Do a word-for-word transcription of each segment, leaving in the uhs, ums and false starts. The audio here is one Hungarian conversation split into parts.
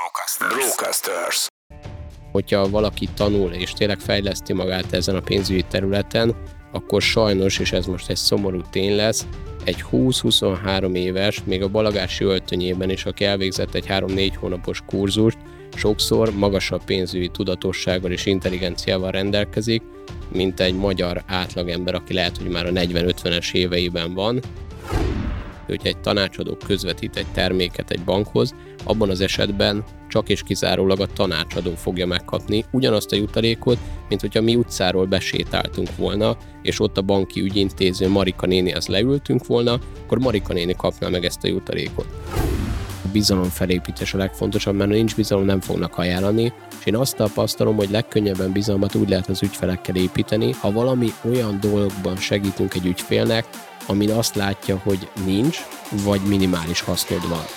Brocasters. Brocasters. Hogyha valaki tanul és tényleg fejleszti magát ezen a pénzügyi területen, akkor sajnos, és ez most egy szomorú tény lesz, egy húsz-huszonhárom éves, még a balagási öltönyében is, aki elvégzett egy három-négy hónapos kurzust, sokszor magasabb pénzügyi tudatossággal és intelligenciával rendelkezik, mint egy magyar átlagember, aki lehet, hogy már a negyven-ötvenes éveiben van. Hogyha egy tanácsadó közvetít egy terméket egy bankhoz, abban az esetben csak és kizárólag a tanácsadó fogja megkapni ugyanazt a jutalékot, mint hogyha mi utcáról besétáltunk volna, és ott a banki ügyintéző Marika nénihez leültünk volna, akkor Marika néni kapná meg ezt a jutalékot. A bizalom felépítés a legfontosabb, mert ha nincs bizalom, nem fognak ajánlani, és én azt tapasztalom, hogy legkönnyebben bizalmat úgy lehet az ügyfelekkel építeni, ha valami olyan dologban segítünk egy ügyfélnek, amin azt látja, hogy nincs, vagy minimális hasznod van.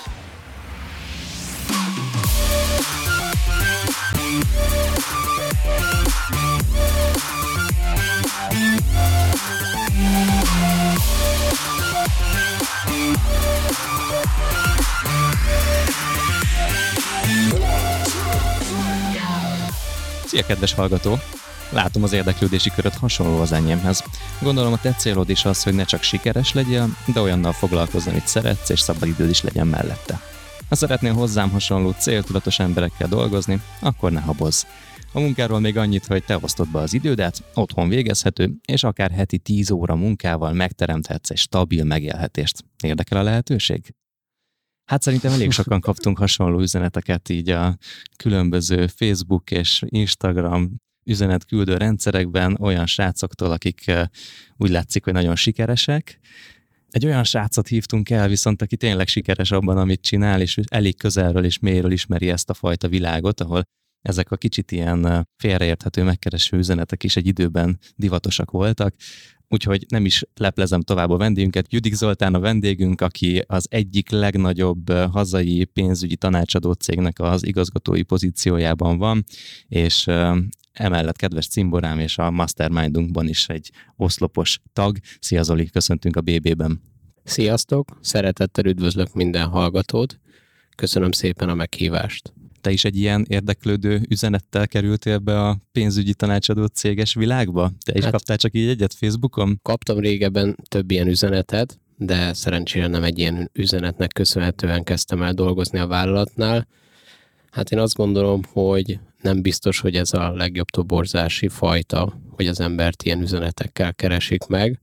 Szia, kedves hallgató! Látom, az érdeklődési köröd hasonló az enyémhez. Gondolom, a te célod is az, hogy ne csak sikeres legyél, de olyannal foglalkozz, amit szeretsz, és szabadidőd is legyen mellette. Ha szeretnél hozzám hasonló céltudatos emberekkel dolgozni, akkor ne habozz. A munkáról még annyit, hogy te osztod be az idődet, otthon végezhető, és akár heti tíz óra munkával megteremthetsz egy stabil megélhetést. Érdekel a lehetőség? Hát szerintem elég sokan kaptunk hasonló üzeneteket így a különböző Facebook és Instagram üzenetküldő rendszerekben olyan srácoktól, akik úgy látszik, hogy nagyon sikeresek. Egy olyan srácot hívtunk el viszont, aki tényleg sikeres abban, amit csinál, és elég közelről és mélyről ismeri ezt a fajta világot, ahol ezek a kicsit ilyen félreérthető, megkereső üzenetek is egy időben divatosak voltak. Úgyhogy nem is leplezem tovább a vendégünket. Judik Zoltán a vendégünk, aki az egyik legnagyobb hazai pénzügyi tanácsadó cégnek az igazgatói pozíciójában van, és emellett kedves cimborám és a mastermindunkban is egy oszlopos tag. Szia Zoli, köszöntünk a bé bé-ben. Sziasztok, szeretettel üdvözlök minden hallgatót. Köszönöm szépen a meghívást. Te is egy ilyen érdeklődő üzenettel kerültél be a pénzügyi tanácsadó céges világba? Te is hát, kaptál csak így egyet Facebookon? Kaptam régebben több ilyen üzenetet, de szerencsére nem egy ilyen üzenetnek köszönhetően kezdtem el dolgozni a vállalatnál. Hát én azt gondolom, hogy nem biztos, hogy ez a legjobb toborzási fajta, hogy az embert ilyen üzenetekkel keresik meg,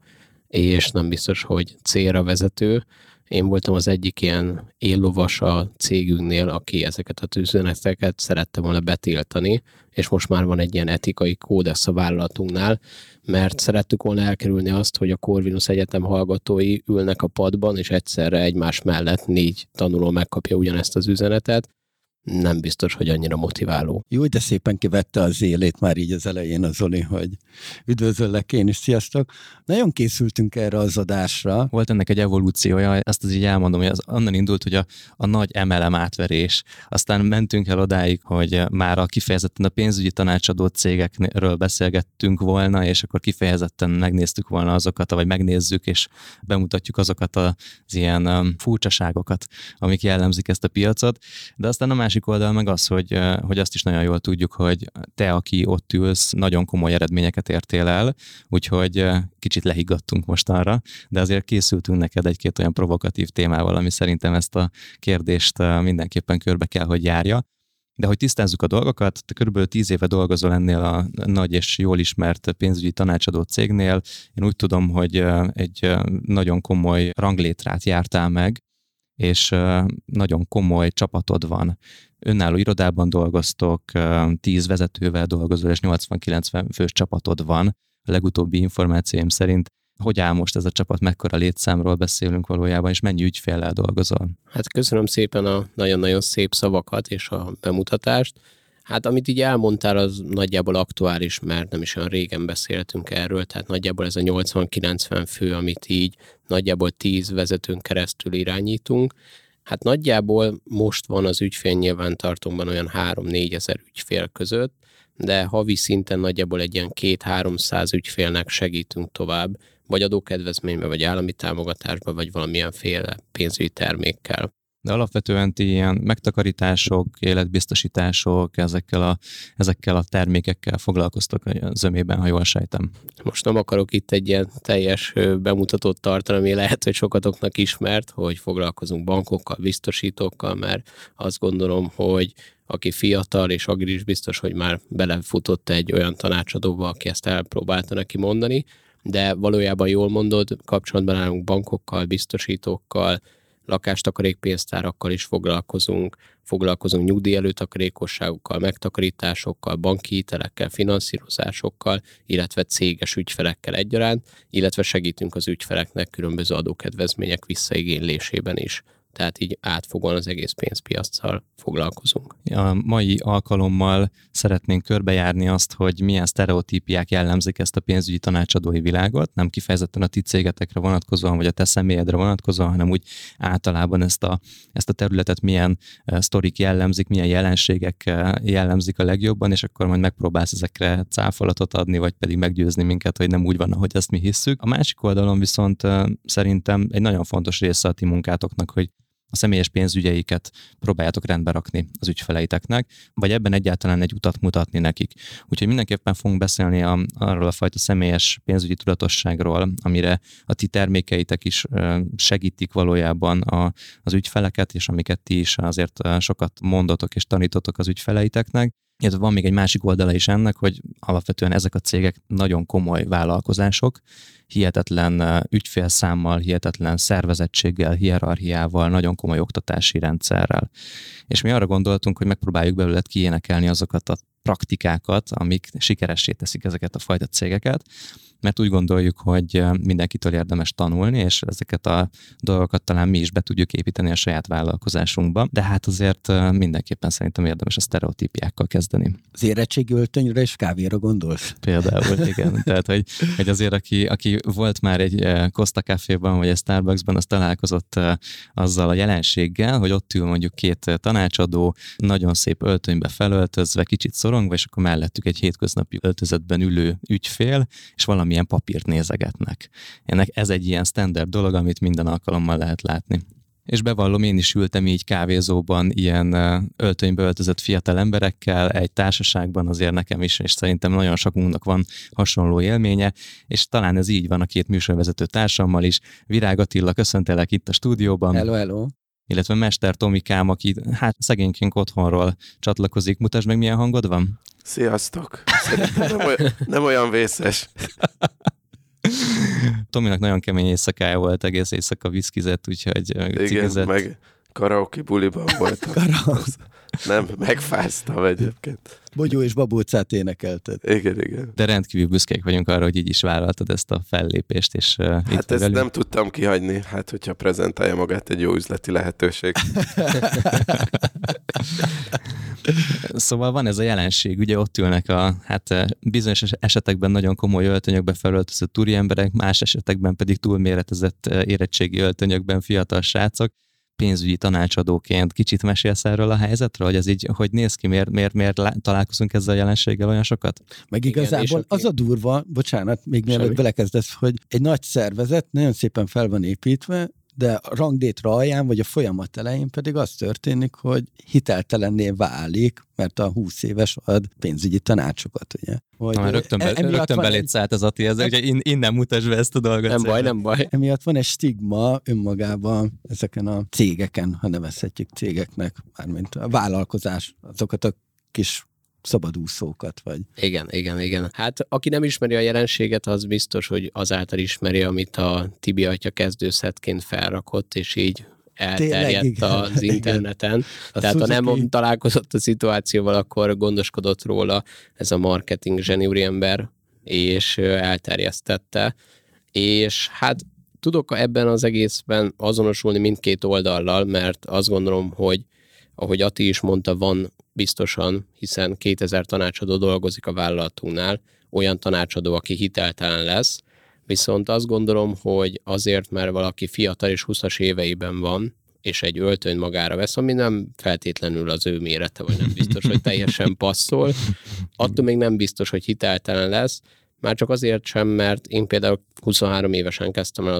és nem biztos, hogy célra vezető. Én voltam az egyik ilyen éllovas a cégünknél, aki ezeket az üzeneteket szerette volna betiltani, és most már van egy ilyen etikai kódex a vállalatunknál, mert szerettük volna elkerülni azt, hogy a Corvinus Egyetem hallgatói ülnek a padban, és egyszerre egymás mellett négy tanuló megkapja ugyanezt az üzenetet. Nem biztos, hogy annyira motiváló. Jó, de szépen kivette az élét már így az elején a Zoli, hogy üdvözöllek én is, sziasztok. Nagyon készültünk erre az adásra. Volt ennek egy evolúciója, ezt az így elmondom, hogy az onnan indult, hogy a, a nagy em el em átverés. Aztán mentünk el odáig, hogy már a kifejezetten a pénzügyi tanácsadó cégekről beszélgettünk volna, és akkor kifejezetten megnéztük volna azokat, vagy megnézzük, és bemutatjuk azokat az ilyen furcsaságokat, amik jellemzik ezt a piacot. De aztán a másik oldal meg az, hogy, hogy azt is nagyon jól tudjuk, hogy te, aki ott ülsz, nagyon komoly eredményeket értél el, úgyhogy kicsit lehiggadtunk mostanra, de azért készültünk neked egy-két olyan provokatív témával, ami szerintem ezt a kérdést mindenképpen körbe kell, hogy járja. De hogy tisztázzuk a dolgokat, te körülbelül tíz éve dolgozol ennél a nagy és jól ismert pénzügyi tanácsadó cégnél. Én úgy tudom, hogy egy nagyon komoly ranglétrát jártál meg, és nagyon komoly csapatod van. Önálló irodában dolgoztok, tíz vezetővel dolgozol, és nyolcvan-kilencven fős csapatod van. A legutóbbi információim szerint. Hogy áll most ez a csapat, mekkora létszámról beszélünk valójában, és mennyi ügyféllel dolgozol? Hát köszönöm szépen a nagyon-nagyon szép szavakat és a bemutatást. Hát amit így elmondtál, az nagyjából aktuális, mert nem is olyan régen beszéltünk erről, tehát nagyjából ez a nyolcvan-kilencven fő, amit így nagyjából tíz vezetőn keresztül irányítunk. Hát nagyjából most van az ügyfélnyilvántartónkban olyan három-négy ezer ügyfél között, de havi szinten nagyjából egy ilyen két-háromszáz ügyfélnek segítünk tovább, vagy adókedvezménybe, vagy állami támogatásba, vagy valamilyen féle pénzügyi termékkel. De alapvetően ti ilyen megtakarítások, életbiztosítások, ezekkel a, ezekkel a termékekkel foglalkoztok a zömében, ha jól sejtem. Most nem akarok itt egy ilyen teljes bemutatót tartani, ami lehet, hogy sokatoknak ismert, hogy foglalkozunk bankokkal, biztosítókkal, mert azt gondolom, hogy aki fiatal és agilis, biztos, hogy már belefutott egy olyan tanácsadóba, aki ezt elpróbálta neki mondani, de valójában jól mondod, kapcsolatban állunk bankokkal, biztosítókkal, lakástakarékpénztárakkal is foglalkozunk, foglalkozunk nyugdíj előtakarékosságokkal, megtakarításokkal, banki hitelekkel, finanszírozásokkal, illetve céges ügyfelekkel egyaránt, illetve segítünk az ügyfeleknek különböző adókedvezmények visszaigénylésében is. Tehát így átfogóan az egész pénzpiaccal foglalkozunk. A mai alkalommal szeretnénk körbejárni azt, hogy milyen sztereotípiák jellemzik ezt a pénzügyi tanácsadói világot, nem kifejezetten a ti cégetekre vonatkozóan, vagy a te személyedre vonatkozóan, hanem úgy általában ezt a, ezt a területet milyen uh, sztorik jellemzik, milyen jelenségek uh, jellemzik a legjobban, és akkor majd megpróbálsz ezekre cáfolatot adni, vagy pedig meggyőzni minket, hogy nem úgy van, ahogy ezt mi hisszük. A másik oldalon viszont uh, szerintem egy nagyon fontos része a ti munkátoknak, hogy a személyes pénzügyeiket próbáljátok rendbe rakni az ügyfeleiteknek, vagy ebben egyáltalán egy utat mutatni nekik. Úgyhogy mindenképpen fogunk beszélni a, arról a fajta személyes pénzügyi tudatosságról, amire a ti termékeitek is segítik valójában a, az ügyfeleket, és amiket ti is azért sokat mondotok és tanítotok az ügyfeleiteknek. Illetve van még egy másik oldala is ennek, hogy alapvetően ezek a cégek nagyon komoly vállalkozások, hihetetlen ügyfélszámmal, hihetetlen szervezettséggel, hierarchiával, nagyon komoly oktatási rendszerrel. És mi arra gondoltunk, hogy megpróbáljuk belőle kiénekelni azokat a praktikákat, amik sikeressé teszik ezeket a fajta cégeket, mert úgy gondoljuk, hogy mindenkitől érdemes tanulni, és ezeket a dolgokat talán mi is be tudjuk építeni a saját vállalkozásunkba, de hát azért mindenképpen szerintem érdemes a sztereotípiákkal kezdeni. Az érettségi öltönyre és kávéra gondolsz? Például, igen. Tehát, hogy, hogy azért, aki, aki volt már egy Costa Caféban, vagy egy Starbucksban, az találkozott azzal a jelenséggel, hogy ott ül mondjuk két tanácsadó, nagyon szép öltönybe felöltözve, kicsit szorongva, és akkor mellettük egy hétköznapi öltözetben ülő ügyfél, és valamilyen papírt nézegetnek. Ennek ez egy ilyen standard dolog, amit minden alkalommal lehet látni. És bevallom, én is ültem így kávézóban ilyen öltönybe öltözött fiatal emberekkel, egy társaságban azért nekem is, és szerintem nagyon sokunknak van hasonló élménye, és talán ez így van a két műsorvezető társammal is. Virág Attila, köszöntelek itt a stúdióban. Hello, hello. Illetve Mester Tomikám, aki hát szegényként otthonról csatlakozik. Mutasd meg, milyen hangod van? Sziasztok! Szerintem nem olyan, nem olyan vészes. Tominak nagyon kemény éjszakája volt, egész éjszaka viszkizett, úgyhogy igen, cigizett. Meg karaoke buliban voltam. Nem, megfáztam egyébként. Bogyó és babócát énekelted. Igen, igen. De rendkívül büszkék vagyunk arra, hogy így is vállaltad ezt a fellépést. És, uh, hát itt ezt velünk. nem tudtam kihagyni, hát hogyha prezentálja magát egy jó üzleti lehetőség. Szóval van ez a jelenség, ugye ott ülnek a hát bizonyos esetekben nagyon komoly öltönyökbe felöltözött úri emberek, más esetekben pedig túlméretezett érettségi öltönyökben fiatal srácok. Pénzügyi tanácsadóként kicsit mesélsz erről a helyzetről, hogy ez így, hogy néz ki, miért, miért, miért találkozunk ezzel a jelenséggel olyan sokat? Meg igazából igen, az a durva, bocsánat, még mielőtt belekezdesz, hogy egy nagy szervezet nagyon szépen fel van építve, de a ranglétre alján, vagy a folyamat elején pedig az történik, hogy hiteltelenné válik, mert a húsz éves ad pénzügyi tanácsokat, ugye? Hogy Na, rögtön, be, rögtön beléd egy... szállt az Ati, ez, ugye in, innen mutasd be ezt a dolgot. Nem baj, nem baj. Emiatt van egy stigma önmagában ezeken a cégeken, ha nevezhetjük cégeknek, mármint a vállalkozás, azokat a kis szabadúszókat, vagy... Igen, igen, igen. Hát aki nem ismeri a jelenséget, az biztos, hogy azáltal ismeri, amit a Tibi atya kezdőszetként felrakott, és így elterjedt Tényleg, az interneten. Tehát ha nem ki... találkozott a szituációval, akkor gondoskodott róla ez a marketing zseni ember, és elterjesztette. És hát tudok ebben az egészben azonosulni mindkét oldallal, mert azt gondolom, hogy ahogy Ati is mondta, van biztosan, hiszen kétezer tanácsadó dolgozik a vállalatunknál, olyan tanácsadó, aki hiteltelen lesz, viszont azt gondolom, hogy azért, mert valaki fiatal és húszas éveiben van, és egy öltöny magára vesz, ami nem feltétlenül az ő mérete, vagy nem biztos, hogy teljesen passzol, attól még nem biztos, hogy hiteltelen lesz, már csak azért sem, mert én például huszonhárom évesen kezdtem el az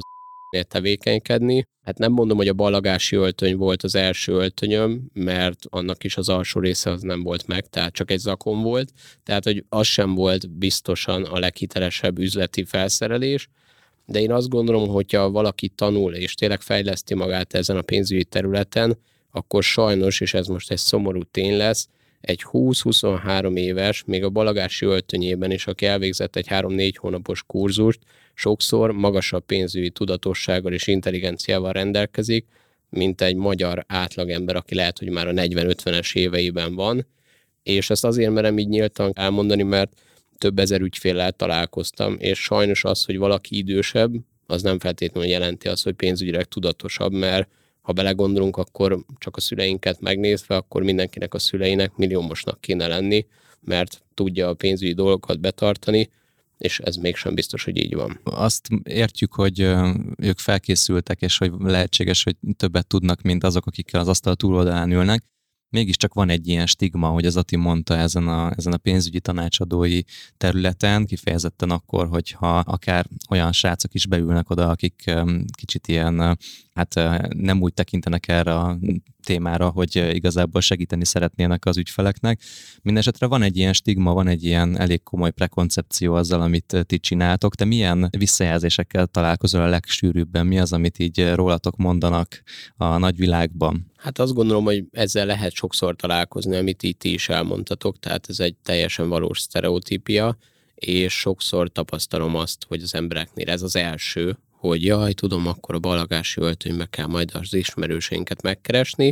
tevékenykedni. Hát nem mondom, hogy a ballagási öltöny volt az első öltönyöm, mert annak is az alsó része az nem volt meg, tehát csak egy zakon volt, tehát hogy az sem volt biztosan a leghitelesebb üzleti felszerelés, de én azt gondolom, hogyha valaki tanul és tényleg fejleszti magát ezen a pénzügyi területen, akkor sajnos, és ez most egy szomorú tény lesz, egy húsz-huszonhárom éves, még a ballagási öltönyében is, aki elvégzett egy három-négy hónapos kurzust, sokszor magasabb pénzügyi tudatossággal és intelligenciával rendelkezik, mint egy magyar átlagember, aki lehet, hogy már a negyven-ötvenes éveiben van, és ezt azért merem így nyíltan elmondani, mert több ezer ügyféllel találkoztam, és sajnos az, hogy valaki idősebb, az nem feltétlenül jelenti azt, hogy pénzügyileg tudatosabb, mert ha belegondolunk, akkor csak a szüleinket megnézve, akkor mindenkinek a szüleinek milliómosnak kéne lenni, mert tudja a pénzügyi dolgokat betartani, és ez mégsem biztos, hogy így van. Azt értjük, hogy ők felkészültek, és hogy lehetséges, hogy többet tudnak, mint azok, akikkel az asztal túloldalán ülnek. Mégiscsak van egy ilyen stigma, hogy az Ati mondta ezen a, ezen a pénzügyi tanácsadói területen, kifejezetten akkor, hogyha akár olyan srácok is beülnek oda, akik kicsit ilyen, hát nem úgy tekintenek erre a témára, hogy igazából segíteni szeretnének az ügyfeleknek. Mindenesetre van egy ilyen stigma, van egy ilyen elég komoly prekoncepció azzal, amit ti csináltok. Te milyen visszajelzésekkel találkozol a legsűrűbben? Mi az, amit így rólatok mondanak a nagyvilágban? Hát azt gondolom, hogy ezzel lehet sokszor találkozni, amit itt is elmondtatok, tehát ez egy teljesen valós sztereotípia, és sokszor tapasztalom azt, hogy az embereknél ez az első, hogy jaj, tudom, akkor a ballagási öltönybe kell majd az ismerőseinket megkeresni,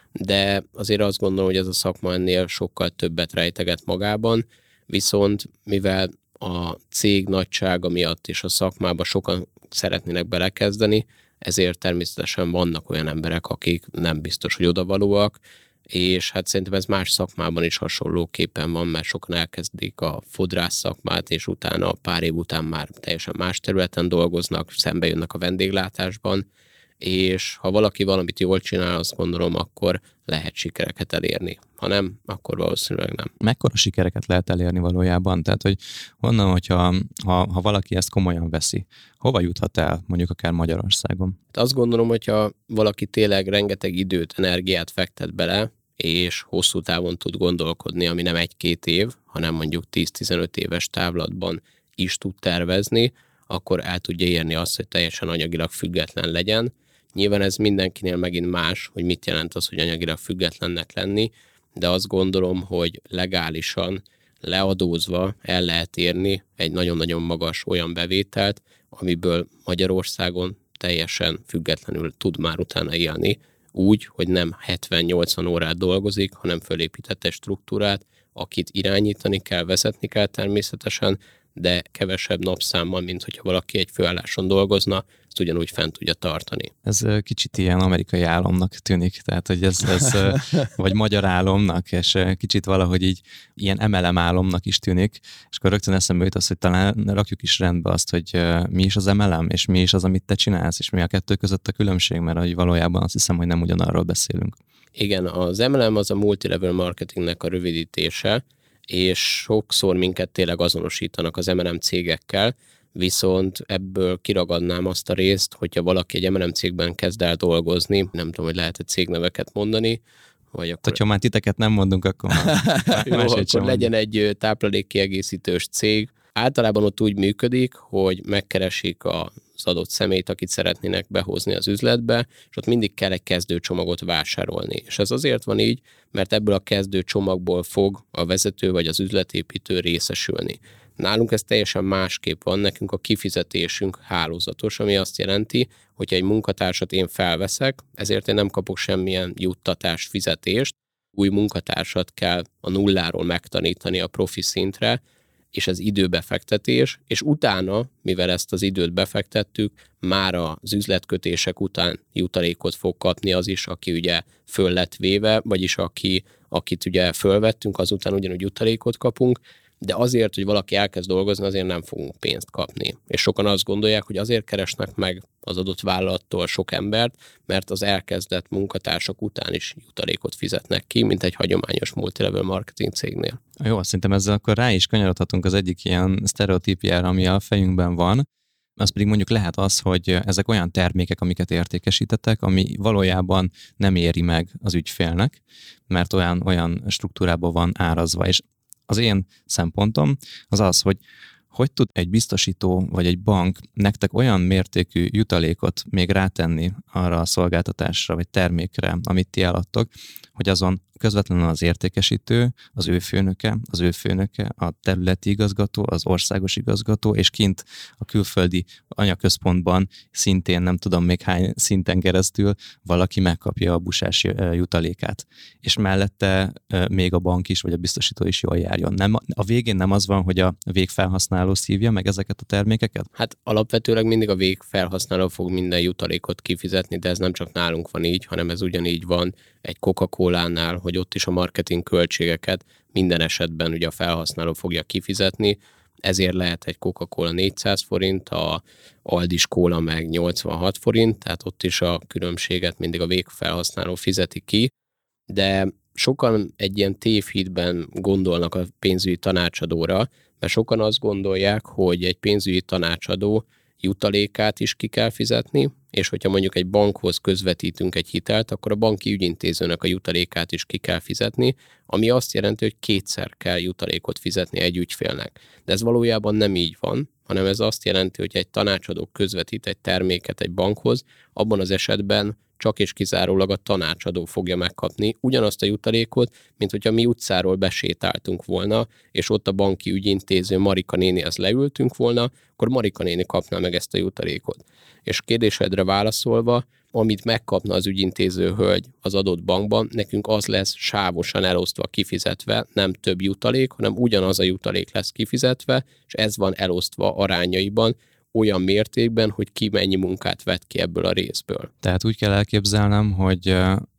de azért azt gondolom, hogy ez a szakma ennél sokkal többet rejteget magában, viszont mivel a cég nagysága miatt és a szakmába sokan szeretnének belekezdeni, ezért természetesen vannak olyan emberek, akik nem biztos, hogy odavalóak, és hát szerintem ez más szakmában is hasonlóképpen van, mert sokan elkezdik a fodrász szakmát, és utána pár év után már teljesen más területen dolgoznak, szembe jönnek a vendéglátásban, és ha valaki valamit jól csinál, azt gondolom, akkor lehet sikereket elérni. Ha nem, akkor valószínűleg nem. Mekkora sikereket lehet elérni valójában? Tehát, hogy honnan, hogyha ha, ha valaki ezt komolyan veszi, hova juthat el, mondjuk akár Magyarországon? Azt gondolom, hogyha valaki tényleg rengeteg időt, energiát fektet bele, és hosszú távon tud gondolkodni, ami nem egy-két év, hanem mondjuk tíz-tizenöt éves távlatban is tud tervezni, akkor el tudja érni azt, hogy teljesen anyagilag független legyen. Nyilván ez mindenkinél megint más, hogy mit jelent az, hogy anyagilag függetlennek lenni, de azt gondolom, hogy legálisan, leadózva el lehet érni egy nagyon-nagyon magas olyan bevételt, amiből Magyarországon teljesen függetlenül tud már utána élni, úgy, hogy nem hetven-nyolcvan órát dolgozik, hanem fölépített egy struktúrát, akit irányítani kell, vezetni kell természetesen, de kevesebb napszámmal, mint hogyha valaki egy főálláson dolgozna, ezt ugyanúgy fent tudja tartani. Ez kicsit ilyen amerikai álomnak tűnik, tehát hogy ez, ez vagy magyar álomnak, és kicsit valahogy így ilyen em el em álomnak is tűnik, és akkor rögtön eszembe jut az, hogy talán rakjuk is rendbe azt, hogy mi is az em el em, és mi is az, amit te csinálsz, és mi a kettő között a különbség, mert hogy valójában azt hiszem, hogy nem ugyanarról beszélünk. Igen, az em el em az a multilevel marketingnek a rövidítése, és sokszor minket tényleg azonosítanak az em el em cégekkel, viszont ebből kiragadnám azt a részt, hogyha valaki egy em el em cégben kezd el dolgozni, nem tudom, hogy lehet-e cégneveket mondani, vagy akkor... Ha már titeket nem mondunk, akkor már Jó, akkor legyen egy táplálékkiegészítős cég. Általában ott úgy működik, hogy megkeresik az adott személyt, akit szeretnének behozni az üzletbe, és ott mindig kell egy kezdőcsomagot vásárolni. És ez azért van így, mert ebből a kezdőcsomagból fog a vezető vagy az üzletépítő részesülni. Nálunk ez teljesen másképp van, nekünk a kifizetésünk hálózatos, ami azt jelenti, hogyha egy munkatársat én felveszek, ezért én nem kapok semmilyen juttatás, fizetést, új munkatársat kell a nulláról megtanítani a profi szintre, és ez időbefektetés, és utána, mivel ezt az időt befektettük, már az üzletkötések után jutalékot fog kapni az is, aki ugye föl lett véve, vagyis aki, akit ugye fölvettünk, azután ugyanúgy jutalékot kapunk, de azért, hogy valaki elkezd dolgozni, azért nem fogunk pénzt kapni. És sokan azt gondolják, hogy azért keresnek meg az adott vállalattól sok embert, mert az elkezdett munkatársak után is jutalékot fizetnek ki, mint egy hagyományos multilevel marketing cégnél. Jó, szerintem ezzel akkor rá is kanyarodhatunk az egyik ilyen sztereotípiára, ami a fejünkben van. az pedig mondjuk lehet az, hogy ezek olyan termékek, amiket értékesítetek, ami valójában nem éri meg az ügyfélnek, mert olyan, olyan struktúrában van árazva. És az én szempontom az az, hogy hogy tud egy biztosító vagy egy bank nektek olyan mértékű jutalékot még rátenni arra a szolgáltatásra vagy termékre, amit ti eladtok, hogy azon közvetlenül az értékesítő, az ő főnöke, az ő főnöke, a területi igazgató, az országos igazgató, és kint a külföldi anyaközpontban szintén nem tudom még hány szinten keresztül valaki megkapja a busás jutalékát. És mellette még a bank is, vagy a biztosító is jól járjon. Nem, a végén nem az van, hogy a végfelhasználó szívja meg ezeket a termékeket? Hát alapvetőleg mindig a végfelhasználó fog minden jutalékot kifizetni, de ez nem csak nálunk van így, hanem ez ugyanígy van egy Coca-Colánál, hogy ott is a marketing költségeket minden esetben ugye a felhasználó fogja kifizetni, ezért lehet egy Coca-Cola négyszáz forint, a Aldis Cola meg nyolcvanhat forint, tehát ott is a különbséget mindig a végfelhasználó fizeti ki, de sokan egy ilyen tévhitben gondolnak a pénzügyi tanácsadóra, mert sokan azt gondolják, hogy egy pénzügyi tanácsadó jutalékát is ki kell fizetni, és hogyha mondjuk egy bankhoz közvetítünk egy hitelt, akkor a banki ügyintézőnek a jutalékát is ki kell fizetni, ami azt jelenti, hogy kétszer kell jutalékot fizetni egy ügyfélnek. De ez valójában nem így van, hanem ez azt jelenti, hogy egy tanácsadó közvetít egy terméket egy bankhoz, abban az esetben csak és kizárólag a tanácsadó fogja megkapni ugyanazt a jutalékot, mint hogyha mi utcáról besétáltunk volna, és ott a banki ügyintéző Marika nénihez leültünk volna, akkor Marika néni kapná meg ezt a jutalékot. És kérdésedre válaszolva, amit megkapna az ügyintéző hölgy az adott bankban, nekünk az lesz sávosan elosztva, kifizetve, nem több jutalék, hanem ugyanaz a jutalék lesz kifizetve, és ez van elosztva arányaiban, olyan mértékben, hogy ki mennyi munkát vett ki ebből a részből. Tehát úgy kell elképzelnem, hogy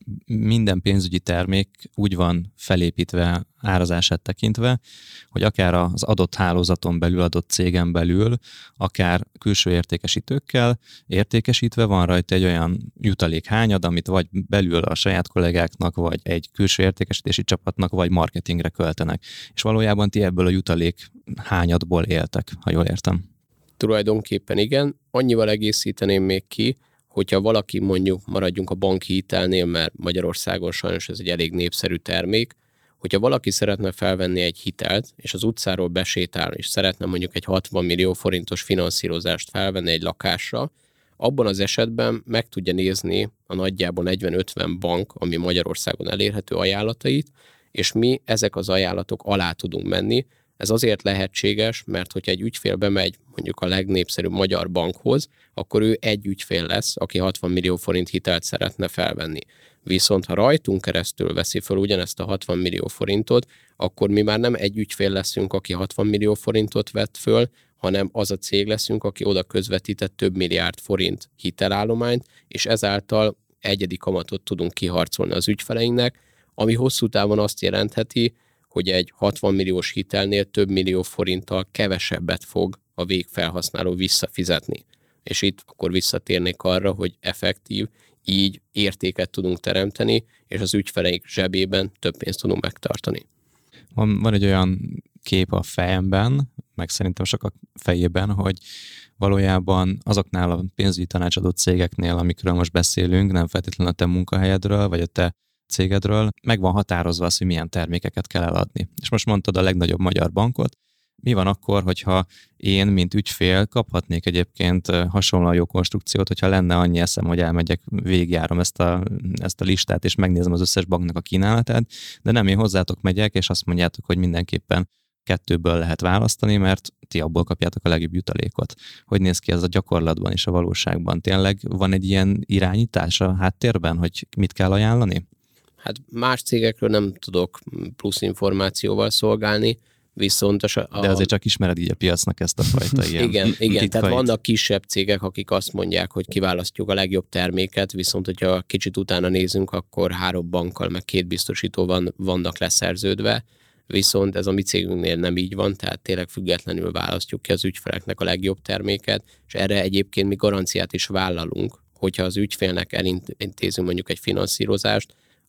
minden pénzügyi termék úgy van felépítve, árazását tekintve, hogy akár az adott hálózaton belül, adott cégen belül, akár külső értékesítőkkel értékesítve van rajta egy olyan jutalékhányad, amit vagy belül a saját kollégáknak, vagy egy külső értékesítési csapatnak, vagy marketingre költenek. És valójában ti ebből a jutalék hányadból éltek, ha jól értem. Tulajdonképpen igen. Annyival egészíteném még ki, hogyha valaki mondjuk, maradjunk a banki hitelnél, mert Magyarországon sajnos ez egy elég népszerű termék, hogyha valaki szeretne felvenni egy hitelt, és az utcáról besétál, és szeretne mondjuk egy hatvan millió forintos finanszírozást felvenni egy lakásra, abban az esetben meg tudja nézni a nagyjából negyven-ötven bank, ami Magyarországon elérhető ajánlatait, és mi ezek az ajánlatok alá tudunk menni. Ez azért lehetséges, mert hogyha egy ügyfél bemegy mondjuk a legnépszerűbb magyar bankhoz, akkor ő egy ügyfél lesz, aki hatvan millió forint hitelt szeretne felvenni. Viszont ha rajtunk keresztül veszi fel ugyanezt a hatvan millió forintot, akkor mi már nem egy ügyfél leszünk, aki hatvan millió forintot vett föl, hanem az a cég leszünk, aki oda közvetített több milliárd forint hitelállományt, és ezáltal egyedi kamatot tudunk kiharcolni az ügyfeleinknek, ami hosszú távon azt jelentheti, hogy egy hatvan milliós hitelnél több millió forinttal kevesebbet fog a végfelhasználó visszafizetni. És itt akkor visszatérnék arra, hogy effektív, így értéket tudunk teremteni, és az ügyfeleik zsebében több pénzt tudunk megtartani. Van, van egy olyan kép a fejemben, meg szerintem sokak fejében, hogy valójában azoknál a pénzügyi tanácsadó cégeknél, amikről most beszélünk, nem feltétlenül a te munkahelyedről, vagy a te cégedről, meg van határozva az, hogy milyen termékeket kell eladni. És most mondtad a legnagyobb magyar bankot. Mi van akkor, hogyha én, mint ügyfél, kaphatnék egyébként hasonló jó konstrukciót, hogyha lenne annyi eszem, hogy elmegyek, végigjárom ezt a, ezt a listát, és megnézem az összes banknak a kínálatát, de nem, én hozzátok megyek, és azt mondjátok, hogy mindenképpen kettőből lehet választani, mert ti abból kapjátok a legjobb jutalékot. Hogy néz ki ez a gyakorlatban és a valóságban? Tényleg van egy ilyen irányítás a háttérben, hogy mit kell ajánlani? Hát más cégekről nem tudok plusz információval szolgálni, viszont a... De azért csak ismered így a piacnak ezt a fajta ilyen Igen, igen. titkait. Tehát vannak kisebb cégek, akik azt mondják, hogy kiválasztjuk a legjobb terméket, viszont hogyha kicsit utána nézünk, akkor három bankkal, meg két biztosító van, vannak leszerződve, viszont ez a mi cégünknél nem így van, tehát tényleg függetlenül választjuk ki az ügyfeleknek a legjobb terméket, és erre egyébként mi garanciát is vállalunk, hogyha az ügyfélnek elintézünk mondjuk egy finanszírozást,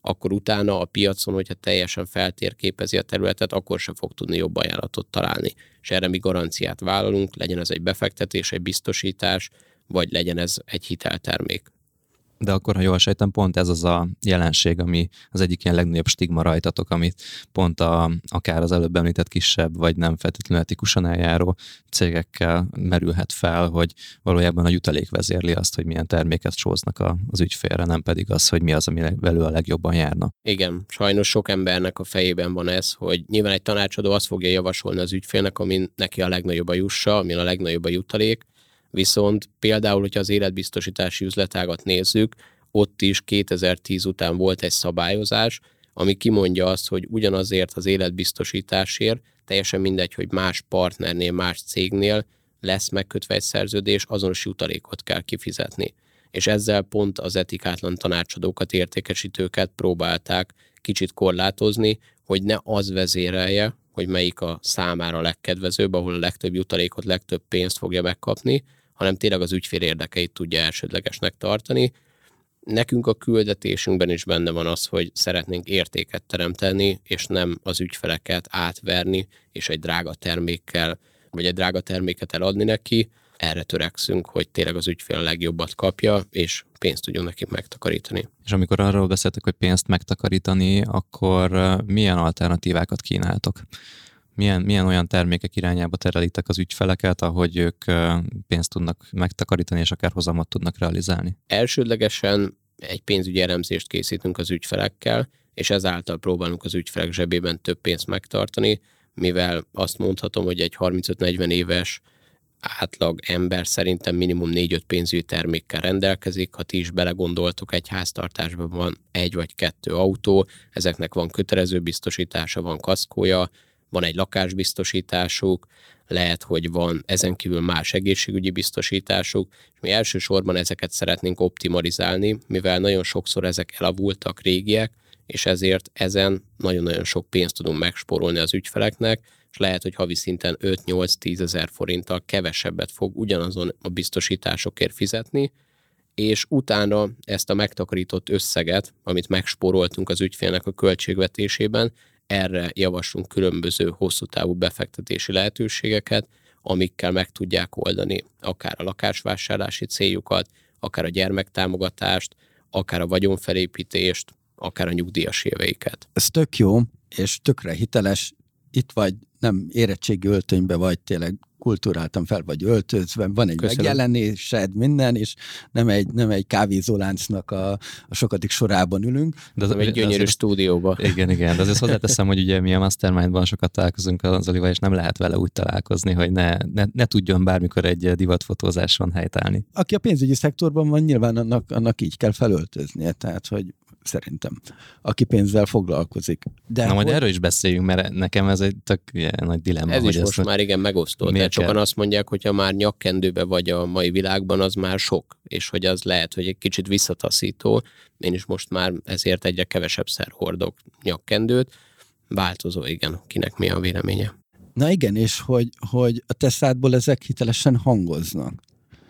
akkor utána a piacon, hogyha teljesen feltérképezi a területet, akkor sem fog tudni jobb ajánlatot találni. És erre mi garanciát vállalunk, legyen ez egy befektetés, egy biztosítás, vagy legyen ez egy hiteltermék. De akkor, ha jól sejtem, pont ez az a jelenség, ami az egyik ilyen legnagyobb stigma rajtatok, amit pont a, akár az előbb említett kisebb, vagy nem feltétlenül etikusan eljáró cégekkel merülhet fel, hogy valójában a jutalék vezérli azt, hogy milyen terméket sóznak a, az ügyfélre, nem pedig az, hogy mi az, ami velő a legjobban járna. Igen, sajnos sok embernek a fejében van ez, hogy nyilván egy tanácsadó azt fogja javasolni az ügyfélnek, amin neki a legnagyobb a jussa, amin a legnagyobb a jutalék. Viszont például, hogyha az életbiztosítási üzletágat nézzük, ott is kétezer-tíz után volt egy szabályozás, ami kimondja azt, hogy ugyanazért az életbiztosításért, teljesen mindegy, hogy más partnernél, más cégnél lesz megkötve egy szerződés, azonos jutalékot kell kifizetni. És ezzel pont az etikátlan tanácsadókat, értékesítőket próbálták kicsit korlátozni, hogy ne az vezérelje, hogy melyik a számára legkedvezőbb, ahol a legtöbb jutalékot, legtöbb pénzt fogja megkapni, hanem tényleg az ügyfél érdekeit tudja elsődlegesnek tartani. Nekünk a küldetésünkben is benne van az, hogy szeretnénk értéket teremteni, és nem az ügyfeleket átverni, és egy drága termékkel, vagy egy drága terméket eladni neki. Erre törekszünk, hogy tényleg az ügyfél a legjobbat kapja, és pénzt tudjunk neki megtakarítani. És amikor arról beszéltek, hogy pénzt megtakarítani, akkor milyen alternatívákat kínáltok? Milyen, milyen olyan termékek irányába terelitek az ügyfeleket, ahogy ők pénzt tudnak megtakarítani, és akár hozamot tudnak realizálni? Elsődlegesen egy pénzügyi elemzést készítünk az ügyfelekkel, és ezáltal próbálunk az ügyfelek zsebében több pénzt megtartani, mivel azt mondhatom, hogy egy harmincöt-negyven éves átlag ember szerintem minimum négy-öt pénzügyi termékkel rendelkezik. Ha ti is belegondoltok, egy háztartásban van egy vagy kettő autó, ezeknek van kötelező biztosítása, van kaszkója, van egy lakásbiztosításuk, lehet, hogy van ezen kívül más egészségügyi biztosításuk, és mi elsősorban ezeket szeretnénk optimalizálni, mivel nagyon sokszor ezek elavultak, régiek, és ezért ezen nagyon-nagyon sok pénzt tudunk megspórolni az ügyfeleknek, és lehet, hogy havi szinten öt-nyolc-tíz ezer forinttal kevesebbet fog ugyanazon a biztosításokért fizetni, és utána ezt a megtakarított összeget, amit megspóroltunk az ügyfélnek a költségvetésében, erre javaslunk különböző hosszú távú befektetési lehetőségeket, amikkel meg tudják oldani akár a lakásvásárlási céljukat, akár a gyermektámogatást, akár a vagyonfelépítést, akár a nyugdíjas éveiket. Ez tök jó, és tökre hiteles. Itt vagy nem érettségi öltönybe vagy, tényleg kulturáltan fel vagy öltözve, van egy Köszönöm. megjelenésed, minden, és nem egy, nem egy kávézóláncnak a, a sokadik sorában ülünk. De az egy gyönyörű stúdióba. Igen, igen, de azért hozzáteszem, hogy ugye mi a Mastermindban sokat találkozunk az Zolival, és nem lehet vele úgy találkozni, hogy ne, ne, ne tudjon bármikor egy divatfotózáson helytállni. Aki a pénzügyi szektorban van, nyilván annak, annak így kell felöltöznie, tehát hogy szerintem, aki pénzzel foglalkozik. De Na majd hogy... erről is beszéljünk, mert nekem ez egy tök ilyen, nagy dilemma. Ez hogy is most ezt, már igen megosztott. Tehát sokan azt mondják, hogy ha már nyakkendőbe vagy a mai világban, az már sok, és hogy az lehet, hogy egy kicsit visszataszító. Én is most már ezért egyre kevesebbszer hordok nyakkendőt. Változó, igen, kinek mi a véleménye. Na igen, és hogy, hogy a te szádból ezek hitelesen hangoznak.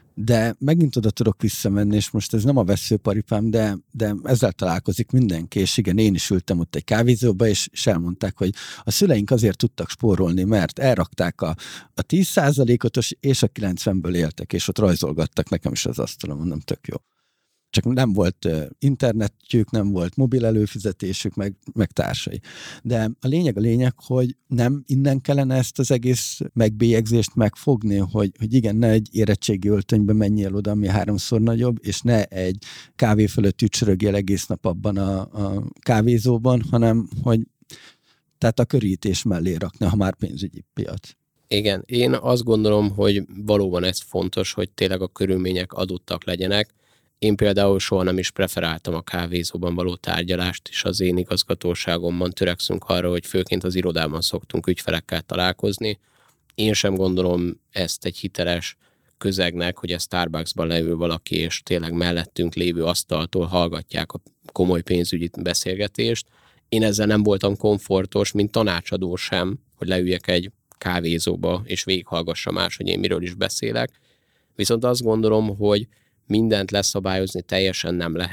De megint oda tudok visszamenni, és most ez nem a veszőparipám, de, de ezzel találkozik mindenki, és igen, én is ültem ott egy kávézóba, és, és elmondták, hogy a szüleink azért tudtak spórolni, mert elrakták a, a tíz százalékot, és a kilencvenből éltek, és ott rajzolgattak nekem is az asztalon, mondom, tök jó. Csak nem volt internetjük, nem volt mobil előfizetésük, meg, meg társai. De a lényeg a lényeg, hogy nem innen kellene ezt az egész megbélyegzést megfogni, hogy, hogy igen, ne egy érettségi öltönybe menjél oda, ami háromszor nagyobb, és ne egy kávé fölött ücsörögjél egész nap abban a, a kávézóban, hanem hogy tehát a körítés mellé rakni, ha már pénzügyi piac. Igen, én azt gondolom, hogy valóban ez fontos, hogy tényleg a körülmények adottak legyenek. Én például soha nem is preferáltam a kávézóban való tárgyalást, és az én igazgatóságomban törekszünk arra, hogy főként az irodában szoktunk ügyfelekkel találkozni. Én sem gondolom ezt egy hiteles közegnek, hogy a Starbucksban leül valaki, és tényleg mellettünk lévő asztaltól hallgatják a komoly pénzügyi beszélgetést. Én ezzel nem voltam komfortos, mint tanácsadó sem, hogy leüljek egy kávézóba, és végighallgassam más, hogy én miről is beszélek. Viszont azt gondolom, hogy mindent leszabályozni teljesen nem lehet,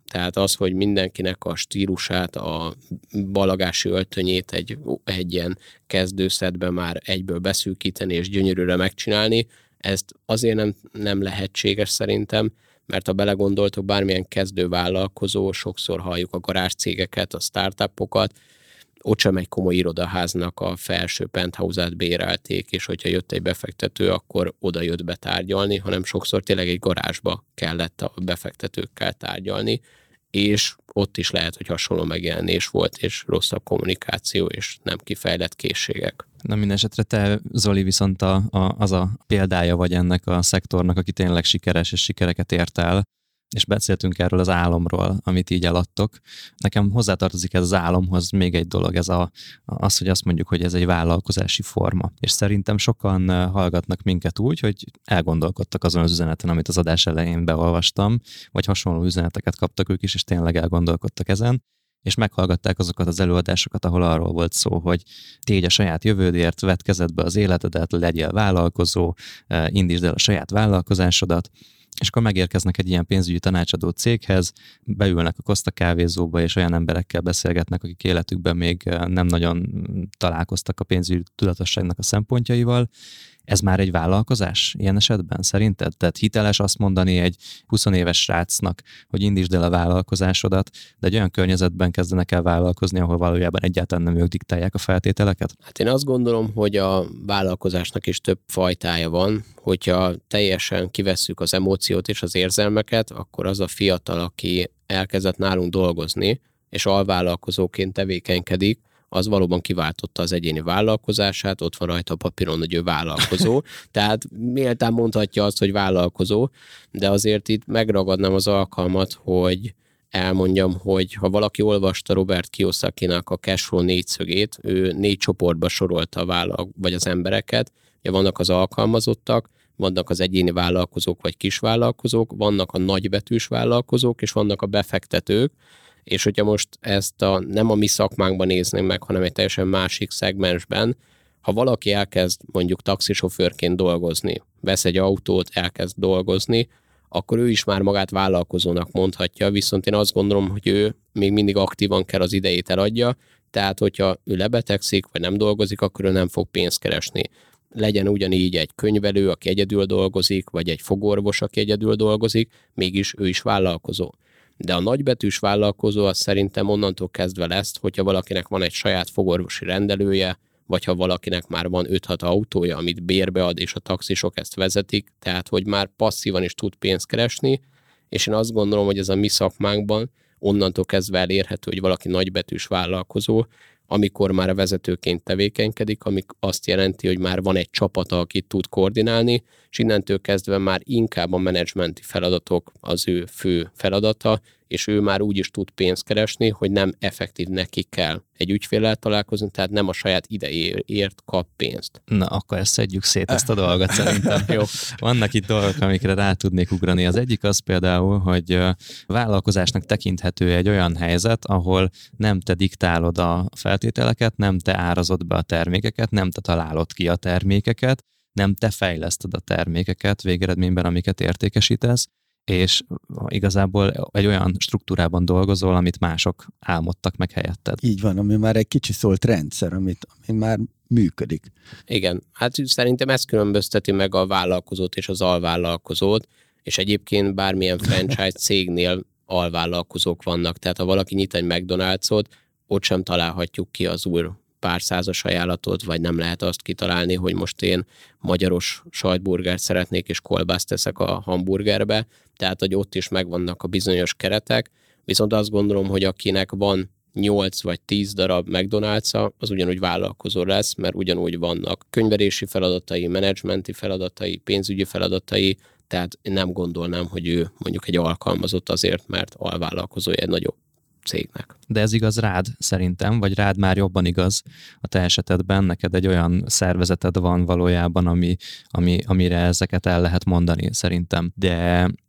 Tehát az, hogy mindenkinek a stílusát, a balagási öltönyét egy, egy ilyen kezdőszedben már egyből beszűkíteni és gyönyörűre megcsinálni, ezt azért nem, nem lehetséges szerintem, mert ha belegondoltok, bármilyen kezdővállalkozó, sokszor halljuk a garázscégeket, a startupokat, ott sem egy komoly irodaháznak a felső penthouse-át bérelték, és hogyha jött egy befektető, akkor oda jött betárgyalni, hanem sokszor tényleg egy garázsba kellett a befektetőkkel tárgyalni, és ott is lehet, hogy hasonló megjelenés volt, és rosszabb kommunikáció, és nem kifejlett készségek. Na minden esetre te, Zoli, viszont a, a, az a példája vagy ennek a szektornak, aki tényleg sikeres és sikereket ért el, és beszéltünk erről az álomról, amit így eladtok. Nekem hozzátartozik ez az álomhoz még egy dolog, ez a, az, hogy azt mondjuk, hogy ez egy vállalkozási forma. És szerintem sokan hallgatnak minket úgy, hogy elgondolkodtak azon az üzeneten, amit az adás elején beolvastam, vagy hasonló üzeneteket kaptak ők is, és tényleg elgondolkodtak ezen, és meghallgatták azokat az előadásokat, ahol arról volt szó, hogy tégy a saját jövődért, vedd kezedbe az életedet, legyél vállalkozó, indítsd el a saját vállalkozásodat, és akkor megérkeznek egy ilyen pénzügyi tanácsadó céghez, beülnek a Costa kávézóba, és olyan emberekkel beszélgetnek, akik életükben még nem nagyon találkoztak a pénzügyi tudatosságnak a szempontjaival. Ez már egy vállalkozás ilyen esetben szerinted? Tehát hiteles azt mondani egy húsz éves srácnak, hogy indítsd el a vállalkozásodat, de egy olyan környezetben kezdenek el vállalkozni, ahol valójában egyáltalán nem ők diktálják a feltételeket? Hát én azt gondolom, hogy a vállalkozásnak is több fajtája van. Hogyha teljesen kivesszük az emóciót és az érzelmeket, akkor az a fiatal, aki elkezdett nálunk dolgozni, és alvállalkozóként tevékenykedik, az valóban kiváltotta az egyéni vállalkozását, ott van rajta a papíron, hogy ő vállalkozó, tehát méltán mondhatja azt, hogy vállalkozó, de azért itt megragadnám az alkalmat, hogy elmondjam, hogy ha valaki olvasta Robert Kiyosakinak a Cashflow négyszögét, ő négy csoportba sorolta a vállal, vagy az embereket, ugye vannak az alkalmazottak, vannak az egyéni vállalkozók vagy kisvállalkozók, vannak a nagybetűs vállalkozók, és vannak a befektetők, és hogyha most ezt a, nem a mi szakmánkban nézném meg, hanem egy teljesen másik szegmensben, ha valaki elkezd mondjuk taxisofőrként dolgozni, vesz egy autót, elkezd dolgozni, akkor ő is már magát vállalkozónak mondhatja, viszont én azt gondolom, hogy ő még mindig aktívan kell az idejét eladja, tehát hogyha ő lebetegszik, vagy nem dolgozik, akkor ő nem fog pénzt keresni. Legyen ugyanígy egy könyvelő, aki egyedül dolgozik, vagy egy fogorvos, aki egyedül dolgozik, mégis ő is vállalkozó. De a nagybetűs vállalkozó az szerintem onnantól kezdve lesz, hogyha valakinek van egy saját fogorvosi rendelője, vagy ha valakinek már van öt-hat autója, amit bérbe ad, és a taxisok ezt vezetik, tehát hogy már passzívan is tud pénzt keresni, és én azt gondolom, hogy ez a mi szakmánkban onnantól kezdve elérhető, hogy valaki nagybetűs vállalkozó, amikor már a vezetőként tevékenykedik, amik azt jelenti, hogy már van egy csapata, akit tud koordinálni, és innentől kezdve már inkább a menedzsmenti feladatok az ő fő feladata, és ő már úgy is tud pénzt keresni, hogy nem effektív neki kell egy ügyféllel találkozni, tehát nem a saját idejéért kap pénzt. Na, akkor ezt szedjük szét, ezt a dolgot szerintem. Jó. Vannak itt dolgok, amikre rá tudnék ugrani. Az egyik az például, hogy vállalkozásnak tekinthető egy olyan helyzet, ahol nem te diktálod a feltételeket, nem te árazod be a termékeket, nem te találod ki a termékeket, nem te fejleszted a termékeket végeredményben, amiket értékesítesz, és igazából egy olyan struktúrában dolgozol, amit mások álmodtak meg helyetted. Így van, ami már egy kicsi szólt rendszer, amit, ami már működik. Igen, hát szerintem ez különbözteti meg a vállalkozót és az alvállalkozót, és egyébként bármilyen franchise cégnél alvállalkozók vannak, tehát ha valaki nyit egy McDonald's-ot, ott sem találhatjuk ki az új pár százas ajánlatot, vagy nem lehet azt kitalálni, hogy most én magyaros sajtburgert szeretnék, és kolbászt teszek a hamburgerbe, tehát hogy ott is megvannak a bizonyos keretek, viszont azt gondolom, hogy akinek van nyolc vagy tíz darab McDonald's-a, az ugyanúgy vállalkozó lesz, mert ugyanúgy vannak könyvelési feladatai, menedzsmenti feladatai, pénzügyi feladatai, tehát én nem gondolnám, hogy ő mondjuk egy alkalmazott azért, mert alvállalkozója egy nagyobb cégnek. De ez igaz rád szerintem, vagy rád már jobban igaz a te esetedben, neked egy olyan szervezeted van valójában, ami, ami, amire ezeket el lehet mondani szerintem. De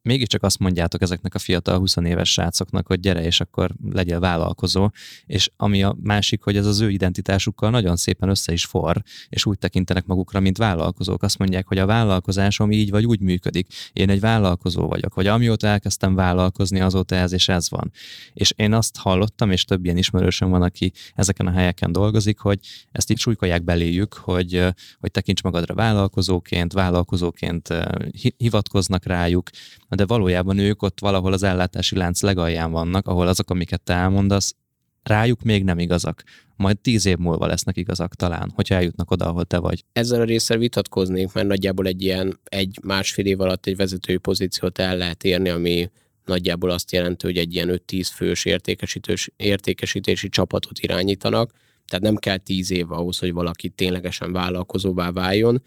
mégiscsak azt mondjátok ezeknek a fiatal huszonéves srácoknak, hogy gyere, és akkor legyél vállalkozó, és ami a másik, hogy ez az ő identitásukkal nagyon szépen össze is forr, és úgy tekintenek magukra, mint vállalkozók. Azt mondják, hogy a vállalkozásom így vagy úgy működik. Én egy vállalkozó vagyok, vagy amióta elkezdtem vállalkozni, azóta ez és ez van. És én azt hallottam, és több ilyen ismerősöm van, aki ezeken a helyeken dolgozik, hogy ezt így súlykolják beléjük, hogy, hogy tekints magadra vállalkozóként, vállalkozóként hivatkoznak rájuk, de valójában ők ott valahol az ellátási lánc legalján vannak, ahol azok, amiket te elmondasz, rájuk még nem igazak. Majd tíz év múlva lesznek igazak talán, hogyha eljutnak oda, ahol te vagy. Ezzel a résszel vitatkoznék, mert nagyjából egy ilyen egy-másfél év alatt egy vezetői pozíciót el lehet érni, ami nagyjából azt jelenti, hogy egy ilyen öt-tíz fős értékesítési csapatot irányítanak, tehát nem kell tíz év ahhoz, hogy valaki ténylegesen vállalkozóvá váljon,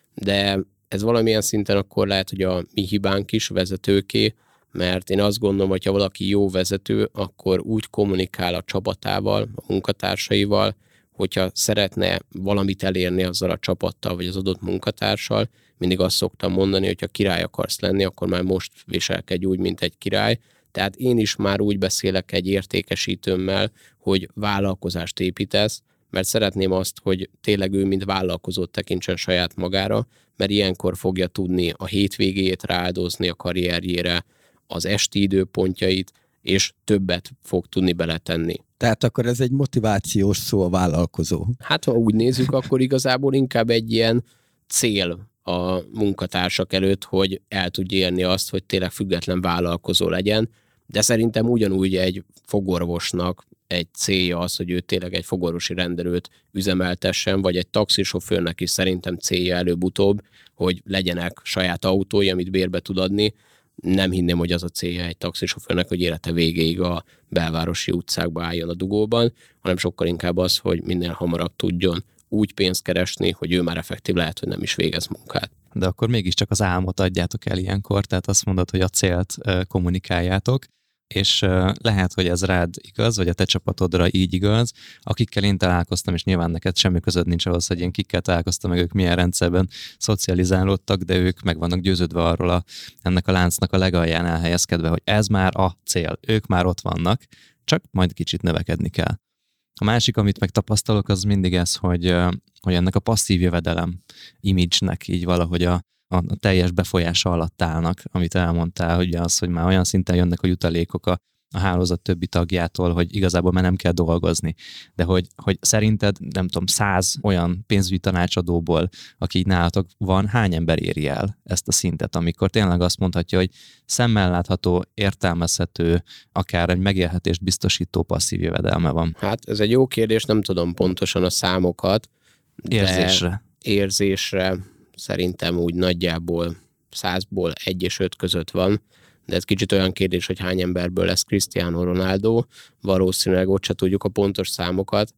de ez valamilyen szinten akkor lehet, hogy a mi hibánk is vezetőké, mert én azt gondolom, hogy ha valaki jó vezető, akkor úgy kommunikál a csapatával, a munkatársaival, hogyha szeretne valamit elérni azzal a csapattal, vagy az adott munkatársal, mindig azt szoktam mondani, hogy ha király akarsz lenni, akkor már most viselkedj úgy, mint egy király. Tehát én is már úgy beszélek egy értékesítőmmel, hogy vállalkozást építesz, mert szeretném azt, hogy tényleg ő mint vállalkozót tekintsen saját magára, mert ilyenkor fogja tudni a hétvégéjét rááldozni a karrierjére, az esti időpontjait, és többet fog tudni beletenni. Tehát akkor ez egy motivációs szó a vállalkozó. Hát ha úgy nézzük, akkor igazából inkább egy ilyen cél a munkatársak előtt, hogy el tudja érni azt, hogy tényleg független vállalkozó legyen, de szerintem ugyanúgy egy fogorvosnak egy célja az, hogy ő tényleg egy fogorvosi rendelőt üzemeltessen, vagy egy taxisofőrnek is szerintem célja előbb-utóbb, hogy legyenek saját autói, amit bérbe tud adni. Nem hinném, hogy az a célja egy taxisofőrnek, hogy élete végéig a belvárosi utcákba álljon a dugóban, hanem sokkal inkább az, hogy minél hamarabb tudjon úgy pénzt keresni, hogy ő már effektív lehet, hogy nem is végez munkát. De akkor mégiscsak az álmot adjátok el ilyenkor, tehát azt mondod, hogy a célt kommunikáljátok, és lehet, hogy ez rád igaz, vagy a te csapatodra így igaz. Akikkel én találkoztam, és nyilván neked semmi között nincs ahhoz, hogy én kikkel találkoztam, meg ők milyen rendszerben szocializálódtak, de ők meg vannak győződve arról a, ennek a láncnak a legalján elhelyezkedve, hogy ez már a cél, ők már ott vannak, csak majd kicsit növekedni kell. A másik, amit meg tapasztalok, az mindig ez, hogy, hogy ennek a passzív jövedelem image-nek így valahogy a a teljes befolyása alatt állnak, amit elmondtál, hogy az, hogy már olyan szinten jönnek a jutalékok a, a hálózat többi tagjától, hogy igazából már nem kell dolgozni. De hogy, hogy szerinted, nem tudom, száz olyan pénzügyi tanácsadóból, aki így nálatok van, hány ember éri el ezt a szintet, amikor tényleg azt mondhatja, hogy szemmel látható, értelmezhető, akár egy megélhetést biztosító passzív jövedelme van? Hát ez egy jó kérdés, nem tudom pontosan a számokat. Érzésre. Érzésre. Szerintem úgy nagyjából százból egy és öt között van, de ez kicsit olyan kérdés, hogy hány emberből lesz Cristiano Ronaldo, valószínűleg ott se tudjuk a pontos számokat,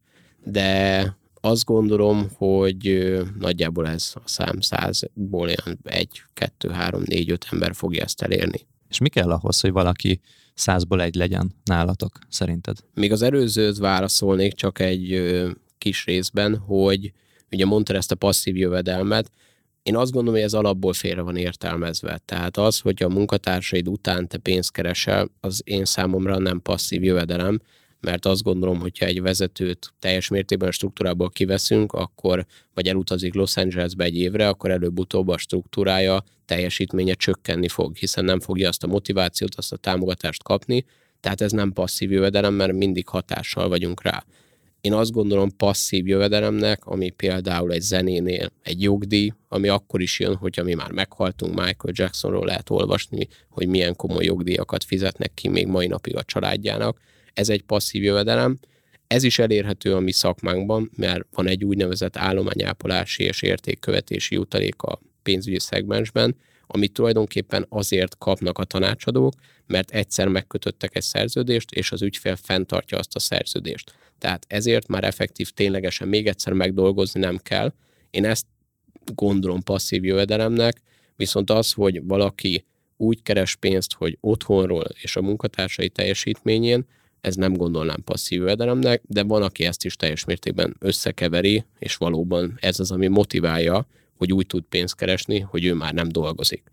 de azt gondolom, hogy nagyjából ez a szám százból olyan egy, kettő, három, négy, öt ember fogja ezt elérni. És mi kell ahhoz, hogy valaki százból egy legyen nálatok, szerinted? Még az előzőt válaszolnék csak egy kis részben, hogy ugye mondtad ezt a passzív jövedelmet. Én azt gondolom, hogy ez alapból félre van értelmezve. Tehát az, hogy a munkatársaid után te pénzt keresel, az én számomra nem passzív jövedelem, mert azt gondolom, hogyha egy vezetőt teljes mértékben a struktúrából kiveszünk, akkor, vagy elutazik Los Angelesbe egy évre, akkor előbb-utóbb a struktúrája, teljesítménye csökkenni fog, hiszen nem fogja azt a motivációt, azt a támogatást kapni, tehát ez nem passzív jövedelem, mert mindig hatással vagyunk rá. Én azt gondolom passzív jövedelemnek, ami például egy zenénél egy jogdíj, ami akkor is jön, hogyha mi már meghaltunk, Michael Jacksonról lehet olvasni, hogy milyen komoly jogdíjakat fizetnek ki még mai napig a családjának. Ez egy passzív jövedelem. Ez is elérhető a mi szakmánkban, mert van egy úgynevezett állományápolási és értékkövetési jutalék a pénzügyi szegmensben, amit tulajdonképpen azért kapnak a tanácsadók, mert egyszer megkötöttek egy szerződést, és az ügyfél fenntartja azt a szerződést. Tehát ezért már effektív ténylegesen még egyszer megdolgozni nem kell. Én ezt gondolom passzív jövedelemnek, viszont az, hogy valaki úgy keres pénzt, hogy otthonról és a munkatársai teljesítményén, ez nem gondolnám passzív jövedelemnek, de van, aki ezt is teljes mértékben összekeveri, és valóban ez az, ami motiválja, hogy úgy tud pénzt keresni, hogy ő már nem dolgozik.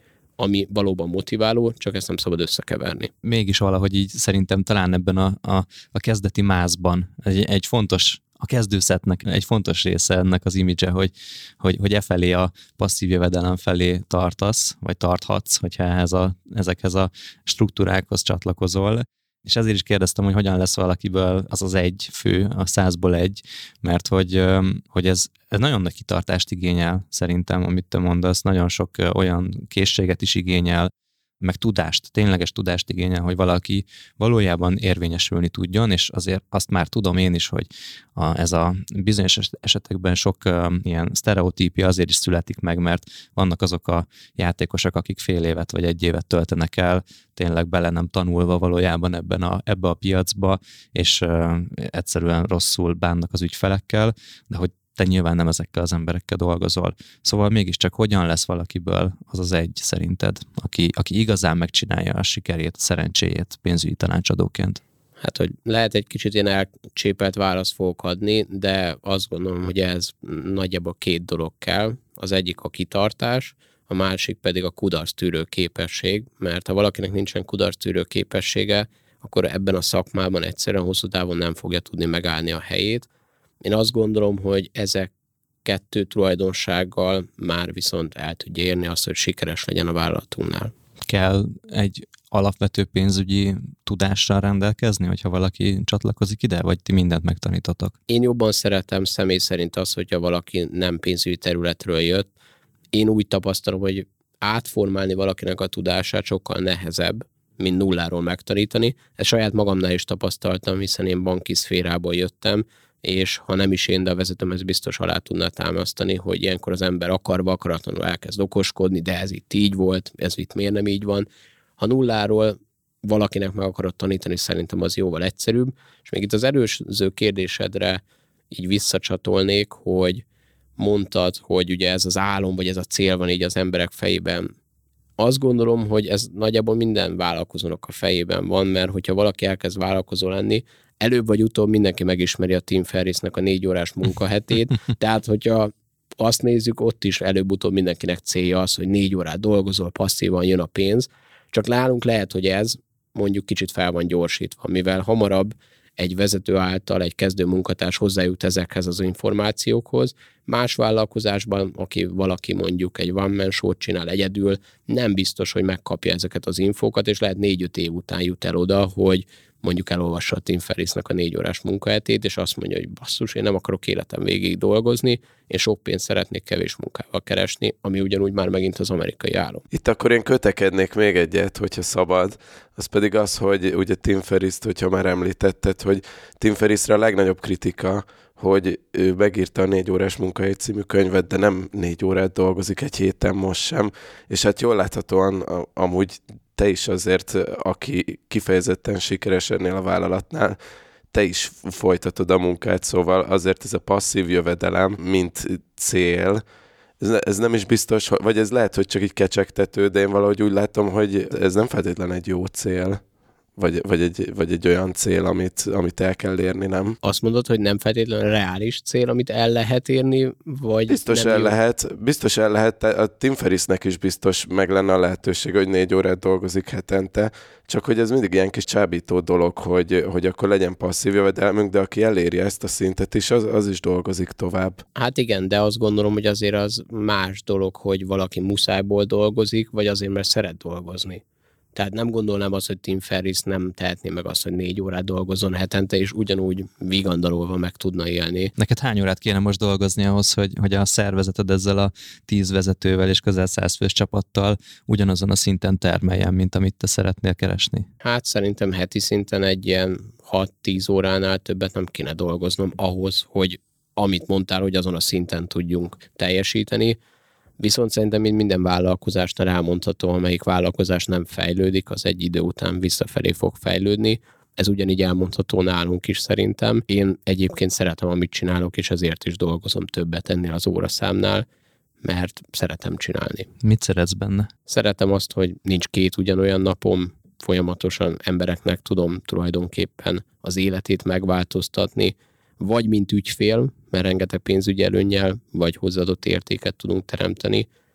ami valóban motiváló, csak ezt nem szabad összekeverni. Mégis valahogy így szerintem talán ebben a, a, a kezdeti mázban egy, egy fontos, a kezdőszetnek egy fontos része ennek az imidzse, hogy, hogy, hogy e felé a passzív jövedelem felé tartasz, vagy tarthatsz, hogyha ehhez a, ezekhez a struktúrákhoz csatlakozol. És ezért is kérdeztem, hogy hogyan lesz valakiből az az egy fő, a százból egy, mert hogy, hogy ez, ez nagyon nagy kitartást igényel szerintem, amit te mondasz, nagyon sok olyan készséget is igényel, meg tudást, tényleges tudást igényel, hogy valaki valójában érvényesülni tudjon, és azért azt már tudom én is, hogy a, ez a bizonyos esetekben sok uh, ilyen sztereotípia azért is születik meg, mert vannak azok a játékosok, akik fél évet vagy egy évet töltenek el, tényleg bele nem tanulva valójában ebben a, ebbe a piacba, és uh, egyszerűen rosszul bánnak az ügyfelekkel, de hogy te nyilván nem ezekkel az emberekkel dolgozol. Szóval mégiscsak hogyan lesz valakiből az az egy szerinted, aki, aki igazán megcsinálja a sikerét, a szerencséjét pénzügyi tanácsadóként? Hát, hogy lehet egy kicsit ilyen elcsépelt választ fogok adni, de azt gondolom, hogy ez nagyjából két dolog kell. Az egyik a kitartás, a másik pedig a kudarctűrő képesség, mert ha valakinek nincsen kudarctűrő képessége, akkor ebben a szakmában egyszerűen hosszú távon nem fogja tudni megállni a helyét. Én azt gondolom, hogy ezek kettő tulajdonsággal már viszont el tudja érni azt, hogy sikeres legyen a vállalatunknál. Kell egy alapvető pénzügyi tudással rendelkezni, hogyha valaki csatlakozik ide, vagy ti mindent megtanítotok? Én jobban szeretem személy szerint azt, hogyha valaki nem pénzügyi területről jött. Én úgy tapasztalom, hogy átformálni valakinek a tudását sokkal nehezebb, mint nulláról megtanítani. Ezt saját magamnál is tapasztaltam, hiszen én banki szférából jöttem, és ha nem is én, de a vezetőm ez biztos alá tudná támasztani, hogy ilyenkor az ember akarva, akaratlanul elkezd okoskodni, de ez itt így volt, ez itt miért nem így van. Ha nulláról valakinek meg akarod tanítani, szerintem az jóval egyszerűbb. És még itt az erősöző kérdésedre így visszacsatolnék, hogy mondtad, hogy ugye ez az álom, vagy ez a cél van így az emberek fejében. Azt gondolom, hogy ez nagyjából minden vállalkozónak a fejében van, mert hogyha valaki elkezd vállalkozó lenni, előbb vagy utóbb mindenki megismeri a Tim Ferrissnek a négy órás munkahetét, tehát hogyha azt nézzük, ott is előbb-utóbb mindenkinek célja az, hogy négy órát dolgozol, passzívan jön a pénz, csak nálunk lehet, hogy ez mondjuk kicsit fel van gyorsítva, mivel hamarabb egy vezető által egy kezdő munkatárs hozzájut ezekhez az információkhoz. Más vállalkozásban, aki valaki mondjuk egy one-man show-t csinál egyedül, nem biztos, hogy megkapja ezeket az infókat, és lehet négy-öt év után jut el oda, hogy mondjuk elolvassa a Tim Ferrissnek a négy órás munkahetét, és azt mondja, hogy basszus, én nem akarok életem végig dolgozni, én sok pénzt szeretnék kevés munkával keresni, ami ugyanúgy már megint az amerikai álom. Itt akkor én kötekednék még egyet, hogyha szabad. Az pedig az, hogy ugye Tim Ferrisst, hogyha már említetted, hogy Tim Ferrissre a legnagyobb kritika, hogy ő megírta a négy órás munkahely című könyvet, de nem négy órát dolgozik egy héten most sem, és hát jól láthatóan a, amúgy te is azért, aki kifejezetten sikeres ennél a vállalatnál, te is folytatod a munkát, szóval azért ez a passzív jövedelem, mint cél, ez, ez nem is biztos, vagy ez lehet, hogy csak egy kecsegtető, de én valahogy úgy látom, hogy ez nem feltétlenül egy jó cél. Vagy, vagy, egy, vagy egy olyan cél, amit, amit el kell érni, nem? Azt mondod, hogy nem feltétlenül reális cél, amit el lehet érni, vagy biztos nem el jó? lehet, biztos el lehet, a Tim Ferrissnek is biztos meg lenne a lehetőség, hogy négy órát dolgozik hetente, csak hogy ez mindig ilyen kis csábító dolog, hogy, hogy akkor legyen passzív jövedelmünk, de aki eléri ezt a szintet is, az, az is dolgozik tovább. Hát igen, de azt gondolom, hogy azért az más dolog, hogy valaki muszájból dolgozik, vagy azért, mert szeret dolgozni. Tehát nem gondolnám azt, hogy Tim Ferriss nem tehetné meg azt, hogy négy órát dolgozzon hetente, és ugyanúgy vigandalolva meg tudna élni. Neked hány órát kéne most dolgozni ahhoz, hogy, hogy a szervezeted ezzel a tíz vezetővel és közel száz fős csapattal ugyanazon a szinten termeljen, mint amit te szeretnél keresni? Hát szerintem heti szinten egy ilyen hat-tíz óránál többet nem kéne dolgoznom ahhoz, hogy amit mondtál, hogy azon a szinten tudjunk teljesíteni. Viszont szerintem minden vállalkozásnál elmondható, amelyik vállalkozás nem fejlődik, az egy idő után visszafelé fog fejlődni. Ez ugyanígy elmondható nálunk is szerintem. Én egyébként szeretem, amit csinálok, és ezért is dolgozom többet ennél az óraszámnál, mert szeretem csinálni. Mit szeretsz benne? Szeretem azt, hogy nincs két ugyanolyan napom, folyamatosan embereknek tudom tulajdonképpen az életét megváltoztatni, vagy mint ügyfél, mert rengeteg pénzügyi előnnyel, vagy hozzáadott értéket tudunk teremteni,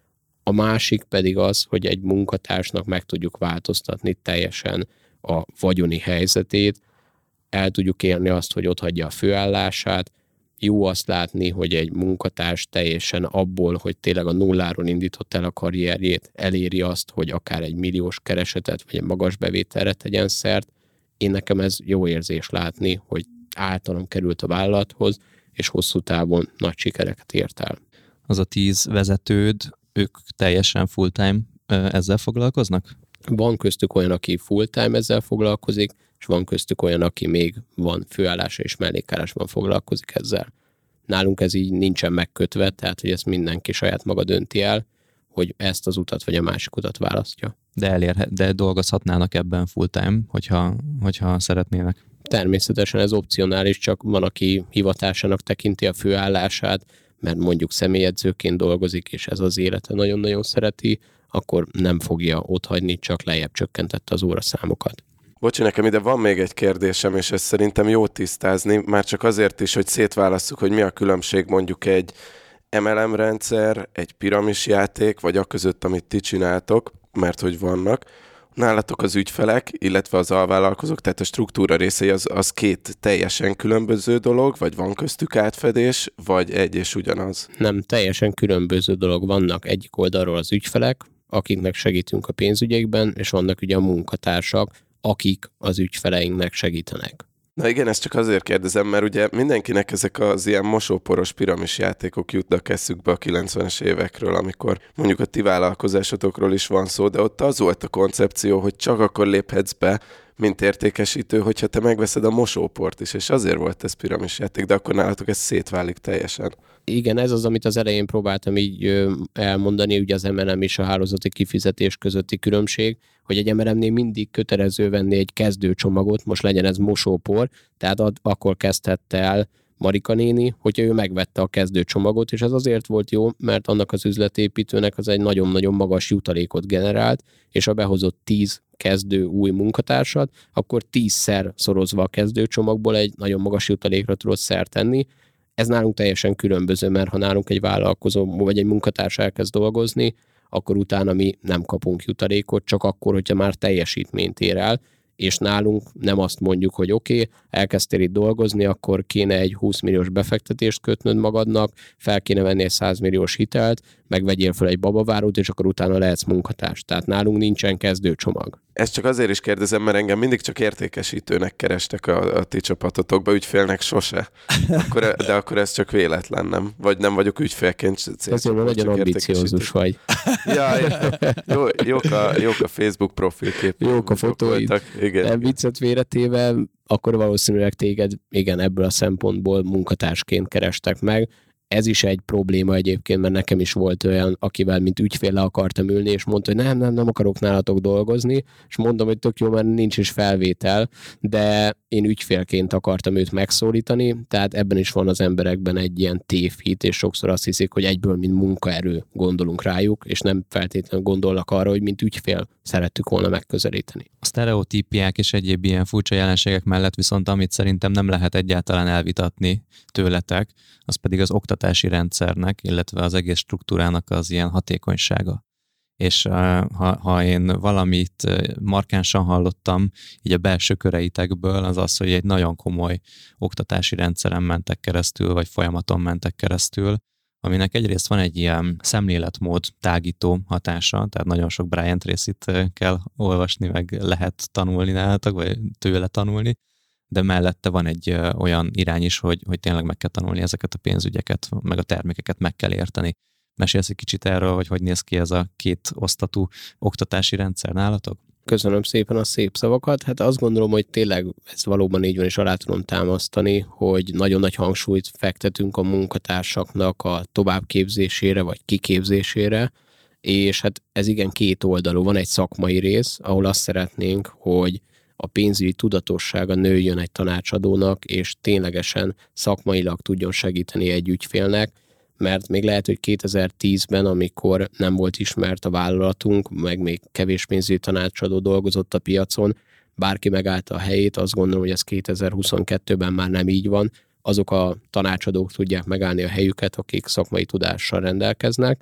A másik pedig az, hogy egy munkatársnak meg tudjuk változtatni teljesen a vagyoni helyzetét, el tudjuk érni azt, hogy otthagyja a főállását. Jó azt látni, hogy egy munkatárs teljesen abból, hogy tényleg a nulláról indított el a karrierjét, eléri azt, hogy akár egy milliós keresetet, vagy egy magas bevételre tegyen szert. Én nekem ez jó érzés látni, hogy általam került a vállalathoz, és hosszú távon nagy sikereket ért el. Az a tíz vezetőd, ők teljesen full-time ezzel foglalkoznak? Van köztük olyan, aki full-time ezzel foglalkozik, és van köztük olyan, aki még van főállása és mellékállásban foglalkozik ezzel. Nálunk ez így nincsen megkötve, tehát hogy ezt mindenki saját maga dönti el, hogy ezt az utat vagy a másik utat választja. De elérhet, de dolgozhatnának ebben full-time, hogyha, hogyha szeretnének. Természetesen ez opcionális, csak van, aki hivatásának tekinti a főállását, mert mondjuk személyedzőként dolgozik, és ez az élete nagyon-nagyon szereti, akkor nem fogja otthagyni, csak lejjebb csökkentette az óraszámokat. Bocsi, nekem ide van még egy kérdésem, és ezt szerintem jó tisztázni, már csak azért is, hogy szétválasszuk, hogy mi a különbség mondjuk egy em el em rendszer, egy piramisjáték, vagy a között, amit ti csináltok, mert hogy vannak. Nálatok az ügyfelek, illetve az alvállalkozók, tehát a struktúra részei az, az két teljesen különböző dolog, vagy van köztük átfedés, vagy egy és ugyanaz? Nem, teljesen különböző dolog. Vannak egyik oldalról az ügyfelek, akiknek segítünk a pénzügyekben, és vannak ugye a munkatársak, akik az ügyfeleinknek segítenek. Na igen, ezt csak azért kérdezem, mert ugye mindenkinek ezek az ilyen mosóporos piramis játékok jutnak eszükbe a kilencvenes évekről, amikor mondjuk a ti vállalkozásotokról is van szó, de ott az volt a koncepció, hogy csak akkor léphetsz be, mint értékesítő, hogyha te megveszed a mosóport is, és azért volt ez piramis játék, de akkor nálatok ez szétválik teljesen. Igen, ez az, amit az elején próbáltam így elmondani, ugye az em el em és a hálózati kifizetés közötti különbség, hogy egy em el em-nél mindig kötelező venni egy kezdőcsomagot, most legyen ez mosópor, tehát ad, akkor kezdhette el Marika néni, hogyha ő megvette a kezdőcsomagot, és ez azért volt jó, mert annak az üzletépítőnek az egy nagyon-nagyon magas jutalékot generált, és ha behozott tíz kezdő új munkatársat, akkor tízszer szorozva a kezdőcsomagból egy nagyon magas jutalékra tudott szert tenni. Ez nálunk teljesen különböző, mert ha nálunk egy vállalkozó vagy egy munkatárs elkezd dolgozni, akkor utána mi nem kapunk jutalékot, csak akkor, hogyha már teljesítményt ér el, és nálunk nem azt mondjuk, hogy oké, okay, elkezdtél itt dolgozni, akkor kéne egy húsz milliós befektetést kötnöd magadnak, fel kéne venni egy száz milliós hitelt, meg vegyél fel egy babavárót, és akkor utána lehetsz munkatárs. Tehát nálunk nincsen kezdőcsomag. Ezt csak azért is kérdezem, mert engem mindig csak értékesítőnek kerestek a, a ti csapatotokba, ügyfélnek sose. Akkor, de akkor ez csak véletlen, nem? Vagy nem vagyok ügyfélként célcsoport. Azért nagyon ambiciózus vagy. Ja, ja. Jó, jók, a, jók a Facebook profilkép. Jók a fotóid. Igen. Nem viccet véretéve, akkor valószínűleg téged, igen, ebből a szempontból munkatársként kerestek meg. Ez is egy probléma egyébként, mert nekem is volt olyan, akivel mint ügyfél le akartam ülni, és mondta, hogy nem, nem, nem akarok nálatok dolgozni, és mondom, hogy tök jó, mert nincs is felvétel, de én ügyfélként akartam őt megszólítani, tehát ebben is van az emberekben egy ilyen tévhit, és sokszor azt hiszik, hogy egyből, mint munkaerő gondolunk rájuk, és nem feltétlenül gondolnak arra, hogy mint ügyfél szerettük volna megközelíteni. A sztereotípiák és egyéb ilyen furcsa jelenségek mellett viszont, amit szerintem nem lehet egyáltalán elvitatni tőletek, az pedig az oktatási rendszernek, illetve az egész struktúrának az ilyen hatékonysága. És ha, ha én valamit markánsan hallottam, így a belső köreitekből, az az, hogy egy nagyon komoly oktatási rendszeren mentek keresztül, vagy folyamaton mentek keresztül, aminek egyrészt van egy ilyen szemléletmód tágító hatása, tehát nagyon sok Brian Tracyt kell olvasni, meg lehet tanulni nálatok, vagy tőle tanulni, de mellette van egy ö, olyan irány is, hogy, hogy tényleg meg kell tanulni ezeket a pénzügyeket, meg a termékeket meg kell érteni. Mesélsz egy kicsit erről, hogy hogy néz ki ez a két osztatú oktatási rendszer nálatok? Köszönöm szépen a szép szavakat. Hát azt gondolom, hogy tényleg ez valóban így van, és alá tudom támasztani, hogy nagyon nagy hangsúlyt fektetünk a munkatársaknak a továbbképzésére, vagy kiképzésére, és hát ez igen két oldalú. Van egy szakmai rész, ahol azt szeretnénk, hogy a pénzügyi tudatossága nőjön egy tanácsadónak, és ténylegesen szakmailag tudjon segíteni egy ügyfélnek, mert még lehet, hogy kétezer-tízben, amikor nem volt ismert a vállalatunk, meg még kevés pénzügyi tanácsadó dolgozott a piacon, bárki megállta a helyét, azt gondolom, hogy ez kétezer-huszonkettőben már nem így van. Azok a tanácsadók tudják megállni a helyüket, akik szakmai tudással rendelkeznek,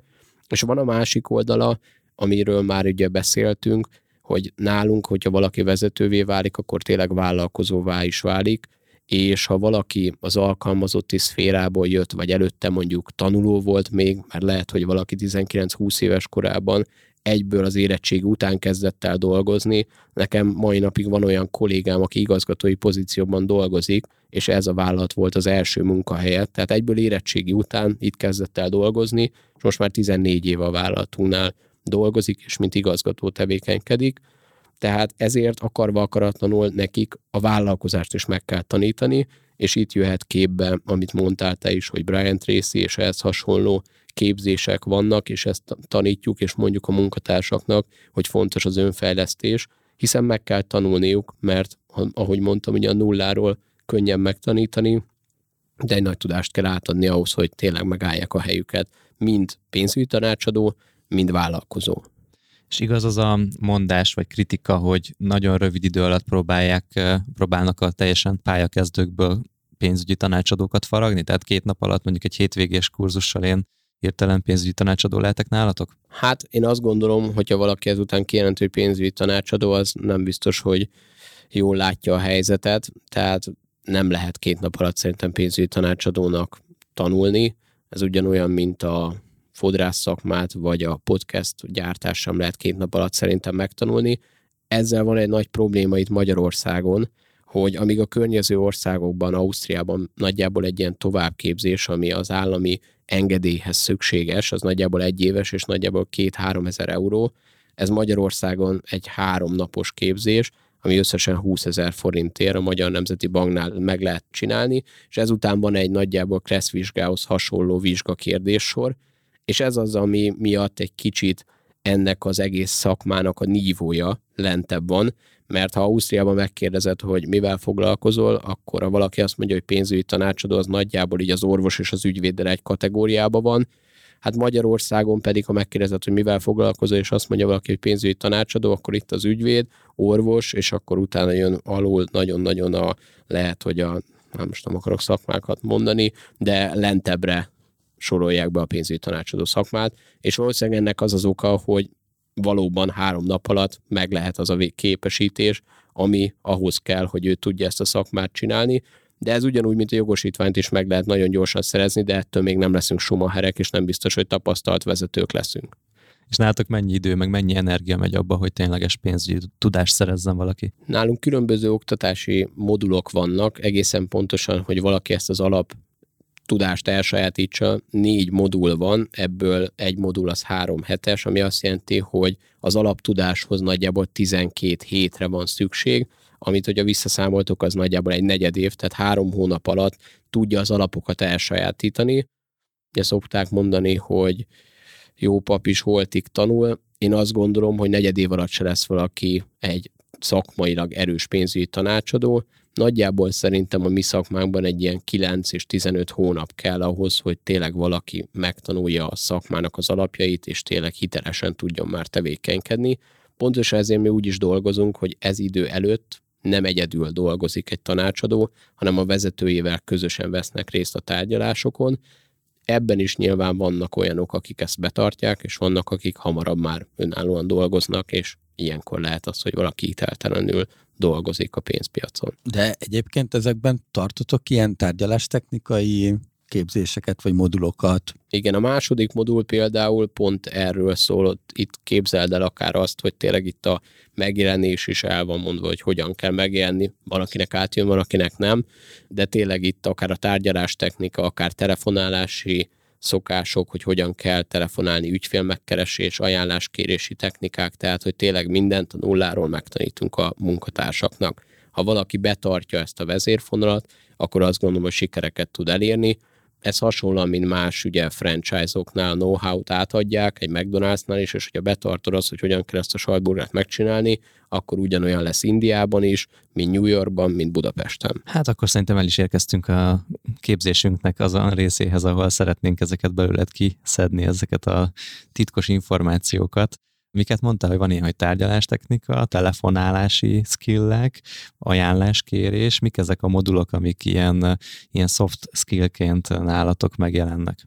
És van a másik oldala, amiről már ugye beszéltünk, hogy nálunk, hogyha valaki vezetővé válik, akkor tényleg vállalkozóvá is válik, és ha valaki az alkalmazotti szférából jött, vagy előtte mondjuk tanuló volt még, mert lehet, hogy valaki tizenkilenc-húsz éves korában egyből az érettség után kezdett el dolgozni. Nekem mai napig van olyan kollégám, aki igazgatói pozícióban dolgozik, és ez a vállalat volt az első munkahelye. Tehát egyből érettségi után itt kezdett el dolgozni, és most már tizennégy éve a vállalatunknál dolgozik, és mint igazgató tevékenykedik. Tehát ezért akarva akaratlanul nekik a vállalkozást is meg kell tanítani, és itt jöhet képbe, amit mondtál te is, hogy Brian Tracy és ehhez hasonló képzések vannak, és ezt tanítjuk, és mondjuk a munkatársaknak, hogy fontos az önfejlesztés, hiszen meg kell tanulniuk, mert ahogy mondtam, ugye a nulláról könnyen megtanítani, de egy nagy tudást kell átadni ahhoz, hogy tényleg megállják a helyüket, mind pénzügyi tanácsadó, mind vállalkozó. És igaz az a mondás vagy kritika, hogy nagyon rövid idő alatt próbálják, próbálnak a teljesen pályakezdőkből pénzügyi tanácsadókat faragni? Tehát két nap alatt mondjuk egy hétvégés kurzussal én hirtelen pénzügyi tanácsadó lehetek nálatok? Hát én azt gondolom, hogyha valaki ezután kijelent, hogy pénzügyi tanácsadó, az nem biztos, hogy jól látja a helyzetet, tehát nem lehet két nap alatt szerintem pénzügyi tanácsadónak tanulni. Ez ugyanolyan, mint a fodrász szakmát, vagy a podcast gyártás sem lehet két nap alatt szerintem megtanulni. Ezzel van egy nagy probléma itt Magyarországon, hogy amíg a környező országokban, Ausztriában nagyjából egy ilyen továbbképzés, ami az állami engedélyhez szükséges, az nagyjából egy éves, és nagyjából két-három ezer euró. Ez Magyarországon egy háromnapos képzés, ami összesen húszezer forintért a Magyar Nemzeti Banknál meg lehet csinálni, és ezután van egy nagyjából Kressz vizsgához hasonló vizsgakérdéssor, és ez az, ami miatt egy kicsit ennek az egész szakmának a nívója lentebb van, mert ha Ausztriában megkérdezed, hogy mivel foglalkozol, akkor ha valaki azt mondja, hogy pénzügyi tanácsadó, az nagyjából így az orvos és az ügyvéddel egy kategóriában van. Hát Magyarországon pedig, ha megkérdezed, hogy mivel foglalkozol, és azt mondja valaki, hogy pénzügyi tanácsadó, akkor itt az ügyvéd, orvos, és akkor utána jön alul nagyon-nagyon a, lehet, hogy a, nem most nem akarok szakmákat mondani, de lentebbre sorolják be a pénzügyi tanácsadó szakmát, és valószínűleg ennek az az oka, hogy valóban három nap alatt meg lehet az a képesítés, ami ahhoz kell, hogy ő tudja ezt a szakmát csinálni, de ez ugyanúgy, mint a jogosítványt is meg lehet nagyon gyorsan szerezni, de ettől még nem leszünk Schumacherek, és nem biztos, hogy tapasztalt vezetők leszünk. És nálatok mennyi idő, meg mennyi energia megy abba, hogy tényleges pénzügyi tudást szerezzen valaki? Nálunk különböző oktatási modulok vannak, egészen pontosan, hogy valaki ezt az alap tudást elsajátítsa, négy modul van, ebből egy modul az három hetes, ami azt jelenti, hogy az alaptudáshoz nagyjából tizenkét hétre van szükség, amit, hogyha visszaszámoltok, az nagyjából egy negyed év, tehát három hónap alatt tudja az alapokat elsajátítani. Ugye szokták mondani, hogy jó pap is holtig tanul. Én azt gondolom, hogy negyed év alatt se lesz valaki egy szakmailag erős pénzügyi tanácsadó. Nagyjából szerintem a mi szakmánkban egy ilyen kilenc és tizenöt hónap kell ahhoz, hogy tényleg valaki megtanulja a szakmának az alapjait, és tényleg hitelesen tudjon már tevékenykedni. Pontosan ezért mi úgy is dolgozunk, hogy ez idő előtt nem egyedül dolgozik egy tanácsadó, hanem a vezetőjével közösen vesznek részt a tárgyalásokon. Ebben is nyilván vannak olyanok, akik ezt betartják, és vannak, akik hamarabb már önállóan dolgoznak, és ilyenkor lehet az, hogy valaki hiteltelenül dolgozik a pénzpiacon. De egyébként ezekben tartotok ilyen tárgyalástechnikai képzéseket, vagy modulokat? Igen, a második modul például pont erről szól, itt képzeld el akár azt, hogy tényleg itt a megjelenés is el van mondva, hogy hogyan kell megjelenni, valakinek átjön, valakinek nem, de tényleg itt akár a tárgyalástechnika, akár telefonálási szokások, hogy hogyan kell telefonálni, ügyfélmegkeresés, ajánláskérési technikák, tehát hogy tényleg mindent a nulláról megtanítunk a munkatársaknak. Ha valaki betartja ezt a vezérfonalat, akkor azt gondolom, hogy sikereket tud elérni. Ez hasonlóan, mint más ugye franchise-oknál a know-how-t átadják, egy McDonald'snál is, és hogyha betartod azt, hogy hogyan kell ezt a sajtburgert megcsinálni, akkor ugyanolyan lesz Indiában is, mint New Yorkban, mint Budapesten. Hát akkor szerintem el is érkeztünk a képzésünknek azon részéhez, ahol szeretnénk ezeket belőled kiszedni, ezeket a titkos információkat. Miket mondtál, hogy van ilyen, hogy tárgyalástechnika, telefonálási skillek, ajánláskérés, mik ezek a modulok, amik ilyen, ilyen soft skillként nálatok megjelennek?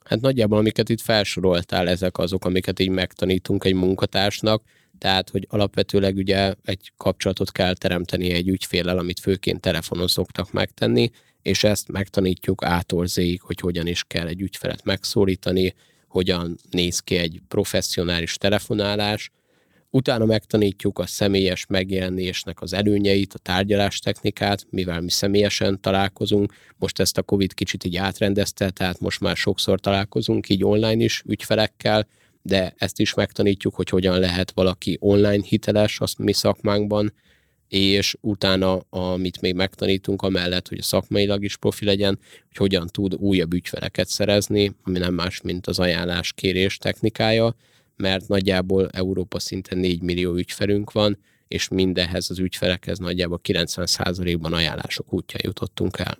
Hát nagyjából, amiket itt felsoroltál, ezek azok, amiket így megtanítunk egy munkatársnak, tehát, hogy alapvetőleg ugye egy kapcsolatot kell teremteni egy ügyféllel, amit főként telefonon szoktak megtenni, és ezt megtanítjuk A-tól Z-ig, hogy hogyan is kell egy ügyfelet megszólítani, hogyan néz ki egy professzionális telefonálás. Utána megtanítjuk a személyes megjelenésnek az előnyeit, a tárgyalás technikát, mivel mi személyesen találkozunk. Most ezt a Covid kicsit így átrendezte, tehát most már sokszor találkozunk így online is ügyfelekkel, de ezt is megtanítjuk, hogy hogyan lehet valaki online hiteles a mi szakmánkban, és utána, amit még megtanítunk, amellett, hogy a szakmailag is profi legyen, hogy hogyan tud újabb ügyfeleket szerezni, ami nem más, mint az ajánláskérés technikája, mert nagyjából Európa szinten négy millió ügyfelünk van, és mindehhez az ügyfelekhez nagyjából kilencven százalékban ajánlások útján jutottunk el.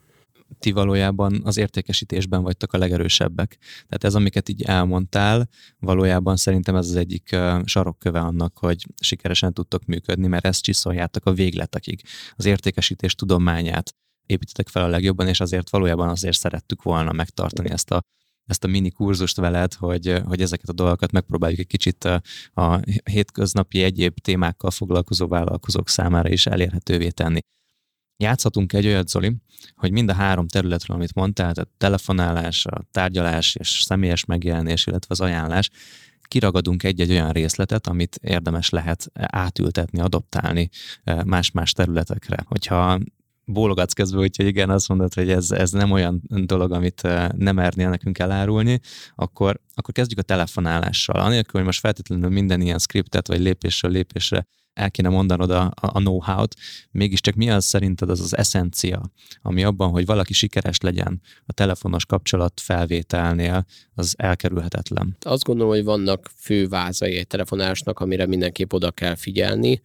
Ti valójában az értékesítésben vagytok a legerősebbek. Tehát ez, amiket így elmondtál, valójában szerintem ez az egyik sarokköve annak, hogy sikeresen tudtok működni, mert ezt csiszoljátok a végletekig. Az értékesítés tudományát építetek fel a legjobban, és azért valójában azért szerettük volna megtartani ezt a ezt a mini kurzust veled, hogy, hogy ezeket a dolgokat megpróbáljuk egy kicsit a, a hétköznapi egyéb témákkal foglalkozó vállalkozók számára is elérhetővé tenni. Játszhatunk egy olyat, Zoli, hogy mind a három területről, amit mondtál, tehát telefonálás, a tárgyalás és személyes megjelenés, illetve az ajánlás, kiragadunk egy-egy olyan részletet, amit érdemes lehet átültetni, adoptálni más-más területekre. Hogyha bólogatsz közben, úgyhogy igen, azt mondod, hogy ez, ez nem olyan dolog, amit nem mernél nekünk elárulni, akkor, akkor kezdjük a telefonálással. Anélkül, hogy most feltétlenül minden ilyen scriptet, vagy lépésről lépésre el kéne mondanod a, a know-how-t, mégiscsak mi az szerinted az az eszencia, ami abban, hogy valaki sikeres legyen a telefonos kapcsolat felvételnél, az elkerülhetetlen? Azt gondolom, hogy vannak fő vázai egy telefonásnak, amire mindenképp oda kell figyelni.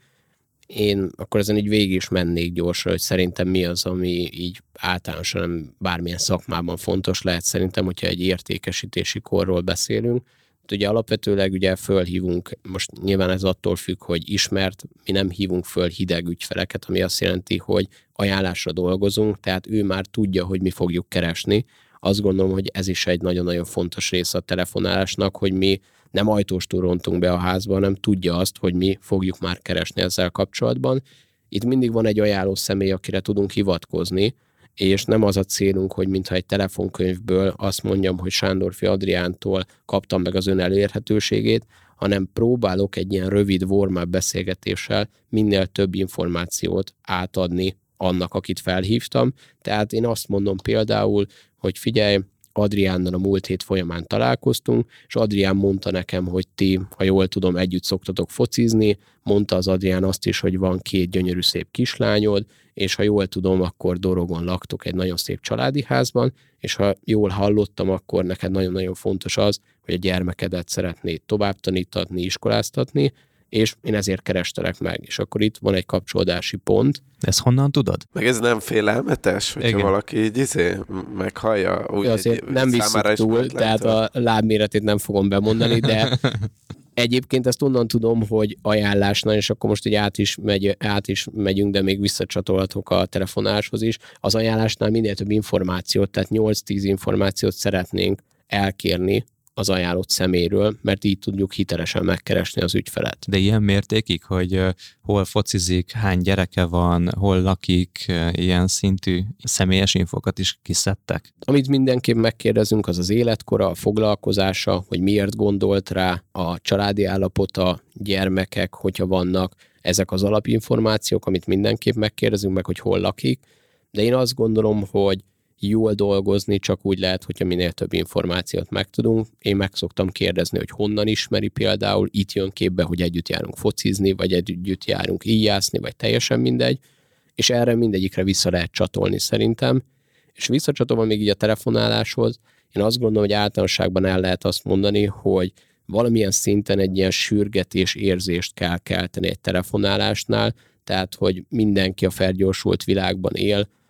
Én akkor ezen így végig is mennék gyorsan, hogy szerintem mi az, ami így általánosan bármilyen szakmában fontos lehet. Szerintem, hogyha egy értékesítési korról beszélünk, ugye alapvetőleg ugye fölhívunk, most nyilván ez attól függ, hogy ismert, mi nem hívunk föl hideg ügyfeleket, ami azt jelenti, hogy ajánlásra dolgozunk, tehát ő már tudja, hogy mi fogjuk keresni. Azt gondolom, hogy ez is egy nagyon-nagyon fontos része a telefonálásnak, hogy mi nem ajtóstól rontunk be a házba, hanem tudja azt, hogy mi fogjuk már keresni ezzel kapcsolatban. Itt mindig van egy ajánló személy, akire tudunk hivatkozni, és nem az a célunk, hogy mintha egy telefonkönyvből azt mondjam, hogy Sándorfi Adriántól kaptam meg az ön elérhetőségét, hanem próbálok egy ilyen rövid warm-up beszélgetéssel minél több információt átadni annak, akit felhívtam. Tehát én azt mondom például, hogy figyelj, Adriánnal a múlt hét folyamán találkoztunk, és Adrián mondta nekem, hogy ti, ha jól tudom, együtt szoktatok focizni, mondta az Adrián azt is, hogy van két gyönyörű szép kislányod, és ha jól tudom, akkor Dorogon laktok egy nagyon szép családi házban, és ha jól hallottam, akkor neked nagyon-nagyon fontos az, hogy a gyermekedet szeretnéd tovább tanítatni, iskoláztatni, és én ezért kerestelek meg. És akkor itt van egy kapcsolódási pont. Ezt honnan tudod? Meg ez nem félelmetes, hogyha igen. valaki így izé meghallja? Úgy, azért nem visszük túl, tehát a lábméretét nem fogom bemondani, de egyébként ezt onnan tudom, hogy ajánlásnál, és akkor most így át is, megy, át is megyünk, de még visszacsatolhatok a telefonáshoz is. Az ajánlásnál minél több információt, tehát nyolc-tíz információt szeretnénk elkérni az ajánlott személyről, mert így tudjuk hitelesen megkeresni az ügyfelet. De ilyen mértékig, hogy uh, hol focizik, hány gyereke van, hol lakik, uh, ilyen szintű személyes infokat is kiszedtek? Amit mindenképp megkérdezünk, az az életkora, a foglalkozása, hogy miért gondolt rá, a családi állapota, gyermekek, hogyha vannak, ezek az alapinformációk, amit mindenképp megkérdezünk meg, hogy hol lakik, de én azt gondolom, hogy jól dolgozni csak úgy lehet, hogyha minél több információt megtudunk. Én meg szoktam kérdezni, hogy honnan ismeri például, itt jön képbe, hogy együtt járunk focizni, vagy együtt járunk íjászni, vagy teljesen mindegy, és erre mindegyikre vissza lehet csatolni szerintem. És visszacsatolva még így a telefonáláshoz, én azt gondolom, hogy általánosságban el lehet azt mondani, hogy valamilyen szinten egy ilyen sürgetés érzést kell kelteni egy telefonálásnál, tehát, hogy mindenki a felgyorsult világban él,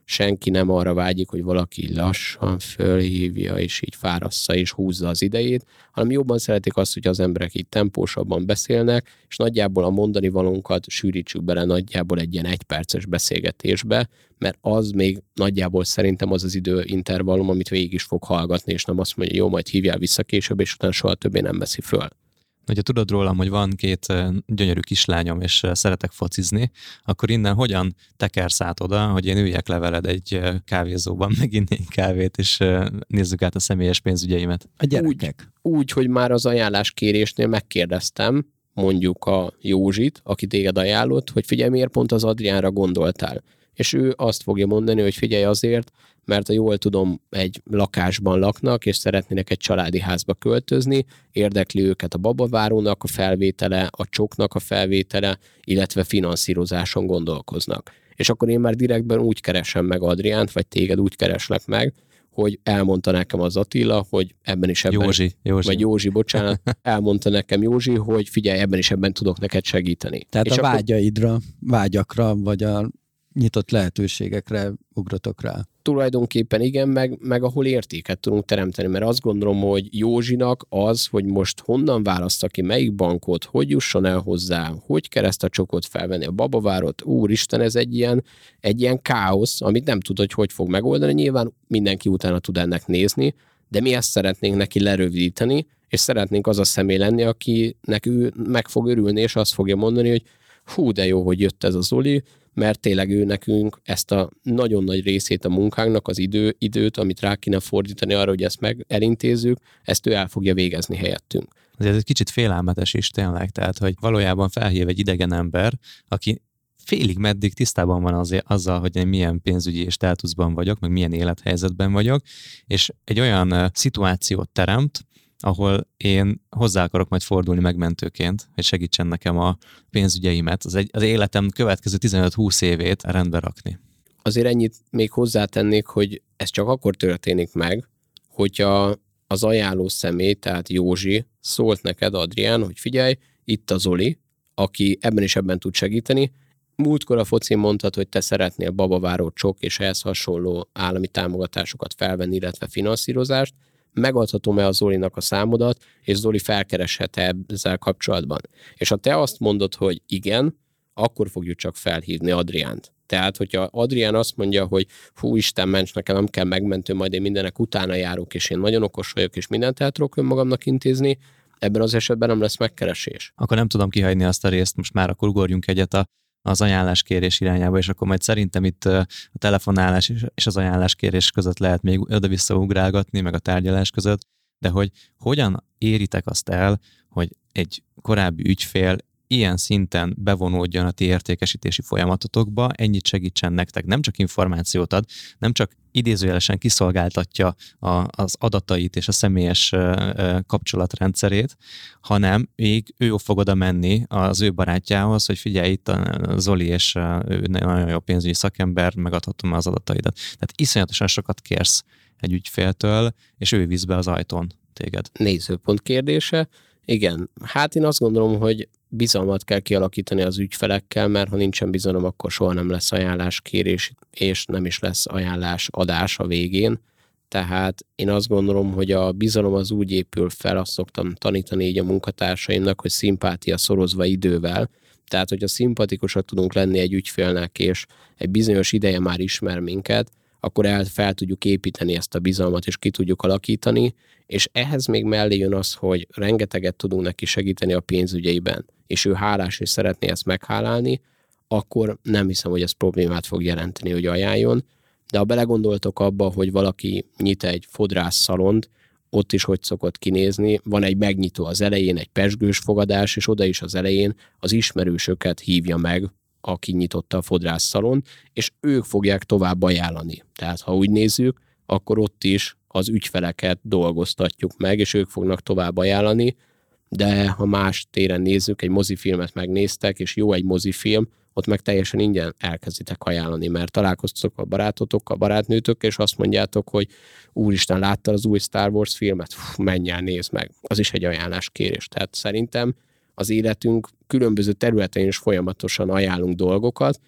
senki nem arra vágyik, hogy valaki lassan fölhívja, és így fárassza, és húzza az idejét, hanem jobban szeretik azt, hogy az emberek így tempósabban beszélnek, és nagyjából a mondani valónkat sűrítsük bele nagyjából egy ilyen egyperces beszélgetésbe, mert az még nagyjából szerintem az az időintervallum, amit végig is fog hallgatni, és nem azt mondja, jó, majd hívjál vissza később, és utána soha többé nem veszi föl. Hogyha tudod rólam, hogy van két gyönyörű kislányom, és szeretek focizni, akkor innen hogyan tekersz át oda, hogy én üljek le veled egy kávézóban, meginni egy kávét, és nézzük át a személyes pénzügyeimet? A gyerekek. Úgy, úgy, hogy már az ajánláskérésnél megkérdeztem, mondjuk a Józsit, aki téged ajánlott, hogy figyelj, miért pont az Adriánra gondoltál. És ő azt fogja mondani, hogy figyelj azért, mert ha jól tudom, egy lakásban laknak, és szeretnének egy családi házba költözni, érdekli őket a babavárónak a felvétele, a csoknak a felvétele, illetve finanszírozáson gondolkoznak. És akkor én már direktben úgy keresem meg Adriánt, vagy téged úgy kereslek meg, hogy elmondta nekem az Attila, hogy ebben is ebben... Józsi, Józsi. Vagy Józsi, bocsánat. Elmondta nekem Józsi, hogy figyelj, ebben is ebben tudok neked segíteni. Tehát és a akkor... vágyaidra, vágyakra, vagy a nyitott lehetőségekre ugratok rá. Tulajdonképpen igen, meg, meg ahol értéket tudunk teremteni, mert azt gondolom, hogy Józsinak az, hogy most honnan választa ki, melyik bankot, hogy jusson el hozzá, hogy kell ezt a csokot felvenni, a babavárot, úristen, ez egy ilyen, egy ilyen káosz, amit nem tud, hogy hogy fog megoldani, nyilván mindenki utána tud ennek nézni, de mi ezt szeretnénk neki lerövidíteni, és szeretnénk az a személy lenni, akinek ő meg fog örülni, és azt fogja mondani, hogy hú, de jó, hogy jött ez a Zoli, mert tényleg ő nekünk ezt a nagyon nagy részét a munkánknak, az idő, időt, amit rá kéne fordítani arra, hogy ezt meg elintézzük, ezt ő el fogja végezni helyettünk. Ez egy kicsit félelmetes is tényleg, tehát hogy valójában felhív egy idegen ember, aki félig meddig tisztában van azért, azzal, hogy én milyen pénzügyi státuszban vagyok, meg milyen élethelyzetben vagyok, és egy olyan uh, szituációt teremt, ahol én hozzá akarok majd fordulni megmentőként, hogy segítsen nekem a pénzügyeimet, az, egy, az életem következő tizenöt-húsz évét rendbe rakni. Azért ennyit még hozzátennék, hogy ez csak akkor történik meg, hogyha az ajánló személy, tehát Józsi szólt neked, Adrián, hogy figyelj, itt a Zoli, aki ebben és ebben tud segíteni. Múltkor a focin mondtad, hogy te szeretnél babaváró csok és ehhez hasonló állami támogatásokat felvenni, illetve finanszírozást. Megadhatom-e a Zolinak a számodat, és Zoli felkereshet-e ezzel kapcsolatban. És ha te azt mondod, hogy igen, akkor fogjuk csak felhívni Adriánt. Tehát, hogyha Adrián azt mondja, hogy hú, Isten ments, nekem nem kell megmentő, majd én mindenek utána járok, és én nagyon okos vagyok, és mindent el tudok önmagamnak intézni, ebben az esetben nem lesz megkeresés. Akkor nem tudom kihagyni azt a részt, most már akkor ugorjunk egyet a az ajánláskérés irányába, és akkor majd szerintem itt a telefonálás és az ajánláskérés között lehet még oda-vissza ugrálgatni, meg a tárgyalás között, de hogy hogyan éritek azt el, hogy egy korábbi ügyfél ilyen szinten bevonódjon a ti értékesítési folyamatotokba, ennyit segítsen nektek, nem csak információt ad, nem csak idézőjelesen kiszolgáltatja a, az adatait és a személyes uh, kapcsolatrendszerét, hanem még ő fog oda menni az ő barátjához, hogy figyelj, itt a Zoli, és uh, ő nagyon jó pénzügyi szakember, megadhatom az adataidat. Tehát iszonyatosan sokat kérsz egy ügyféltől, és ő visz be az ajtón téged. Nézőpont kérdése. Igen, hát én azt gondolom, hogy bizalmat kell kialakítani az ügyfelekkel, mert ha nincsen bizalom, akkor soha nem lesz ajánláskérés, és nem is lesz ajánlásadás a végén. Tehát én azt gondolom, hogy a bizalom az úgy épül fel, azt szoktam tanítani így a munkatársaimnak, hogy szimpátia szorozva idővel. Tehát, hogyha szimpatikusak tudunk lenni egy ügyfélnek, és egy bizonyos ideje már ismer minket, akkor el, fel tudjuk építeni ezt a bizalmat, és ki tudjuk alakítani, és ehhez még mellé jön az, hogy rengeteget tudunk neki segíteni a pénzügyeiben, és ő hálás, és szeretné ezt meghálálni, akkor nem hiszem, hogy ez problémát fog jelenteni, hogy ajánljon. De ha belegondoltok abba, hogy valaki nyit egy fodrászszalont, ott is hogy szokott kinézni, van egy megnyitó az elején, egy pezsgős fogadás, és oda is az elején az ismerősöket hívja meg, aki nyitotta a fodrászszalon, és ők fogják tovább ajánlani. Tehát ha úgy nézzük, akkor ott is az ügyfeleket dolgoztatjuk meg, és ők fognak tovább ajánlani, de ha más téren nézzük, egy mozifilmet megnéztek, és jó egy mozifilm, ott meg teljesen ingyen elkezditek ajánlani, mert találkoztok a barátotokkal, barátnőtök, és azt mondjátok, hogy úristen, láttad az új Star Wars filmet? Fú, menj el, nézd meg. Az is egy ajánláskérés. Tehát szerintem az életünk különböző területein is folyamatosan ajánlunk dolgokat,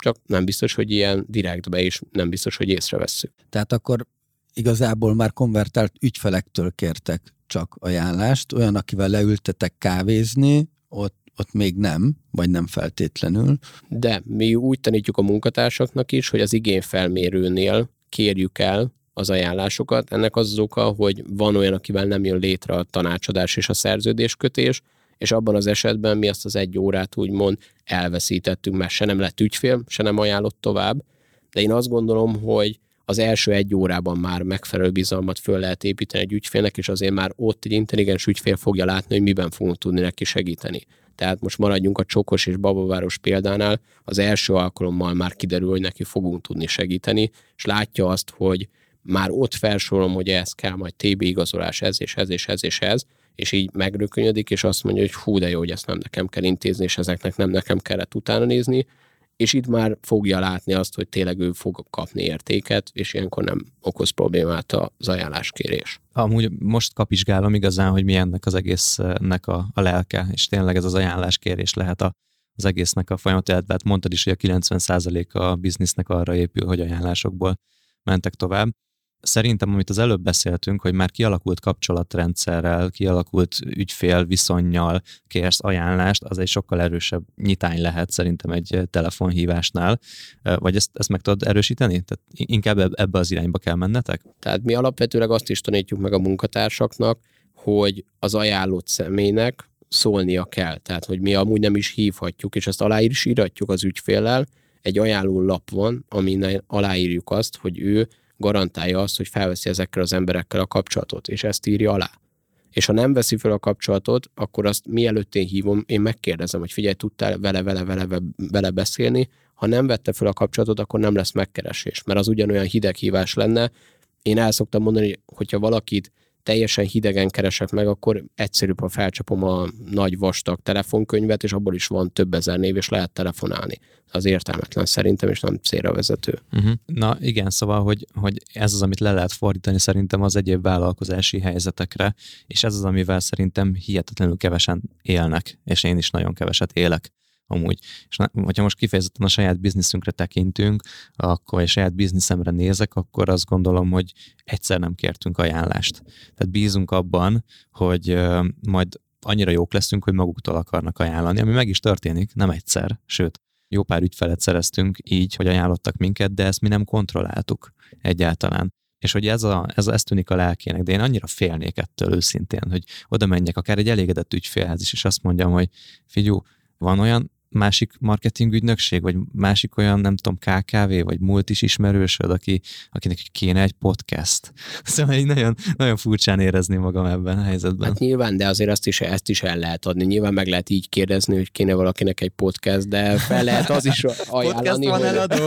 csak nem biztos, hogy ilyen direktbe is nem biztos, hogy észrevesszük. Tehát akkor igazából már konvertált ügyfelektől kértek csak ajánlást, olyan, akivel leültetek kávézni, ott, ott még nem, vagy nem feltétlenül. De mi úgy tanítjuk a munkatársaknak is, hogy az igényfelmérőnél kérjük el az ajánlásokat. Ennek az az oka, hogy van olyan, akivel nem jön létre a tanácsadás és a szerződéskötés, és abban az esetben mi azt az egy órát úgymond elveszítettünk, mert se nem lett ügyfél, se nem ajánlott tovább. De én azt gondolom, hogy az első egy órában már megfelelő bizalmat föl lehet építeni egy ügyfélnek, és azért már ott egy intelligens ügyfél fogja látni, hogy miben fogunk tudni neki segíteni. Tehát most maradjunk a Csokos és Babaváros példánál, az első alkalommal már kiderül, hogy neki fogunk tudni segíteni, és látja azt, hogy már ott felsorolom, hogy ez kell, majd té bé igazolás, ez és ez és ez és ez, és így megrökönyödik, és azt mondja, hogy hú, de jó, hogy ezt nem nekem kell intézni, és ezeknek nem nekem kellett utána nézni, és itt már fogja látni azt, hogy tényleg ő fog kapni értéket, és ilyenkor nem okoz problémát az ajánláskérés. Amúgy most kapizsgálom igazán, hogy mi ennek az egésznek a, a lelke, és tényleg ez az ajánláskérés lehet a, az egésznek a folyamat, illetve hát mondtad is, hogy a kilencven százalék a biznisznek arra épül, hogy ajánlásokból mentek tovább. Szerintem, amit az előbb beszéltünk, hogy már kialakult kapcsolatrendszerrel, kialakult ügyfél viszonnyal kérsz ajánlást, az egy sokkal erősebb nyitány lehet szerintem egy telefonhívásnál. Vagy ezt, ezt meg tudod erősíteni? Tehát inkább ebbe az irányba kell mennetek? Tehát mi alapvetőleg azt is tanítjuk meg a munkatársaknak, hogy az ajánlott személynek szólnia kell. Tehát, hogy mi amúgy nem is hívhatjuk, és ezt alá is íratjuk az ügyféllel. Egy ajánló lap van, amin aláírjuk azt, hogy ő garantálja azt, hogy felveszi ezekkel az emberekkel a kapcsolatot, és ezt írja alá. És ha nem veszi fel a kapcsolatot, akkor azt mielőtt én hívom, én megkérdezem, hogy figyelj, tudtál vele, vele, vele, vele beszélni, ha nem vette fel a kapcsolatot, akkor nem lesz megkeresés, mert az ugyanolyan hideg hívás lenne. Én el szoktam mondani, hogyha valakit teljesen hidegen keresek meg, akkor egyszerűbb, ha felcsapom a nagy vastag telefonkönyvet, és abból is van több ezer név, és lehet telefonálni. Az értelmetlen szerintem, és nem célra vezető. Uh-huh. Na igen, szóval, hogy, hogy ez az, amit le lehet fordítani szerintem az egyéb vállalkozási helyzetekre, és ez az, amivel szerintem hihetetlenül kevesen élnek, és én is nagyon keveset élek amúgy. És na, hogyha most kifejezetten a saját bizniszünkre tekintünk, akkor a saját bizniszemre nézek, akkor azt gondolom, hogy egyszer nem kértünk ajánlást. Tehát bízunk abban, hogy uh, majd annyira jók leszünk, hogy maguktól akarnak ajánlani, ami meg is történik, nem egyszer, sőt, jó pár ügyfelet szereztünk így, hogy ajánlottak minket, de ezt mi nem kontrolláltuk egyáltalán. És hogy ez, a, ez, ez tűnik a lelkének, de én annyira félnék ettől őszintén, hogy oda menjek akár egy elégedett ügyfélhez is, és azt mondjam, hogy figyú, van olyan másik marketingügynökség, vagy másik olyan, nem tudom, ká ká vé, vagy multis ismerősöd, aki, akinek kéne egy podcast. Szóval így nagyon, nagyon furcsán érezni magam ebben a helyzetben. Hát nyilván, de azért azt is, ezt is el lehet adni. Nyilván meg lehet így kérdezni, hogy kéne valakinek egy podcast, de fel lehet az is ajánlani. Podcast van eladó.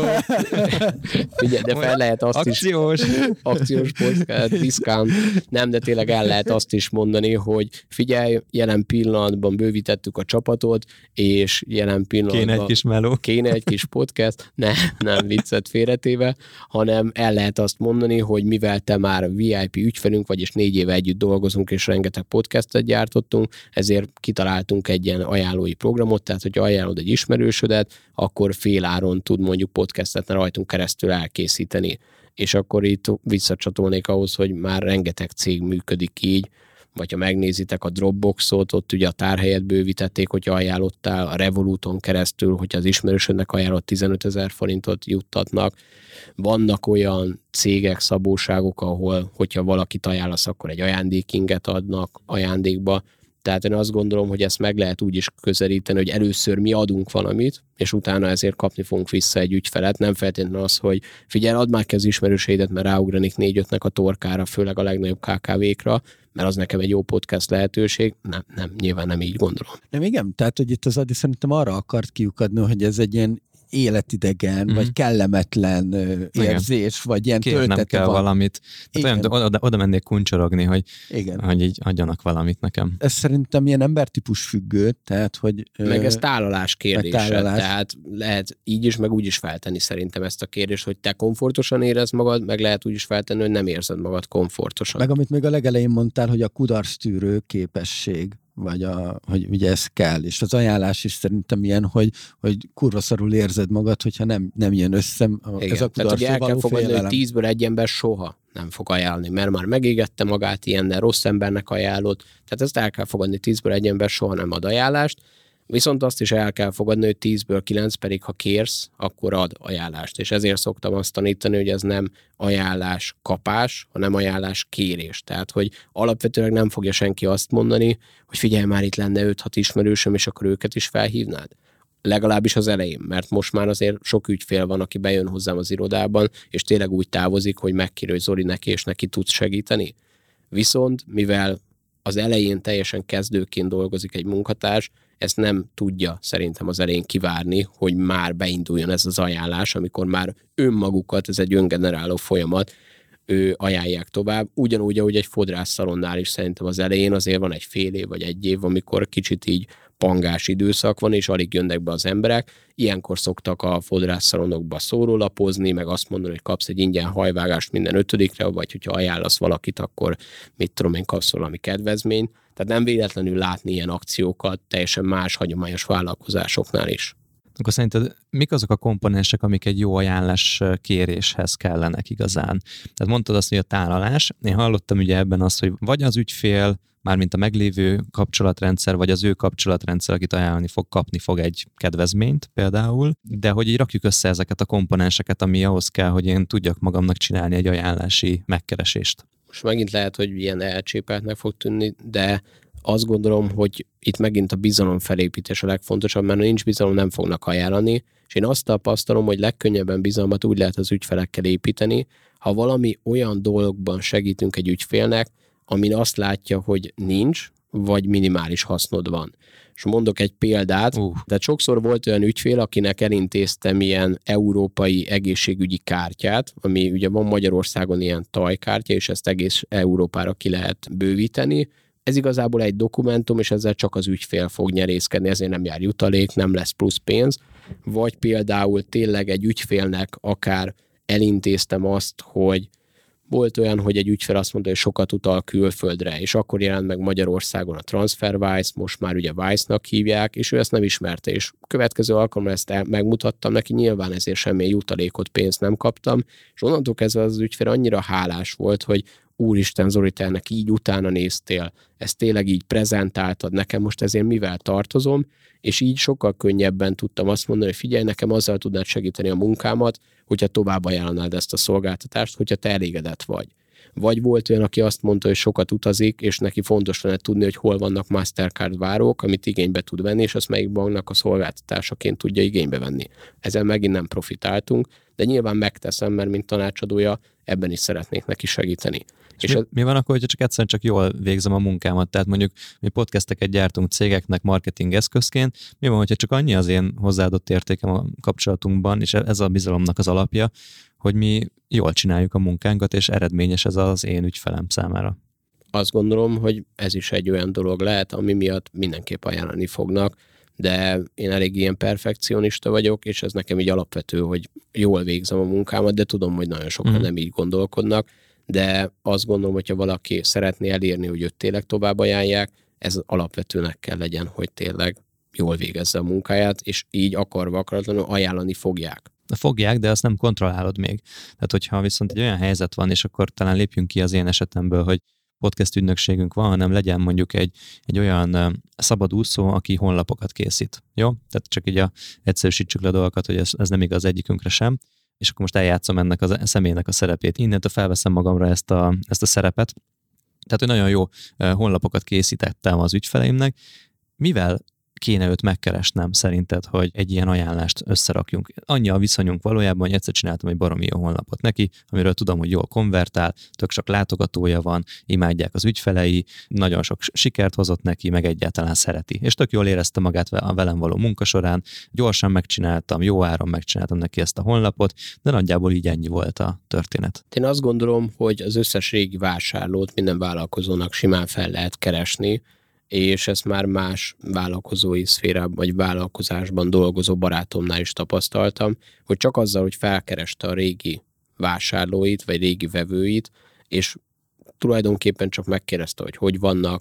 Ugye, de fel lehet azt akciós. is. Akciós podcast, discount. Nem, de tényleg el lehet azt is mondani, hogy figyelj, jelen pillanatban bővítettük a csapatot, és jelen pillanatban kéne egy kis meló. Kéne egy kis podcast, nem, nem viccet félretéve, hanem el lehet azt mondani, hogy mivel te már vé i pé ügyfelünk vagy, és négy éve együtt dolgozunk, és rengeteg podcastet gyártottunk, ezért kitaláltunk egy ilyen ajánlói programot, tehát hogy ajánlod egy ismerősödet, akkor fél áron tud mondjuk podcastet rajtunk keresztül elkészíteni. És akkor itt visszacsatolnék ahhoz, hogy már rengeteg cég működik így, vagy ha megnézitek a Dropboxot, ott ugye a tárhelyet bővítették, hogyha ajánlottál a Revoluton keresztül, hogyha az ismerősödnek ajánlott tizenötezer forintot juttatnak. Vannak olyan cégek, szabóságok, ahol, hogyha valakit ajánlasz, akkor egy ajándékinget adnak ajándékba. Tehát én azt gondolom, hogy ezt meg lehet úgy is közelíteni, hogy először mi adunk valamit, és utána ezért kapni fogunk vissza egy ügyfelet. Nem feltétlenül az, hogy figyelj, add már ki az ismerőseidet, mert ráugranik négy-ötnek a torkára, főleg a legnagyobb ká ká vékra, mert az nekem egy jó podcast lehetőség. Nem, nem, nyilván nem így gondolom. Nem, igen, tehát, hogy itt az Adi szerintem arra akart kiukadni, hogy ez egy ilyen életidegen, mm-hmm. vagy kellemetlen érzés, igen. vagy ilyen töltete nem kell van. Valamit. Tehát olyan, oda, oda mennék kuncsorogni, hogy, igen. hogy így adjanak valamit nekem. Ez szerintem ilyen embertípus függő, tehát, hogy... Meg ez tálalás kérdése, tálalás. Tehát lehet így is, meg úgy is feltenni szerintem ezt a kérdést, hogy te komfortosan érezd magad, meg lehet úgy is feltenni, hogy nem érzed magad komfortosan. Meg amit még a legelején mondtál, hogy a kudarctűrő képesség, vagy a, hogy ugye ez kell. És az ajánlás is szerintem ilyen, hogy, hogy kurva szarul érzed magad, hogyha nem, nem jön össze. Igen. Ez a Tehát ugye el kell fogadni, félelem. hogy tízből egy ember soha nem fog ajánlani, mert már megégette magát ilyennel, rossz embernek ajánlott. Tehát ezt el kell fogadni, tízből egy ember soha nem ad ajánlást. Viszont azt is el kell fogadni, hogy tízből kilenc pedig, ha kérsz, akkor ad ajánlást. És ezért szoktam azt tanítani, hogy ez nem ajánlás kapás, hanem ajánlás kérés. Tehát, hogy alapvetően nem fogja senki azt mondani, hogy figyelj, már itt lenne öt-hat ismerősöm, és akkor őket is felhívnád. Legalábbis az elején, mert most már azért sok ügyfél van, aki bejön hozzám az irodában, és tényleg úgy távozik, hogy megkér, hogy Zoli neki, és neki tudsz segíteni. Viszont, mivel az elején teljesen kezdőként dolgozik egy munkatárs, ezt nem tudja szerintem az elején kivárni, hogy már beinduljon ez az ajánlás, amikor már önmagukat, ez egy öngeneráló folyamat, ő ajánlják tovább. Ugyanúgy, ahogy egy fodrászszalonnál is szerintem az elején azért van egy fél év vagy egy év, amikor kicsit így pangás időszak van, és alig jönnek be az emberek. Ilyenkor szoktak a fodrászszalonokba szórólapozni, meg azt mondani, hogy kapsz egy ingyen hajvágást minden ötödikre, vagy hogyha ajánlasz valakit, akkor mit tudom én, kapsz valami kedvezményt. Tehát nem véletlenül látni ilyen akciókat teljesen más hagyományos vállalkozásoknál is. Akkor szerinted mik azok a komponensek, amik egy jó ajánlás kéréshez kellenek igazán? Tehát mondtad azt, hogy a tálalás. Én hallottam ugye ebben azt, hogy vagy az ügyfél, mármint a meglévő kapcsolatrendszer, vagy az ő kapcsolatrendszer, akit ajánlani fog, kapni fog egy kedvezményt például, de hogy így rakjuk össze ezeket a komponenseket, ami ahhoz kell, hogy én tudjak magamnak csinálni egy ajánlási megkeresést. Most megint lehet, hogy ilyen elcsépeltnek fog tűnni, de azt gondolom, hogy itt megint a bizalom felépítés a legfontosabb, mert ha nincs bizalom, nem fognak ajánlani, és én azt tapasztalom, hogy legkönnyebben bizalmat úgy lehet az ügyfelekkel építeni, ha valami olyan dologban segítünk egy ügyfélnek, amin azt látja, hogy nincs, vagy minimális hasznod van. És mondok egy példát, uh. tehát sokszor volt olyan ügyfél, akinek elintéztem ilyen európai egészségügyi kártyát, ami ugye van Magyarországon ilyen tajkártya, és ezt egész Európára ki lehet bővíteni. Ez igazából egy dokumentum, és ezzel csak az ügyfél fog nyerészkedni, ezért nem jár jutalék, nem lesz plusz pénz. Vagy például tényleg egy ügyfélnek akár elintéztem azt, hogy volt olyan, hogy egy ügyfél azt mondta, hogy sokat utal külföldre, és akkor jelent meg Magyarországon a TransferWise, most már ugye Wise-nak hívják, és ő ezt nem ismerte, és következő alkalommal ezt el, megmutattam neki, nyilván ezért semmilyen jutalékot, pénzt nem kaptam, és onnantól kezdve az ügyfél annyira hálás volt, hogy úristen, Zoli, te ennek így utána néztél, ezt tényleg így prezentáltad nekem, most ezért mivel tartozom, és így sokkal könnyebben tudtam azt mondani, hogy figyelj, nekem azzal tudnád segíteni a munkámat, hogyha tovább ajánlanád ezt a szolgáltatást, hogyha te elégedett vagy. Vagy volt olyan, aki azt mondta, hogy sokat utazik, és neki fontos lenne tudni, hogy hol vannak Mastercard várók, amit igénybe tud venni, és azt melyik banknak a szolgáltatásaként tudja igénybe venni. Ezzel megint nem profitáltunk, de nyilván megteszem, mert mint tanácsadója ebben is szeretnék neki segíteni. És, és mi, ez... mi van akkor, hogyha csak egyszerűen csak jól végzem a munkámat? Tehát mondjuk mi podcasteket gyártunk cégeknek marketing eszközként, mi van, hogyha csak annyi az én hozzáadott értékem a kapcsolatunkban, és ez a bizalomnak az alapja, hogy mi jól csináljuk a munkánkat, és eredményes ez az én ügyfelem számára. Azt gondolom, hogy ez is egy olyan dolog lehet, ami miatt mindenképp ajánlani fognak, de én elég ilyen perfekcionista vagyok, és ez nekem így alapvető, hogy jól végzem a munkámat, de tudom, hogy nagyon sokan mm. nem így gondolkodnak, de azt gondolom, hogyha valaki szeretné elérni, hogy őt tényleg tovább ajánlják, ez alapvetőnek kell legyen, hogy tényleg jól végezze a munkáját, és így akarva akaratlanul ajánlani fogják. Fogják, de azt nem kontrollálod még. Tehát, hogyha viszont egy olyan helyzet van, és akkor talán lépjünk ki az én esetemből, hogy podcast ügynökségünk van, hanem legyen mondjuk egy, egy olyan szabadúszó, aki honlapokat készít. Jó? Tehát csak így a, egyszerűsítsük le a dolgokat, hogy ez, ez nem igaz egyikünkre sem, és akkor most eljátszom ennek a személynek a szerepét. Innentől felveszem magamra ezt a, ezt a szerepet. Tehát, hogy nagyon jó honlapokat készítettem az ügyfeleimnek. Mivel kéne őt megkeresnem szerinted, hogy egy ilyen ajánlást összerakjunk? Annyi a viszonyunk valójában, hogy egyszer csináltam egy baromi jó honlapot neki, amiről tudom, hogy jól konvertál, tök sok látogatója van, imádják az ügyfelei, nagyon sok sikert hozott neki, meg egyáltalán szereti. És tök jól érezte magát a velem való munka során, gyorsan megcsináltam, jó áron megcsináltam neki ezt a honlapot, de nagyjából így ennyi volt a történet. Én azt gondolom, hogy az összes régi vásárlót minden vállalkozónak simán fel lehet keresni, és ezt már más vállalkozói szférában, vagy vállalkozásban dolgozó barátomnál is tapasztaltam, hogy csak azzal, hogy felkereste a régi vásárlóit, vagy régi vevőit, és tulajdonképpen csak megkérdezte, hogy hogy vannak,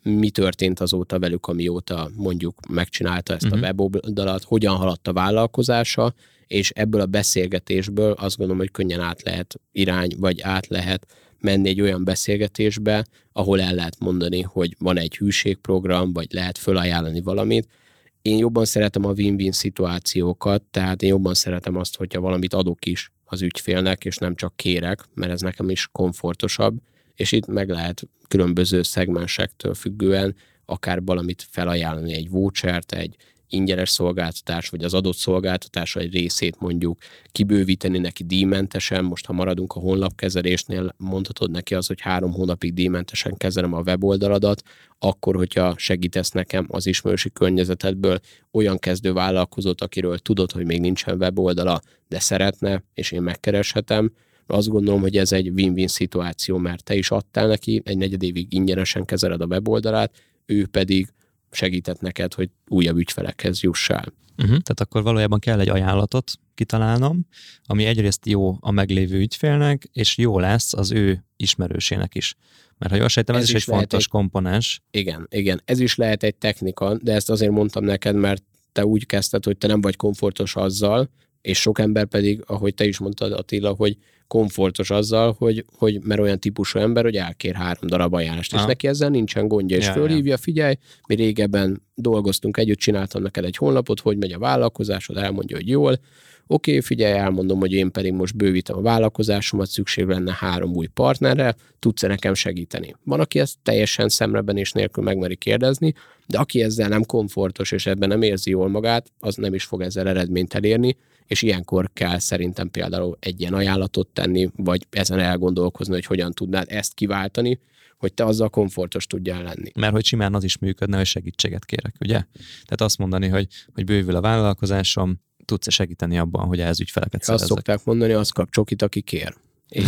mi történt azóta velük, amióta mondjuk megcsinálta ezt uh-huh. a weboldalat, hogyan haladt a vállalkozása, és ebből a beszélgetésből azt gondolom, hogy könnyen át lehet irány, vagy át lehet menni egy olyan beszélgetésbe, ahol el lehet mondani, hogy van egy hűségprogram, vagy lehet fölajánlani valamit. Én jobban szeretem a win-win szituációkat, tehát én jobban szeretem azt, hogyha valamit adok is az ügyfélnek, és nem csak kérek, mert ez nekem is komfortosabb, és itt meg lehet különböző szegmensektől függően akár valamit felajánlani, egy vouchert, egy ingyenes szolgáltatás, vagy az adott szolgáltatás egy részét mondjuk kibővíteni neki díjmentesen. Most, ha maradunk a honlapkezelésnél, mondhatod neki az, hogy három hónapig díjmentesen kezelem a weboldaladat, akkor, hogyha segítesz nekem az ismerősi környezetedből olyan kezdő vállalkozót, akiről tudod, hogy még nincsen weboldala, de szeretne, és én megkereshetem. Azt gondolom, hogy ez egy win-win szituáció, mert te is adtál neki, egy negyed évig ingyenesen kezeled a weboldalát, ő pedig segített neked, hogy újabb ügyfelekhez jussál. Uh-huh. Tehát akkor valójában kell egy ajánlatot kitalálnom, ami egyrészt jó a meglévő ügyfélnek, és jó lesz az ő ismerősének is. Mert ha jól sejtem, ez, ez is egy fontos egy... komponens. Igen, igen. Ez is lehet egy technika, de ezt azért mondtam neked, mert te úgy kezdted, hogy te nem vagy komfortos azzal, és sok ember pedig, ahogy te is mondtad, Attila, hogy komfortos azzal, hogy, hogy mert olyan típusú ember, hogy elkér három darab ajánlást, és neki ezzel nincsen gondja, és ja, fölhívja, figyelj, mi régebben dolgoztunk együtt, csináltam neked egy honlapot, hogy megy a vállalkozásod, elmondja, hogy jól, oké, okay, figyelj, elmondom, hogy én pedig most bővítem a vállalkozásomat, szükség lenne három új partnerre, tudsz-e nekem segíteni? Van, aki ezt teljesen szemrebenés nélkül megmeri kérdezni, de aki ezzel nem komfortos, és ebben nem érzi jól magát, az nem is fog ezzel eredményt elérni, és ilyenkor kell szerintem például egy ilyen ajánlatot tenni, vagy ezen elgondolkozni, hogy hogyan tudnád ezt kiváltani, hogy te azzal komfortos tudjál lenni. Mert hogy simán az is működne, hogy segítséget kérek, ugye? Tehát azt mondani, hogy, hogy bővül a vállalkozásom, tudsz-e segíteni abban, hogy ehhez ügyfeleket szerezzek? Azt szokták mondani, az kap csokit, aki kér. És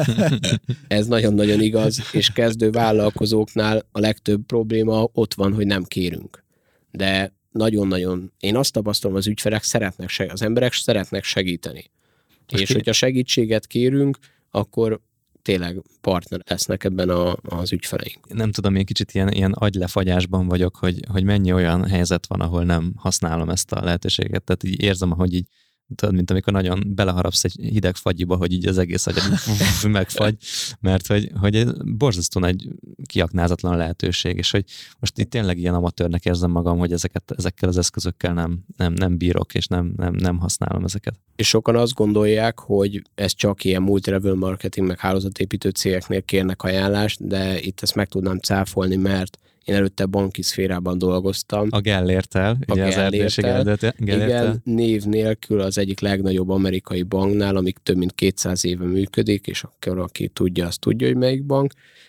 ez nagyon-nagyon igaz, és kezdő vállalkozóknál a legtöbb probléma ott van, hogy nem kérünk. De nagyon-nagyon, én azt tapasztalom, az ügyfelek szeretnek segíteni, az emberek szeretnek segíteni. Most és ki... hogyha segítséget kérünk, akkor tényleg partner lesznek ebben a, az ügyfeleink. Nem tudom, én kicsit ilyen, ilyen agylefagyásban vagyok, hogy, hogy mennyi olyan helyzet van, ahol nem használom ezt a lehetőséget. Tehát így érzem, hogy így tudod, mint amikor nagyon beleharapsz egy hideg fagyiba, hogy így az egész agyad megfagy, mert hogy, hogy egy borzasztóan egy kiaknázatlan lehetőség, és hogy most itt tényleg ilyen amatőrnek érzem magam, hogy ezeket, ezekkel az eszközökkel nem, nem, nem bírok, és nem, nem, nem használom ezeket. És sokan azt gondolják, hogy ez csak ilyen multilevel marketing, meg hálózatépítő cégeknél kérnek ajánlást, de itt ezt meg tudnám cáfolni, mert én előtte banki szférában dolgoztam. A Gellérttel, ugye az erdőség eredete. Igen, név nélkül az egyik legnagyobb amerikai banknál, amik több mint kétszáz éve működik, és akkor aki tudja, az tudja, hogy melyik bank.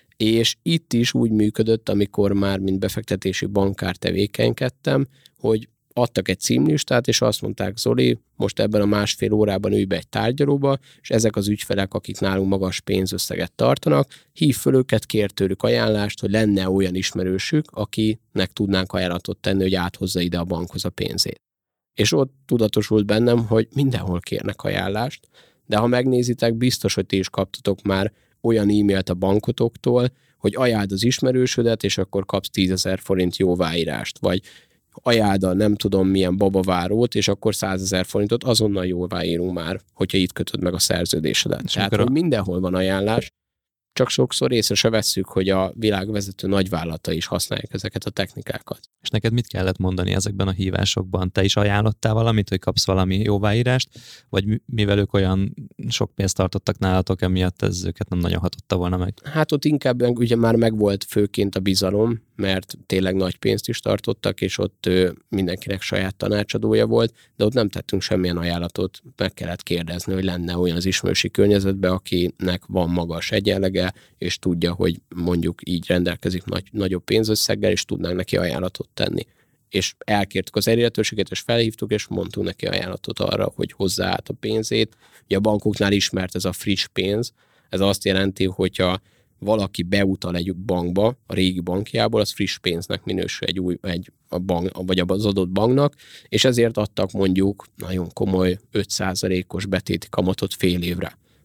És itt is úgy működött, amikor már mint befektetési bankár tevékenykedtem, hogy adtak egy címlistát, és azt mondták, Zoli, most ebben a másfél órában ülj be egy tárgyalóba, és ezek az ügyfelek, akik nálunk magas pénzösszeget tartanak, hív föl őket, kér tőlük ajánlást, hogy lenne olyan ismerősük, akinek tudnánk ajánlatot tenni, hogy áthozza ide a bankhoz a pénzét. És ott tudatosult bennem, hogy mindenhol kérnek ajánlást, de ha megnézitek, biztos, hogy ti is kaptatok már olyan e-mailt a bankotoktól, hogy ajánld az ismerősödet, és akkor kapsz tízezer forint jóváírást, vagy ajánld a nem tudom milyen babavárót, és akkor százezer forintot azonnal jóváírunk már, hogyha itt kötöd meg a szerződésedet. És Tehát, hogy mindenhol van ajánlás, csak sokszor észre se vesszük, hogy a világvezető nagyvállalatai is használják ezeket a technikákat. És neked mit kellett mondani ezekben a hívásokban? Te is ajánlottál valamit, hogy kapsz valami jóváírást, vagy mivel ők olyan sok pénzt tartottak nálatok, emiatt ez őket nem nagyon hatotta volna meg? Hát ott inkább ugye már megvolt főként a bizalom, mert tényleg nagy pénzt is tartottak, és ott mindenkinek saját tanácsadója volt, de ott nem tettünk semmilyen ajánlatot, meg kellett kérdezni, hogy lenne olyan az ismerősi környezetben, akinek van magas egyenlege, és tudja, hogy mondjuk így rendelkezik nagy, nagyobb pénzösszeggel, és tudnánk neki ajánlatot tenni. És elkértük az elérhetőséget, és felhívtuk, és mondtunk neki ajánlatot arra, hogy hozzá át a pénzét. Ugye a bankoknál ismert ez a friss pénz, ez azt jelenti, hogyha valaki beutal egy bankba, a régi bankjából, az friss pénznek minősül egy új, egy a bank, vagy az adott banknak, és ezért adtak mondjuk nagyon komoly öt százalékos betéti kamatot fél évre.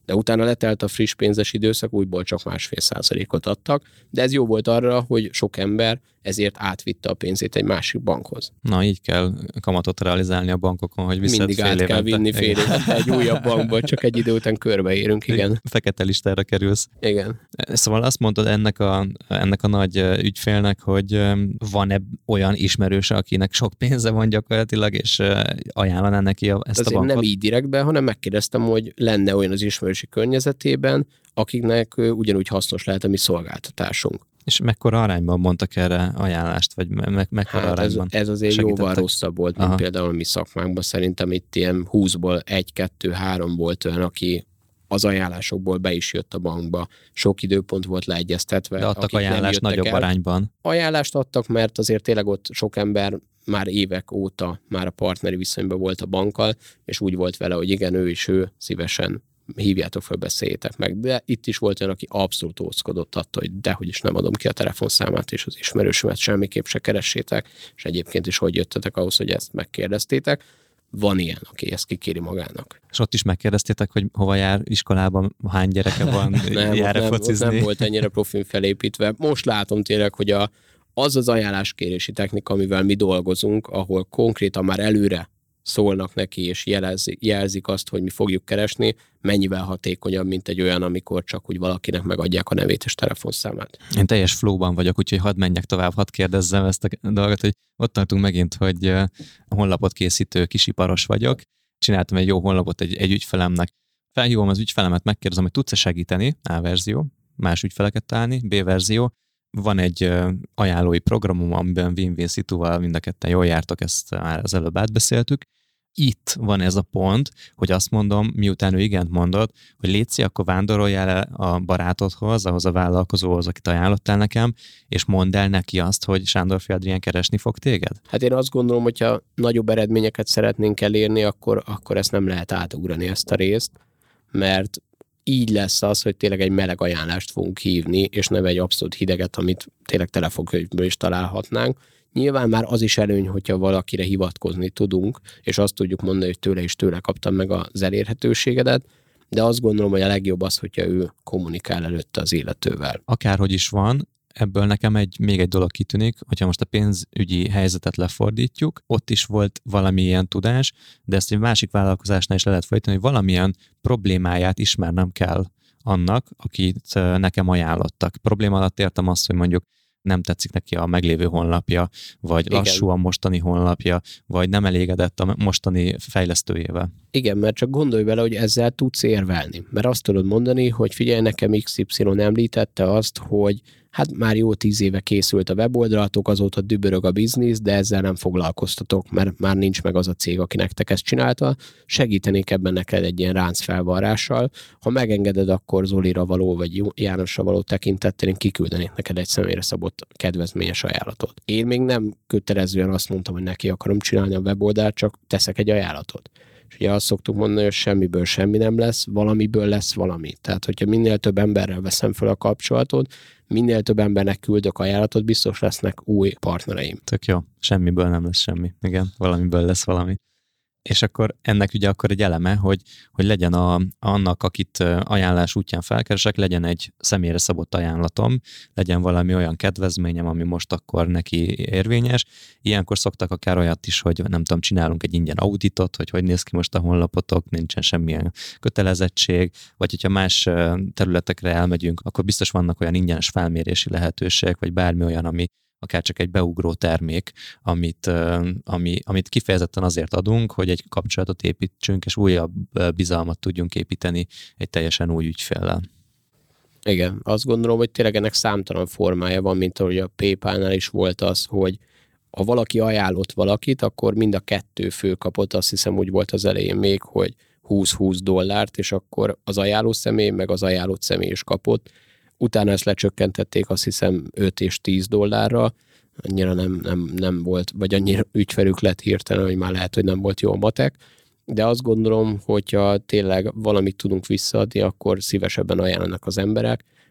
De utána letelt a friss pénzes időszak, újból csak másfél százalékot adtak, de ez jó volt arra, hogy sok ember ezért átvitte a pénzét egy másik bankhoz. Na, így kell kamatot realizálni a bankokon, hogy viszed Mindig fél át évente. kell vinni fél évente egy újabb bankba, csak egy idő után körbeérünk, igen. Fekete listára kerülsz. Igen. Szóval azt mondod ennek a, ennek a nagy ügyfélnek, hogy van-e olyan ismerőse, akinek sok pénze van gyakorlatilag, és ajánlaná neki a, ezt azért a bankot? Nem így direktben, hanem megkérdeztem, hogy lenne olyan az ismerősi környezetében, akiknek ugyanúgy hasznos lehet a mi szolgáltatásunk. És mekkora arányban mondtak erre ajánlást, vagy me- mekkora hát arányban ez, ez azért segítettek? Jóval rosszabb volt, mint Aha. például a mi szakmánkban. Szerintem itt ilyen húszból egy, kettő, három volt olyan, aki az ajánlásokból be is jött a bankba. Sok időpont volt leegyeztetve. De adtak ajánlást nagyobb el. arányban. Ajánlást adtak, mert azért tényleg ott sok ember már évek óta már a partneri viszonyban volt a bankkal, és úgy volt vele, hogy igen, ő is ő szívesen hívjátok fel, beszéljétek meg. De itt is volt olyan, aki abszolút óckodott attól, hogy dehogy is nem adom ki a telefonszámát, és az ismerősömet semmiképp se keressétek, és egyébként is hogy jöttetek ahhoz, hogy ezt megkérdeztétek. Van ilyen, aki ezt kikéri magának. És ott is megkérdeztétek, hogy hova jár iskolában, hány gyereke van, nem, jár-e nem, focizni? nem volt ennyire profin felépítve. Most látom tényleg, hogy a, az az ajánláskérési technika, amivel mi dolgozunk, ahol konkrétan már előre szólnak neki, és jelzik, jelzik azt, hogy mi fogjuk keresni, mennyivel hatékonyabb, mint egy olyan, amikor csak úgy valakinek megadják a nevét és telefonszámát. Én teljes flowban vagyok, úgyhogy hadd menjek tovább, hadd kérdezzem ezt a dolgot, hogy ott tartunk megint, hogy honlapot készítő kisiparos vagyok. Csináltam egy jó honlapot egy, egy ügyfelemnek. Felhívom az ügyfelemet, megkérdezem, hogy tudsz-e segíteni, A verzió, más ügyfeleket találni, B verzió. Van egy ajánlói programom, amiben win-win szituval mind a ketten jól jártok, ezt már az előbb átbeszéltük. Itt van ez a pont, hogy azt mondom, miután ő igent mondott, hogy létszi, akkor vándoroljál el a barátodhoz, ahhoz a vállalkozóhoz, akit ajánlottál nekem, és mondd el neki azt, hogy Sándorfi Adrián keresni fog téged? Hát én azt gondolom, hogyha nagyobb eredményeket szeretnénk elérni, akkor, akkor ezt nem lehet átugrani, ezt a részt, mert így lesz az, hogy tényleg egy meleg ajánlást fogunk hívni, és nem egy abszolút hideget, amit tényleg telefonkönyvből is találhatnánk. Nyilván már az is előny, hogyha valakire hivatkozni tudunk, és azt tudjuk mondani, hogy tőle és tőle kaptam meg az elérhetőségedet, de azt gondolom, hogy a legjobb az, hogyha ő kommunikál előtte az illetővel. Akárhogy is van, ebből nekem egy, még egy dolog kitűnik, hogyha most a pénzügyi helyzetet lefordítjuk, ott is volt valamilyen tudás, de ezt egy másik vállalkozásnál is le lehet folytani, hogy valamilyen problémáját ismernem kell annak, akit nekem ajánlottak. Probléma alatt értem azt, hogy mondjuk nem tetszik neki a meglévő honlapja, vagy igen, lassú a mostani honlapja, vagy nem elégedett a mostani fejlesztőjével. Igen, mert csak gondolj bele, hogy ezzel tudsz érvelni. Mert azt tudod mondani, hogy figyelj, nekem iksz ipszilon említette azt, hogy hát már jó tíz éve készült a weboldalatok, azóta dübörög a biznisz, de ezzel nem foglalkoztatok, mert már nincs meg az a cég, aki nektek ezt csinálta. Segítenék ebben neked egy ilyen ráncfelvarrással. Ha megengeded, akkor Zolira való, vagy Jánosra való tekintettel én kiküldenék neked egy személyre szabott kedvezményes ajánlatot. Én még nem kötelezően azt mondtam, hogy neki akarom csinálni a weboldalt, csak teszek egy ajánlatot. És ugye azt szoktuk mondani, hogy semmiből semmi nem lesz, valamiből lesz valami. Tehát, hogyha minél több emberrel veszem fel a kapcsolatot, minél több embernek küldök ajánlatot, biztos lesznek új partnereim. Tök jó, semmiből nem lesz semmi. Igen, valamiből lesz valami. És akkor ennek ugye akkor egy eleme, hogy, hogy legyen a, annak, akit ajánlás útján felkeresek, legyen egy személyre szabott ajánlatom, legyen valami olyan kedvezményem, ami most akkor neki érvényes. Ilyenkor szoktak akár olyat is, hogy nem tudom, csinálunk egy ingyen auditot, hogy hogy néz ki most a honlapotok, nincsen semmilyen kötelezettség, vagy hogyha más területekre elmegyünk, akkor biztos vannak olyan ingyenes felmérési lehetőségek, vagy bármi olyan, ami akár csak egy beugró termék, amit, ami, amit kifejezetten azért adunk, hogy egy kapcsolatot építsünk, és újabb bizalmat tudjunk építeni egy teljesen új ügyféllel. Igen, azt gondolom, hogy tényleg ennek számtalan formája van, mint ahogy a PayPal-nál is volt az, hogy ha valaki ajánlott valakit, akkor mind a kettő fő kapott, azt hiszem úgy volt az elején még, hogy húsz-húsz dollárt, és akkor az ajánló személy, meg az ajánlott személy is kapott. Utána ezt lecsökkentették, azt hiszem öt és tíz dollárra, annyira nem, nem, nem volt, vagy annyira ügyfelük lett hirtelen, hogy már lehet, hogy nem volt jó a matek, de azt gondolom, hogyha tényleg valamit tudunk visszaadni, akkor szívesebben ajánlanak az emberek,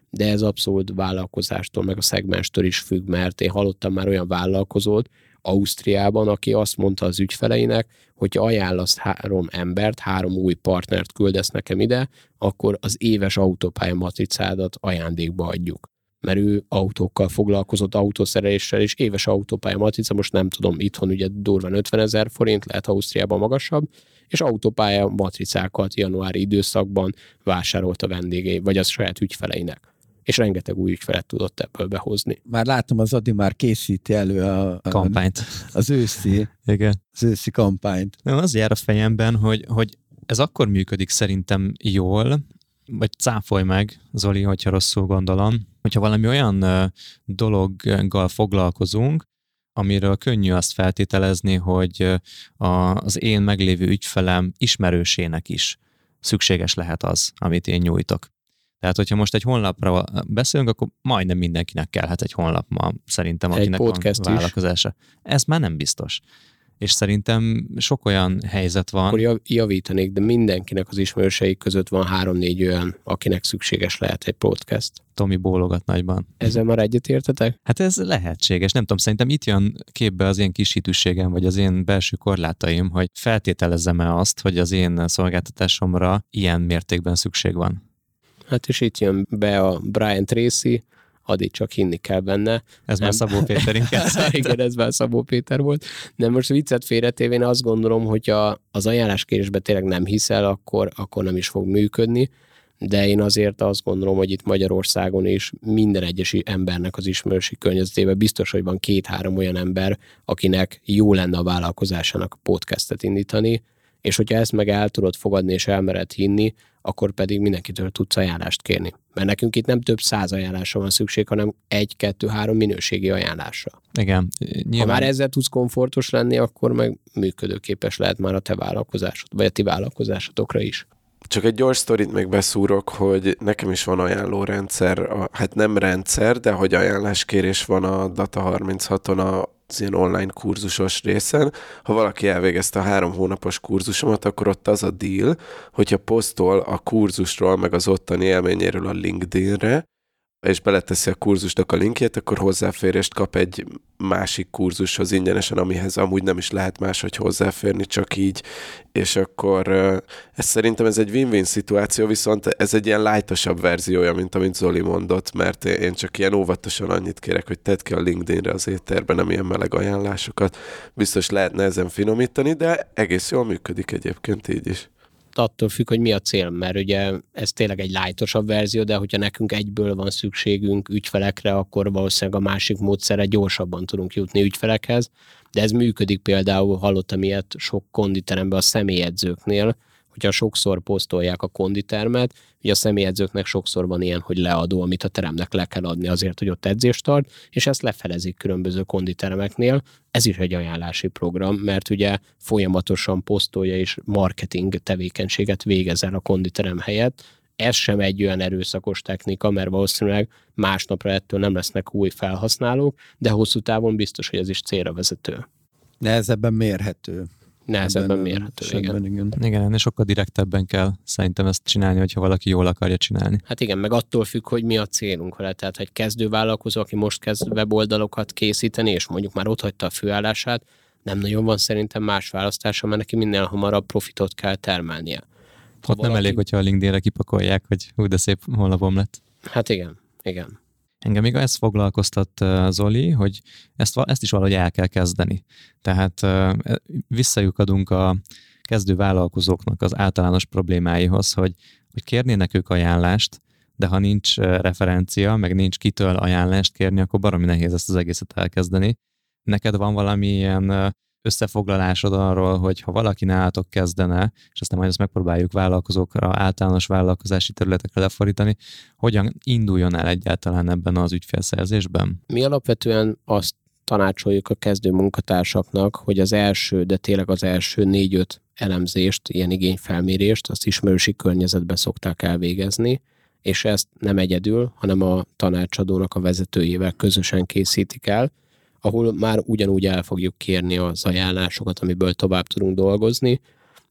de ez abszolút vállalkozástól, meg a szegmenstől is függ, mert én hallottam már olyan vállalkozót Ausztriában, aki azt mondta az ügyfeleinek, hogy ajánlasz három embert, három új partnert küldesz nekem ide, akkor az éves autópálya matricádat ajándékba adjuk. Mert ő autókkal foglalkozott, autószereléssel, és éves autópálya matrica, most nem tudom, itthon ugye durván ötvenezer forint, lehet Ausztriában magasabb, és autópálya matricákat januári időszakban vásárolt a vendégei, vagy az saját ügyfeleinek. És rengeteg új ügyfelet tudott ebből behozni. Már látom, az Adi már készíti elő a, a kampányt. Az őszi, Igen. az őszi kampányt. Nem, az jár a fejemben, hogy, hogy ez akkor működik szerintem jól, vagy cáfolj meg, Zoli, hogyha rosszul gondolom, hogyha valami olyan uh, dologgal foglalkozunk, amiről könnyű azt feltételezni, hogy uh, a, az én meglévő ügyfelem ismerősének is szükséges lehet az, amit én nyújtok. Tehát, hogyha most egy honlapra beszélünk, akkor majdnem mindenkinek kellhet egy honlap ma, szerintem, akinek van vállalkozása. Ez már nem biztos. És szerintem sok olyan helyzet van. Akkor javítanék, de mindenkinek az ismerősei között van három-négy olyan, akinek szükséges lehet egy podcast. Tomi bólogat nagyban. Ezzel már egyetértetek? Hát ez lehetséges. Nem tudom, szerintem itt jön képbe az én kis hitűségem, vagy az én belső korlátaim, hogy feltételezzem-e azt, hogy az én szolgáltatásomra ilyen mértékben szükség van. Hát és itt jön be a Brian Tracy, addig csak hinni kell benne. Ez nem. Már Szabó Péter inkább. Igen, ez már Szabó Péter volt. De most viccet félretéve, én azt gondolom, hogy a, az ajánláskérésben tényleg nem hiszel, akkor, akkor nem is fog működni, de én azért azt gondolom, hogy itt Magyarországon is minden egyes embernek az ismerősi környezetében biztos, hogy van két-három olyan ember, akinek jó lenne a vállalkozásának podcastet indítani, és hogyha ezt meg el tudod fogadni és elmered hinni, akkor pedig mindenkitől tudsz ajánlást kérni. Mert nekünk itt nem több száz ajánlásra van szükség, hanem egy, kettő, három minőségi ajánlásra. Igen. Nyilván... Ha már ezzel tudsz komfortos lenni, akkor meg működőképes lehet már a te vállalkozásod, vagy a ti vállalkozásotokra is. Csak egy gyors sztorit még beszúrok, hogy nekem is van ajánlórendszer, a, hát nem rendszer, de hogy ajánláskérés van a Data harminchaton a az ilyen online kurzusos részen. Ha valaki elvégezte a három hónapos kurzusomat, akkor ott az a deal, hogyha posztol a kurzusról, meg az ottani élményéről a LinkedInre, és beleteszi a kurzusnak a linkjét, akkor hozzáférést kap egy másik kurzushoz ingyenesen, amihez amúgy nem is lehet máshogy hozzáférni, csak így. És akkor ez szerintem ez egy win-win szituáció, viszont ez egy ilyen lightosabb verziója, mint amit Zoli mondott, mert én csak ilyen óvatosan annyit kérek, hogy tedd ki a LinkedInre az étterben, nem ilyen meleg ajánlásokat. Biztos lehetne ezen finomítani, de egész jól működik egyébként így is. Attól függ, hogy mi a cél, mert ugye ez tényleg egy lightosabb verzió, de hogyha nekünk egyből van szükségünk ügyfelekre, akkor valószínűleg a másik módszerre gyorsabban tudunk jutni ügyfelekhez, de ez működik például, hallottam ilyet sok konditeremben a személyedzőknél, hogyha sokszor posztolják a konditermet, ugye a személyedzőknek sokszor van ilyen, hogy leadó, amit a teremnek le kell adni azért, hogy ott edzést tart, és ezt lefelezik különböző konditeremeknél. Ez is egy ajánlási program, mert ugye folyamatosan posztolja és marketing tevékenységet végez el a konditerem helyett. Ez sem egy olyan erőszakos technika, mert valószínűleg másnapra ettől nem lesznek új felhasználók, de hosszú távon biztos, hogy ez is célra vezető. Nehezebben mérhető. Nehezebben mérhető, igen. igen. Igen, ennél sokkal direktebben kell szerintem ezt csinálni, hogyha valaki jól akarja csinálni. Hát igen, meg attól függ, hogy mi a célunk vele. Tehát, ha egy kezdővállalkozó, aki most kezd weboldalokat készíteni, és mondjuk már ott hagyta a főállását, nem nagyon van szerintem más választása, mert neki minél hamarabb profitot kell termelnie. Ha ott valaki... nem elég, hogyha a LinkedInre kipakolják, hogy hú, de szép honlapom lett. Hát igen, igen. Engem még ezt foglalkoztat, Zoli, hogy ezt, ezt is valahogy el kell kezdeni. Tehát visszajukadunk a kezdő vállalkozóknak az általános problémáihoz, hogy, hogy kérnének ők ajánlást, de ha nincs referencia, meg nincs kitől ajánlást kérni, akkor baromi nehéz ezt az egészet elkezdeni. Neked van valami ilyen összefoglalásod arról, hogy ha valaki nálatok kezdene, és aztán majd ezt megpróbáljuk vállalkozókra, általános vállalkozási területekre lefordítani, hogyan induljon el egyáltalán ebben az ügyfélszerzésben? Mi alapvetően azt tanácsoljuk a kezdő munkatársaknak, hogy az első, de tényleg az első négy-öt elemzést, ilyen igényfelmérést, azt ismerősi környezetben szokták elvégezni, és ezt nem egyedül, hanem a tanácsadónak a vezetőjével közösen készítik el, ahol már ugyanúgy el fogjuk kérni az ajánlásokat, amiből tovább tudunk dolgozni,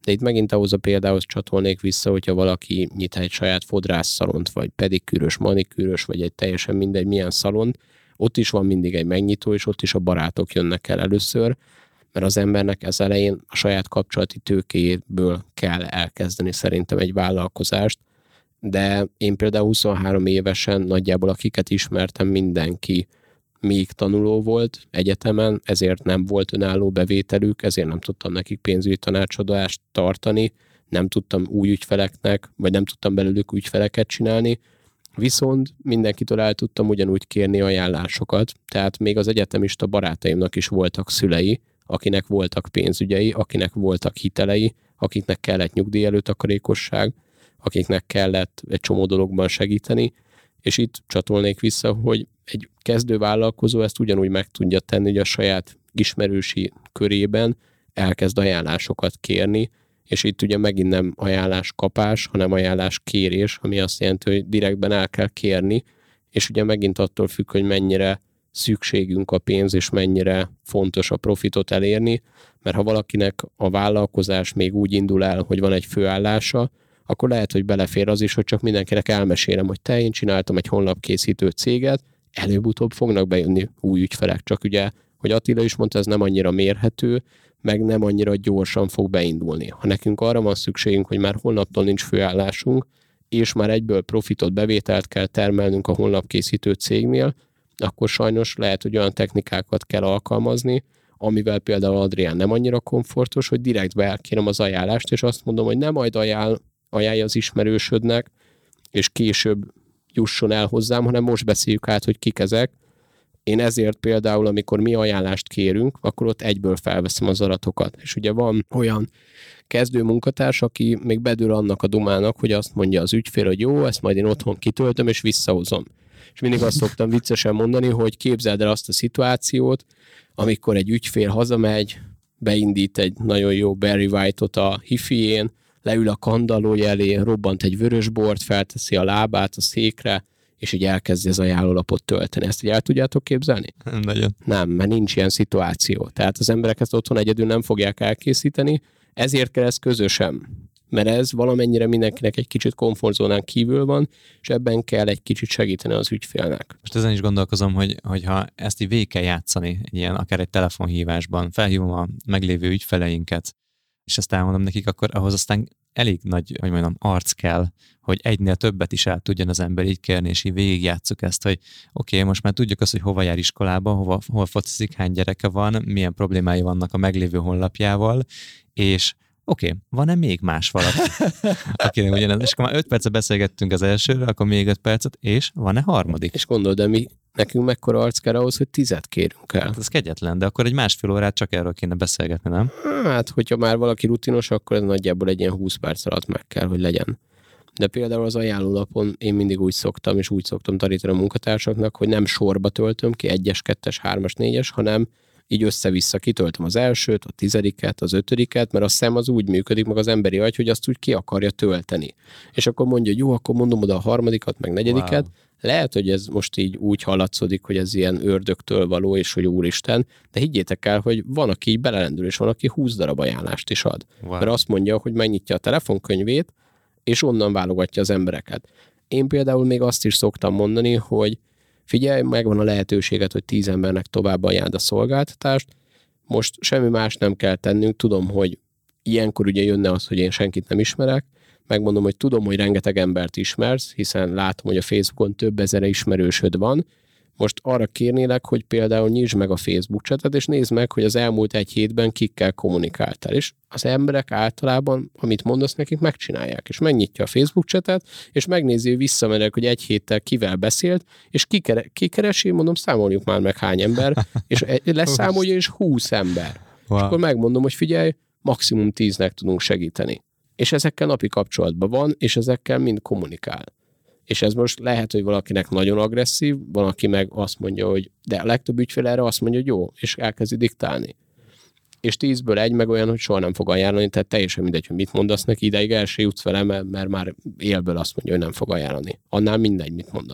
De itt megint ahhoz a példához csatolnék vissza, hogyha valaki nyit egy saját fodrászszalont, vagy pedikűrös, manikűrös, vagy egy teljesen mindegy milyen szalont, ott is van mindig egy megnyitó, és ott is a barátok jönnek el először, mert az embernek ez elején a saját kapcsolati tőkéjéből kell elkezdeni szerintem egy vállalkozást, de én például huszonhárom évesen nagyjából akiket ismertem, mindenki még tanuló volt egyetemen, ezért nem volt önálló bevételük, ezért nem tudtam nekik pénzügyi tanácsadást tartani, nem tudtam új ügyfeleknek, vagy nem tudtam belőlük ügyfeleket csinálni, viszont mindenkitől el tudtam ugyanúgy kérni ajánlásokat, tehát még az egyetemista barátaimnak is voltak szülei, akinek voltak pénzügyei, akinek voltak hitelei, akiknek kellett nyugdíj előtakarékosság, akiknek kellett egy csomó dologban segíteni, és itt csatolnék vissza, hogy egy kezdő vállalkozó ezt ugyanúgy meg tudja tenni, hogy a saját ismerősi körében elkezd ajánlásokat kérni, és itt ugye megint nem ajánláskapás, hanem ajánláskérés, ami azt jelenti, hogy direktben el kell kérni, és ugye megint attól függ, hogy mennyire szükségünk a pénz, és mennyire fontos a profitot elérni, mert ha valakinek a vállalkozás még úgy indul el, hogy van egy főállása, akkor lehet, hogy belefér az is, hogy csak mindenkinek elmesélem, hogy te, én csináltam egy honlapkészítő céget, előbb-utóbb fognak bejönni új ügyfelek, csak ugye, hogy Attila is mondta, ez nem annyira mérhető, meg nem annyira gyorsan fog beindulni. Ha nekünk arra van szükségünk, hogy már holnaptól nincs főállásunk, és már egyből profitot, bevételt kell termelnünk a honlapkészítő cégnél, akkor sajnos lehet, hogy olyan technikákat kell alkalmazni, amivel például Adrián nem annyira komfortos, hogy direktbe elkérem az ajánlást, és azt mondom, hogy nem majd ajánl, ajánlja az ismerősödnek, és később jusson el hozzám, hanem most beszéljük át, hogy kik ezek. Én ezért például, amikor mi ajánlást kérünk, akkor ott egyből felveszem az adatokat. És ugye van olyan kezdő munkatárs, aki még bedől annak a dumának, hogy azt mondja az ügyfél, hogy jó, ezt majd én otthon kitöltöm, és visszahozom. És mindig azt szoktam viccesen mondani, hogy képzeld el azt a szituációt, amikor egy ügyfél hazamegy, beindít egy nagyon jó Barry White-ot a hifién, leül a kandallója elé, robbant egy vörösbort, felteszi a lábát a székre, és így elkezdi az ajánlólapot tölteni. Ezt így el tudjátok képzelni? Nem nagyon. Nem, mert nincs ilyen szituáció. Tehát az emberek ezt otthon egyedül nem fogják elkészíteni, ezért kell ez közösen. Mert ez valamennyire mindenkinek egy kicsit komfortzónán kívül van, és ebben kell egy kicsit segíteni az ügyfélnek. Most ezen is gondolkozom, hogy, hogy ha ezt így végig kell játszani, egy ilyen, akár egy telefonhívásban, felhívom a meglévő ügyfeleinket, és ezt elmondom nekik, akkor ahhoz aztán elég nagy, hogy mondjam, arc kell, hogy egynél többet is el tudjon az ember így kérni, és így végigjátsszuk ezt, hogy oké, okay, most már tudjuk azt, hogy hova jár iskolába, hova, hova focizik, hány gyereke van, milyen problémái vannak a meglévő honlapjával, és oké, okay, van-e még más valaki, akinek ugyanez? És akkor már öt percet beszélgettünk az elsőről, akkor még öt percet, és van-e harmadik? És gondold, de mi, nekünk mekkora arc kell ahhoz, hogy tizet kérünk el. Hát ez kegyetlen, de akkor egy másfél órát csak erről kéne beszélgetni, nem? Hát, hogyha már valaki rutinos, akkor ez nagyjából egy ilyen húsz perc alatt meg kell, hogy legyen. De például az ajánlólapon én mindig úgy szoktam, és úgy szoktam tanítani a munkatársaknak, hogy nem sorba töltöm ki, egyes, kettes, hármas, négyes, hanem így össze-vissza kitöltöm az elsőt, a tizediket, az ötödiket, mert a szem az úgy működik, meg az emberi agy, hogy azt úgy ki akarja tölteni. És akkor mondja, hogy jó, akkor mondom oda a harmadikat, meg negyediket. Wow. Lehet, hogy ez most így úgy hallatszódik, hogy ez ilyen ördögtől való, és hogy úristen, de higgyétek el, hogy van, aki így belelendül, és van, aki húsz darab ajánlást is ad. Wow. Mert azt mondja, hogy megnyitja a telefonkönyvét, és onnan válogatja az embereket. Én például még azt is szoktam mondani, hogy figyelj, megvan a lehetőséget, hogy tíz embernek tovább ajánld a szolgáltatást, most semmi más nem kell tennünk, tudom, hogy ilyenkor ugye jönne az, hogy én senkit nem ismerek, megmondom, hogy tudom, hogy rengeteg embert ismersz, hiszen látom, hogy a Facebookon több ezer ismerősöd van, most arra kérnélek, hogy például nyisd meg a Facebook chatet, és nézd meg, hogy az elmúlt egy hétben kikkel kommunikáltál. És az emberek általában, amit mondasz nekik, megcsinálják. És megnyitja a Facebook chatet, és megnézi visszamenek, hogy egy héttel kivel beszélt, és kikere, kikeresi, mondom, számoljuk már meg hány ember, és leszámolja, és húsz ember. Wow. És akkor megmondom, hogy figyelj, maximum tíznek tudunk segíteni. És ezekkel napi kapcsolatban van, és ezekkel mind kommunikál. És ez most lehet, hogy valakinek nagyon agresszív, van, aki meg azt mondja, hogy de a legtöbb ügyfél erre azt mondja, hogy jó, és elkezdi diktálni. És tízből egy meg olyan, hogy soha nem fog ajánlani, tehát teljesen mindegy, hogy mit mondasz neki, ideig el se jutsz vele, mert, mert már élből azt mondja, hogy nem fog ajánlani. Annál mindegy, mit mondasz.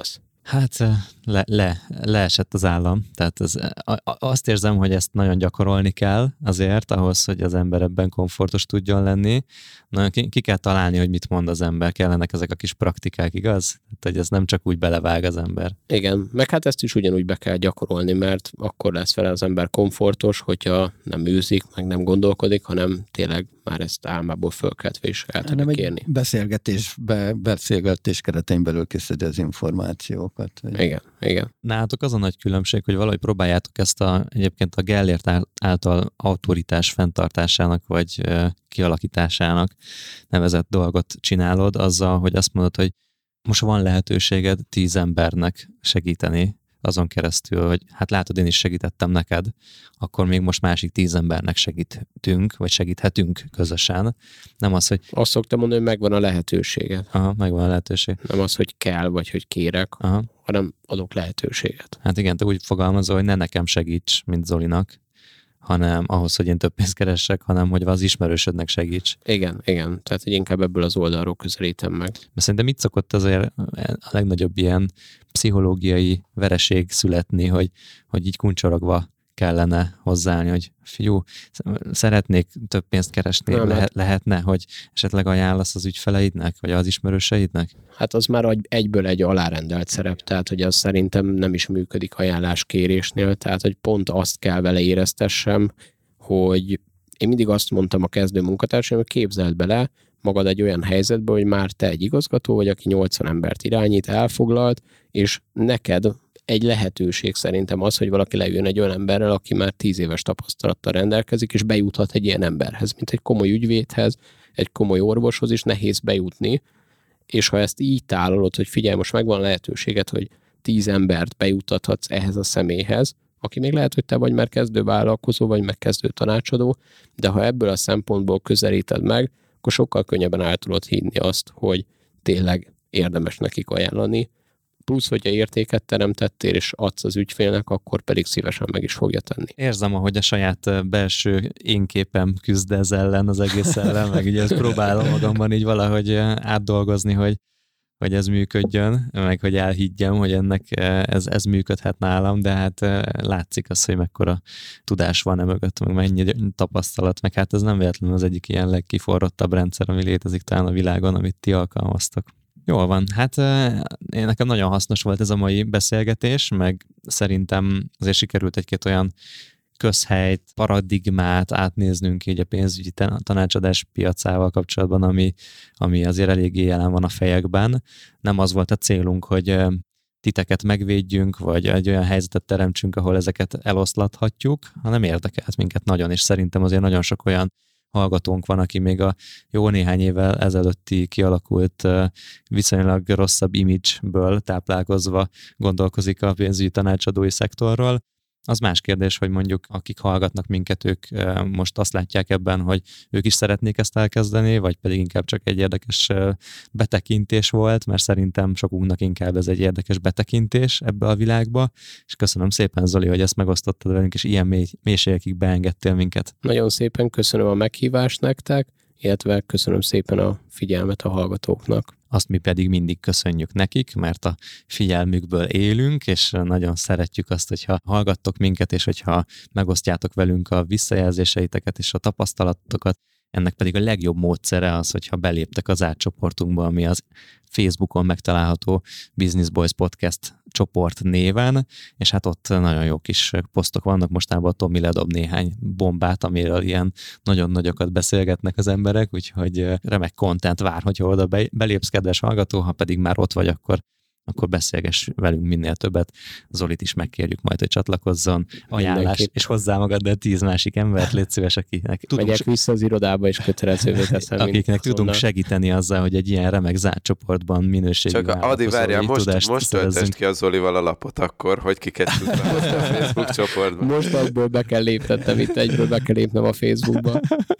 Hát le, le, leesett az állam, tehát ez, azt érzem, hogy ezt nagyon gyakorolni kell azért, ahhoz, hogy az ember ebben komfortos tudjon lenni. Nagyon ki, ki kell találni, hogy mit mond az ember, kellenek ezek a kis praktikák, igaz? Tehát, hogy ez nem csak úgy belevág az ember. Igen, meg hát ezt is ugyanúgy be kell gyakorolni, mert akkor lesz vele az ember komfortos, hogyha nem űzik, meg nem gondolkodik, hanem tényleg már ezt álmából fölkeltve is el tudja kérni. Beszélgetés, be, beszélgetés keretein belül készíti az információkat. Hogy... Igen, igen. Nálatok az a nagy különbség, hogy valahogy próbáljátok ezt a, egyébként a Gellért által autoritás fenntartásának, vagy kialakításának nevezett dolgot csinálod, azzal, hogy azt mondod, hogy most van lehetőséged tíz embernek segíteni azon keresztül, hogy hát látod, én is segítettem neked, akkor még most másik tíz embernek segítünk, vagy segíthetünk közösen. Nem az, hogy... Azt szoktam mondani, hogy megvan a lehetőséged. Aha, megvan a lehetőség. Nem az, hogy kell, vagy hogy kérek, Aha. hanem adok lehetőséget. Hát igen, te úgy fogalmazol, hogy ne nekem segíts, mint Zolinak, hanem ahhoz, hogy én több pénzt keressek, hanem hogy az ismerősödnek segíts. Igen, igen. Tehát, hogy inkább ebből az oldalról közelítem meg. Mert szerintem mit szokott azért a legnagyobb ilyen pszichológiai vereség születni, hogy, hogy így kuncsorogva kellene hozzáállni, hogy fiú, szeretnék több pénzt keresni, Nem, lehet, lehetne, hogy esetleg ajánlasz az ügyfeleidnek, vagy az ismerőseidnek? Hát az már egyből egy alárendelt szerep, tehát hogy az szerintem nem is működik ajánláskérésnél, tehát hogy pont azt kell vele éreztessem, hogy én mindig azt mondtam a kezdő munkatársaim, hogy képzeld bele magad egy olyan helyzetbe, hogy már te egy igazgató vagy, aki nyolcvan embert irányít, elfoglalt, és neked egy lehetőség szerintem az, hogy valaki leüljön egy olyan emberrel, aki már tíz éves tapasztalattal rendelkezik, és bejuthat egy ilyen emberhez, mint egy komoly ügyvédhez, egy komoly orvoshoz is nehéz bejutni, és ha ezt így tálalod, hogy figyelj, most megvan a lehetőséged, hogy tíz embert bejutathatsz ehhez a személyhez, aki még lehet, hogy te vagy már kezdő vállalkozó, vagy megkezdő tanácsadó, de ha ebből a szempontból közelíted meg, akkor sokkal könnyebben el tudod hinni azt, hogy tényleg érdemes nekik ajánlani, plusz, hogyha értéket teremtettél és adsz az ügyfélnek, akkor pedig szívesen meg is fogja tenni. Érzem, ahogy a saját belső énképem küzd ez ellen, az egész ellen, meg ugye ezt próbálom magamban így valahogy átdolgozni, hogy, hogy ez működjön, meg hogy elhiggyem, hogy ennek ez, ez működhet nálam, de hát látszik az, hogy mekkora tudás van e mögött, meg mennyi tapasztalat, meg hát ez nem véletlenül az egyik ilyen legkiforrottabb rendszer, ami létezik talán a világon, amit ti alkalmaztak. Jól van, hát én nekem nagyon hasznos volt ez a mai beszélgetés, meg szerintem azért sikerült egy-két olyan közhelyt, paradigmát átnéznünk így a pénzügyi tanácsadás piacával kapcsolatban, ami, ami azért eléggé jelen van a fejekben. Nem az volt a célunk, hogy titeket megvédjünk, vagy egy olyan helyzetet teremtsünk, ahol ezeket eloszlathatjuk, hanem érdekelt minket nagyon, és szerintem azért nagyon sok olyan hallgatónk van, aki még a jó néhány évvel ezelőtti kialakult viszonylag rosszabb image-ből táplálkozva gondolkozik a pénzügyi tanácsadói szektorról. Az más kérdés, hogy mondjuk akik hallgatnak minket, ők most azt látják ebben, hogy ők is szeretnék ezt elkezdeni, vagy pedig inkább csak egy érdekes betekintés volt, mert szerintem sokunknak inkább ez egy érdekes betekintés ebbe a világba, és köszönöm szépen, Zoli, hogy ezt megosztottad velünk, és ilyen mély, mélységekig beengedtél minket. Nagyon szépen köszönöm a meghívást nektek, illetve köszönöm szépen a figyelmet a hallgatóknak. Azt mi pedig mindig köszönjük nekik, mert a figyelmükből élünk, és nagyon szeretjük azt, hogyha hallgattok minket, és hogyha megosztjátok velünk a visszajelzéseiteket és a tapasztalatokat. Ennek pedig a legjobb módszere az, hogyha beléptek az átcsoportunkba, ami az Facebookon megtalálható Business Boys Podcast csoport néven, és hát ott nagyon jó kis posztok vannak, mostában a Tomi ledob néhány bombát, amiről ilyen nagyon nagyokat beszélgetnek az emberek, úgyhogy remek content vár, hogyha oda belépsz, kedves hallgató, ha pedig már ott vagy, akkor akkor beszélgess velünk minél többet. Zolit is megkérjük majd, hogy csatlakozzon, ajánlás, Mindenki. És hozzá magad, de tíz másik embert légy szíves, akiknek tudunk... Megyek vissza az irodába, és kötelezővé teszem. Akiknek tudunk segíteni azzal, hogy egy ilyen remek zárt csoportban minőségű Csak Adi, várjál, most, most töltest ki a Zolival a lapot akkor, hogy kiket tudsz a Facebook csoportban. Most abból be kell léptetnem, itt egyből be kell lépnem a Facebookba.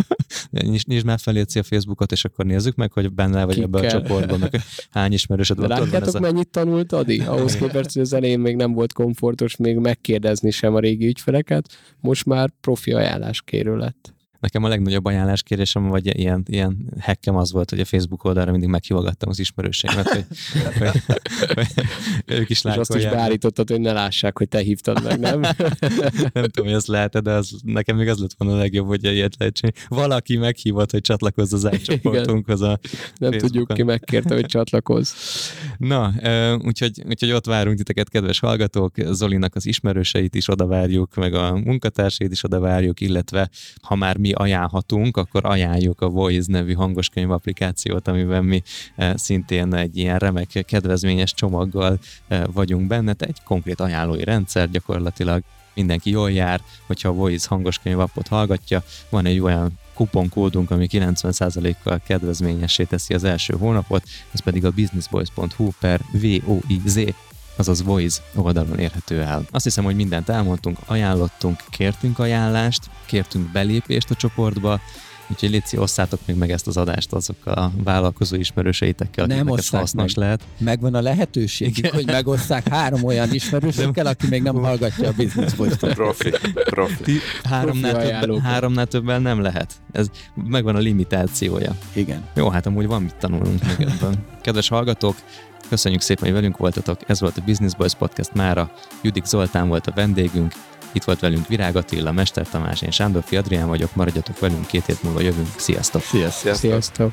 Nyisd, nyisd már fel a Facebookot, és akkor nézzük meg, hogy benne vagy ebben a csoportban, meg hány ismerősöd van. Látjátok, mennyit tanult Adi? Ahhoz képest, hogy az elején még nem volt komfortos még megkérdezni sem a régi ügyfeleket, most már profi ajánláskérő lett. Nekem a legnagyobb ajánláskérésem, vagy ilyen, ilyen hackem az volt, hogy a Facebook oldalra mindig meghívogattam az ismerőseimet, hogy, hogy, hogy ők is lájkolják. És azt is beállítottad, hogy ne lássák, hogy te hívtad meg, nem? Nem tudom, hogy ezt lehet, de az, nekem még az lett volna a legjobb, hogy ilyet lehet csinálni. Valaki meghívott, hogy csatlakozz az átcsoportunkhoz. A nem Facebookon. tudjuk, ki megkérte, hogy csatlakozz. Na, úgyhogy, úgyhogy ott várunk titeket, kedves hallgatók, Zolinak az ismerőseit is oda várjuk, meg a munkatársait is oda várjuk, illetve ha már mi ajánlhatunk, akkor ajánljuk a Voice nevű hangoskönyv applikációt, amiben mi szintén egy ilyen remek, kedvezményes csomaggal vagyunk benne, egy konkrét ajánlói rendszer, gyakorlatilag mindenki jól jár, hogyha a Voice hangoskönyv appot hallgatja, van egy olyan kuponkódunk, ami kilencven százalékkal kedvezményessé teszi az első hónapot, ez pedig a businessboys.hu per voiz, azaz Voice oldalon érhető el. Azt hiszem, hogy mindent elmondtunk, ajánlottunk, kértünk ajánlást, kértünk belépést a csoportba, úgyhogy létszi, osszátok még meg ezt az adást azokkal a vállalkozó ismerőseitekkel, akiknek ez hasznos meg. lehet. Megvan a lehetőség, hogy megosszák három olyan ismerősökkel, aki még nem hallgatja a Business Boys-t. Profi, profi. Háromnál, profi többen, háromnál többen nem lehet. Ez megvan a limitációja. Igen. Jó, hát amúgy van mit tanulnunk meg ebben. Kedves hallgatók, köszönjük szépen, hogy velünk voltatok. Ez volt a Business Boys Podcast mára. Judik Zoltán volt a vendégünk. Itt volt velünk Virág Attila, Mester Tamás, én Sándorfi Adrián vagyok. Maradjatok velünk, két hét múlva jövünk. Sziasztok! Sziasztok! Sziasztok.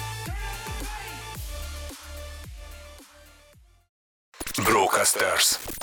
Brocasters.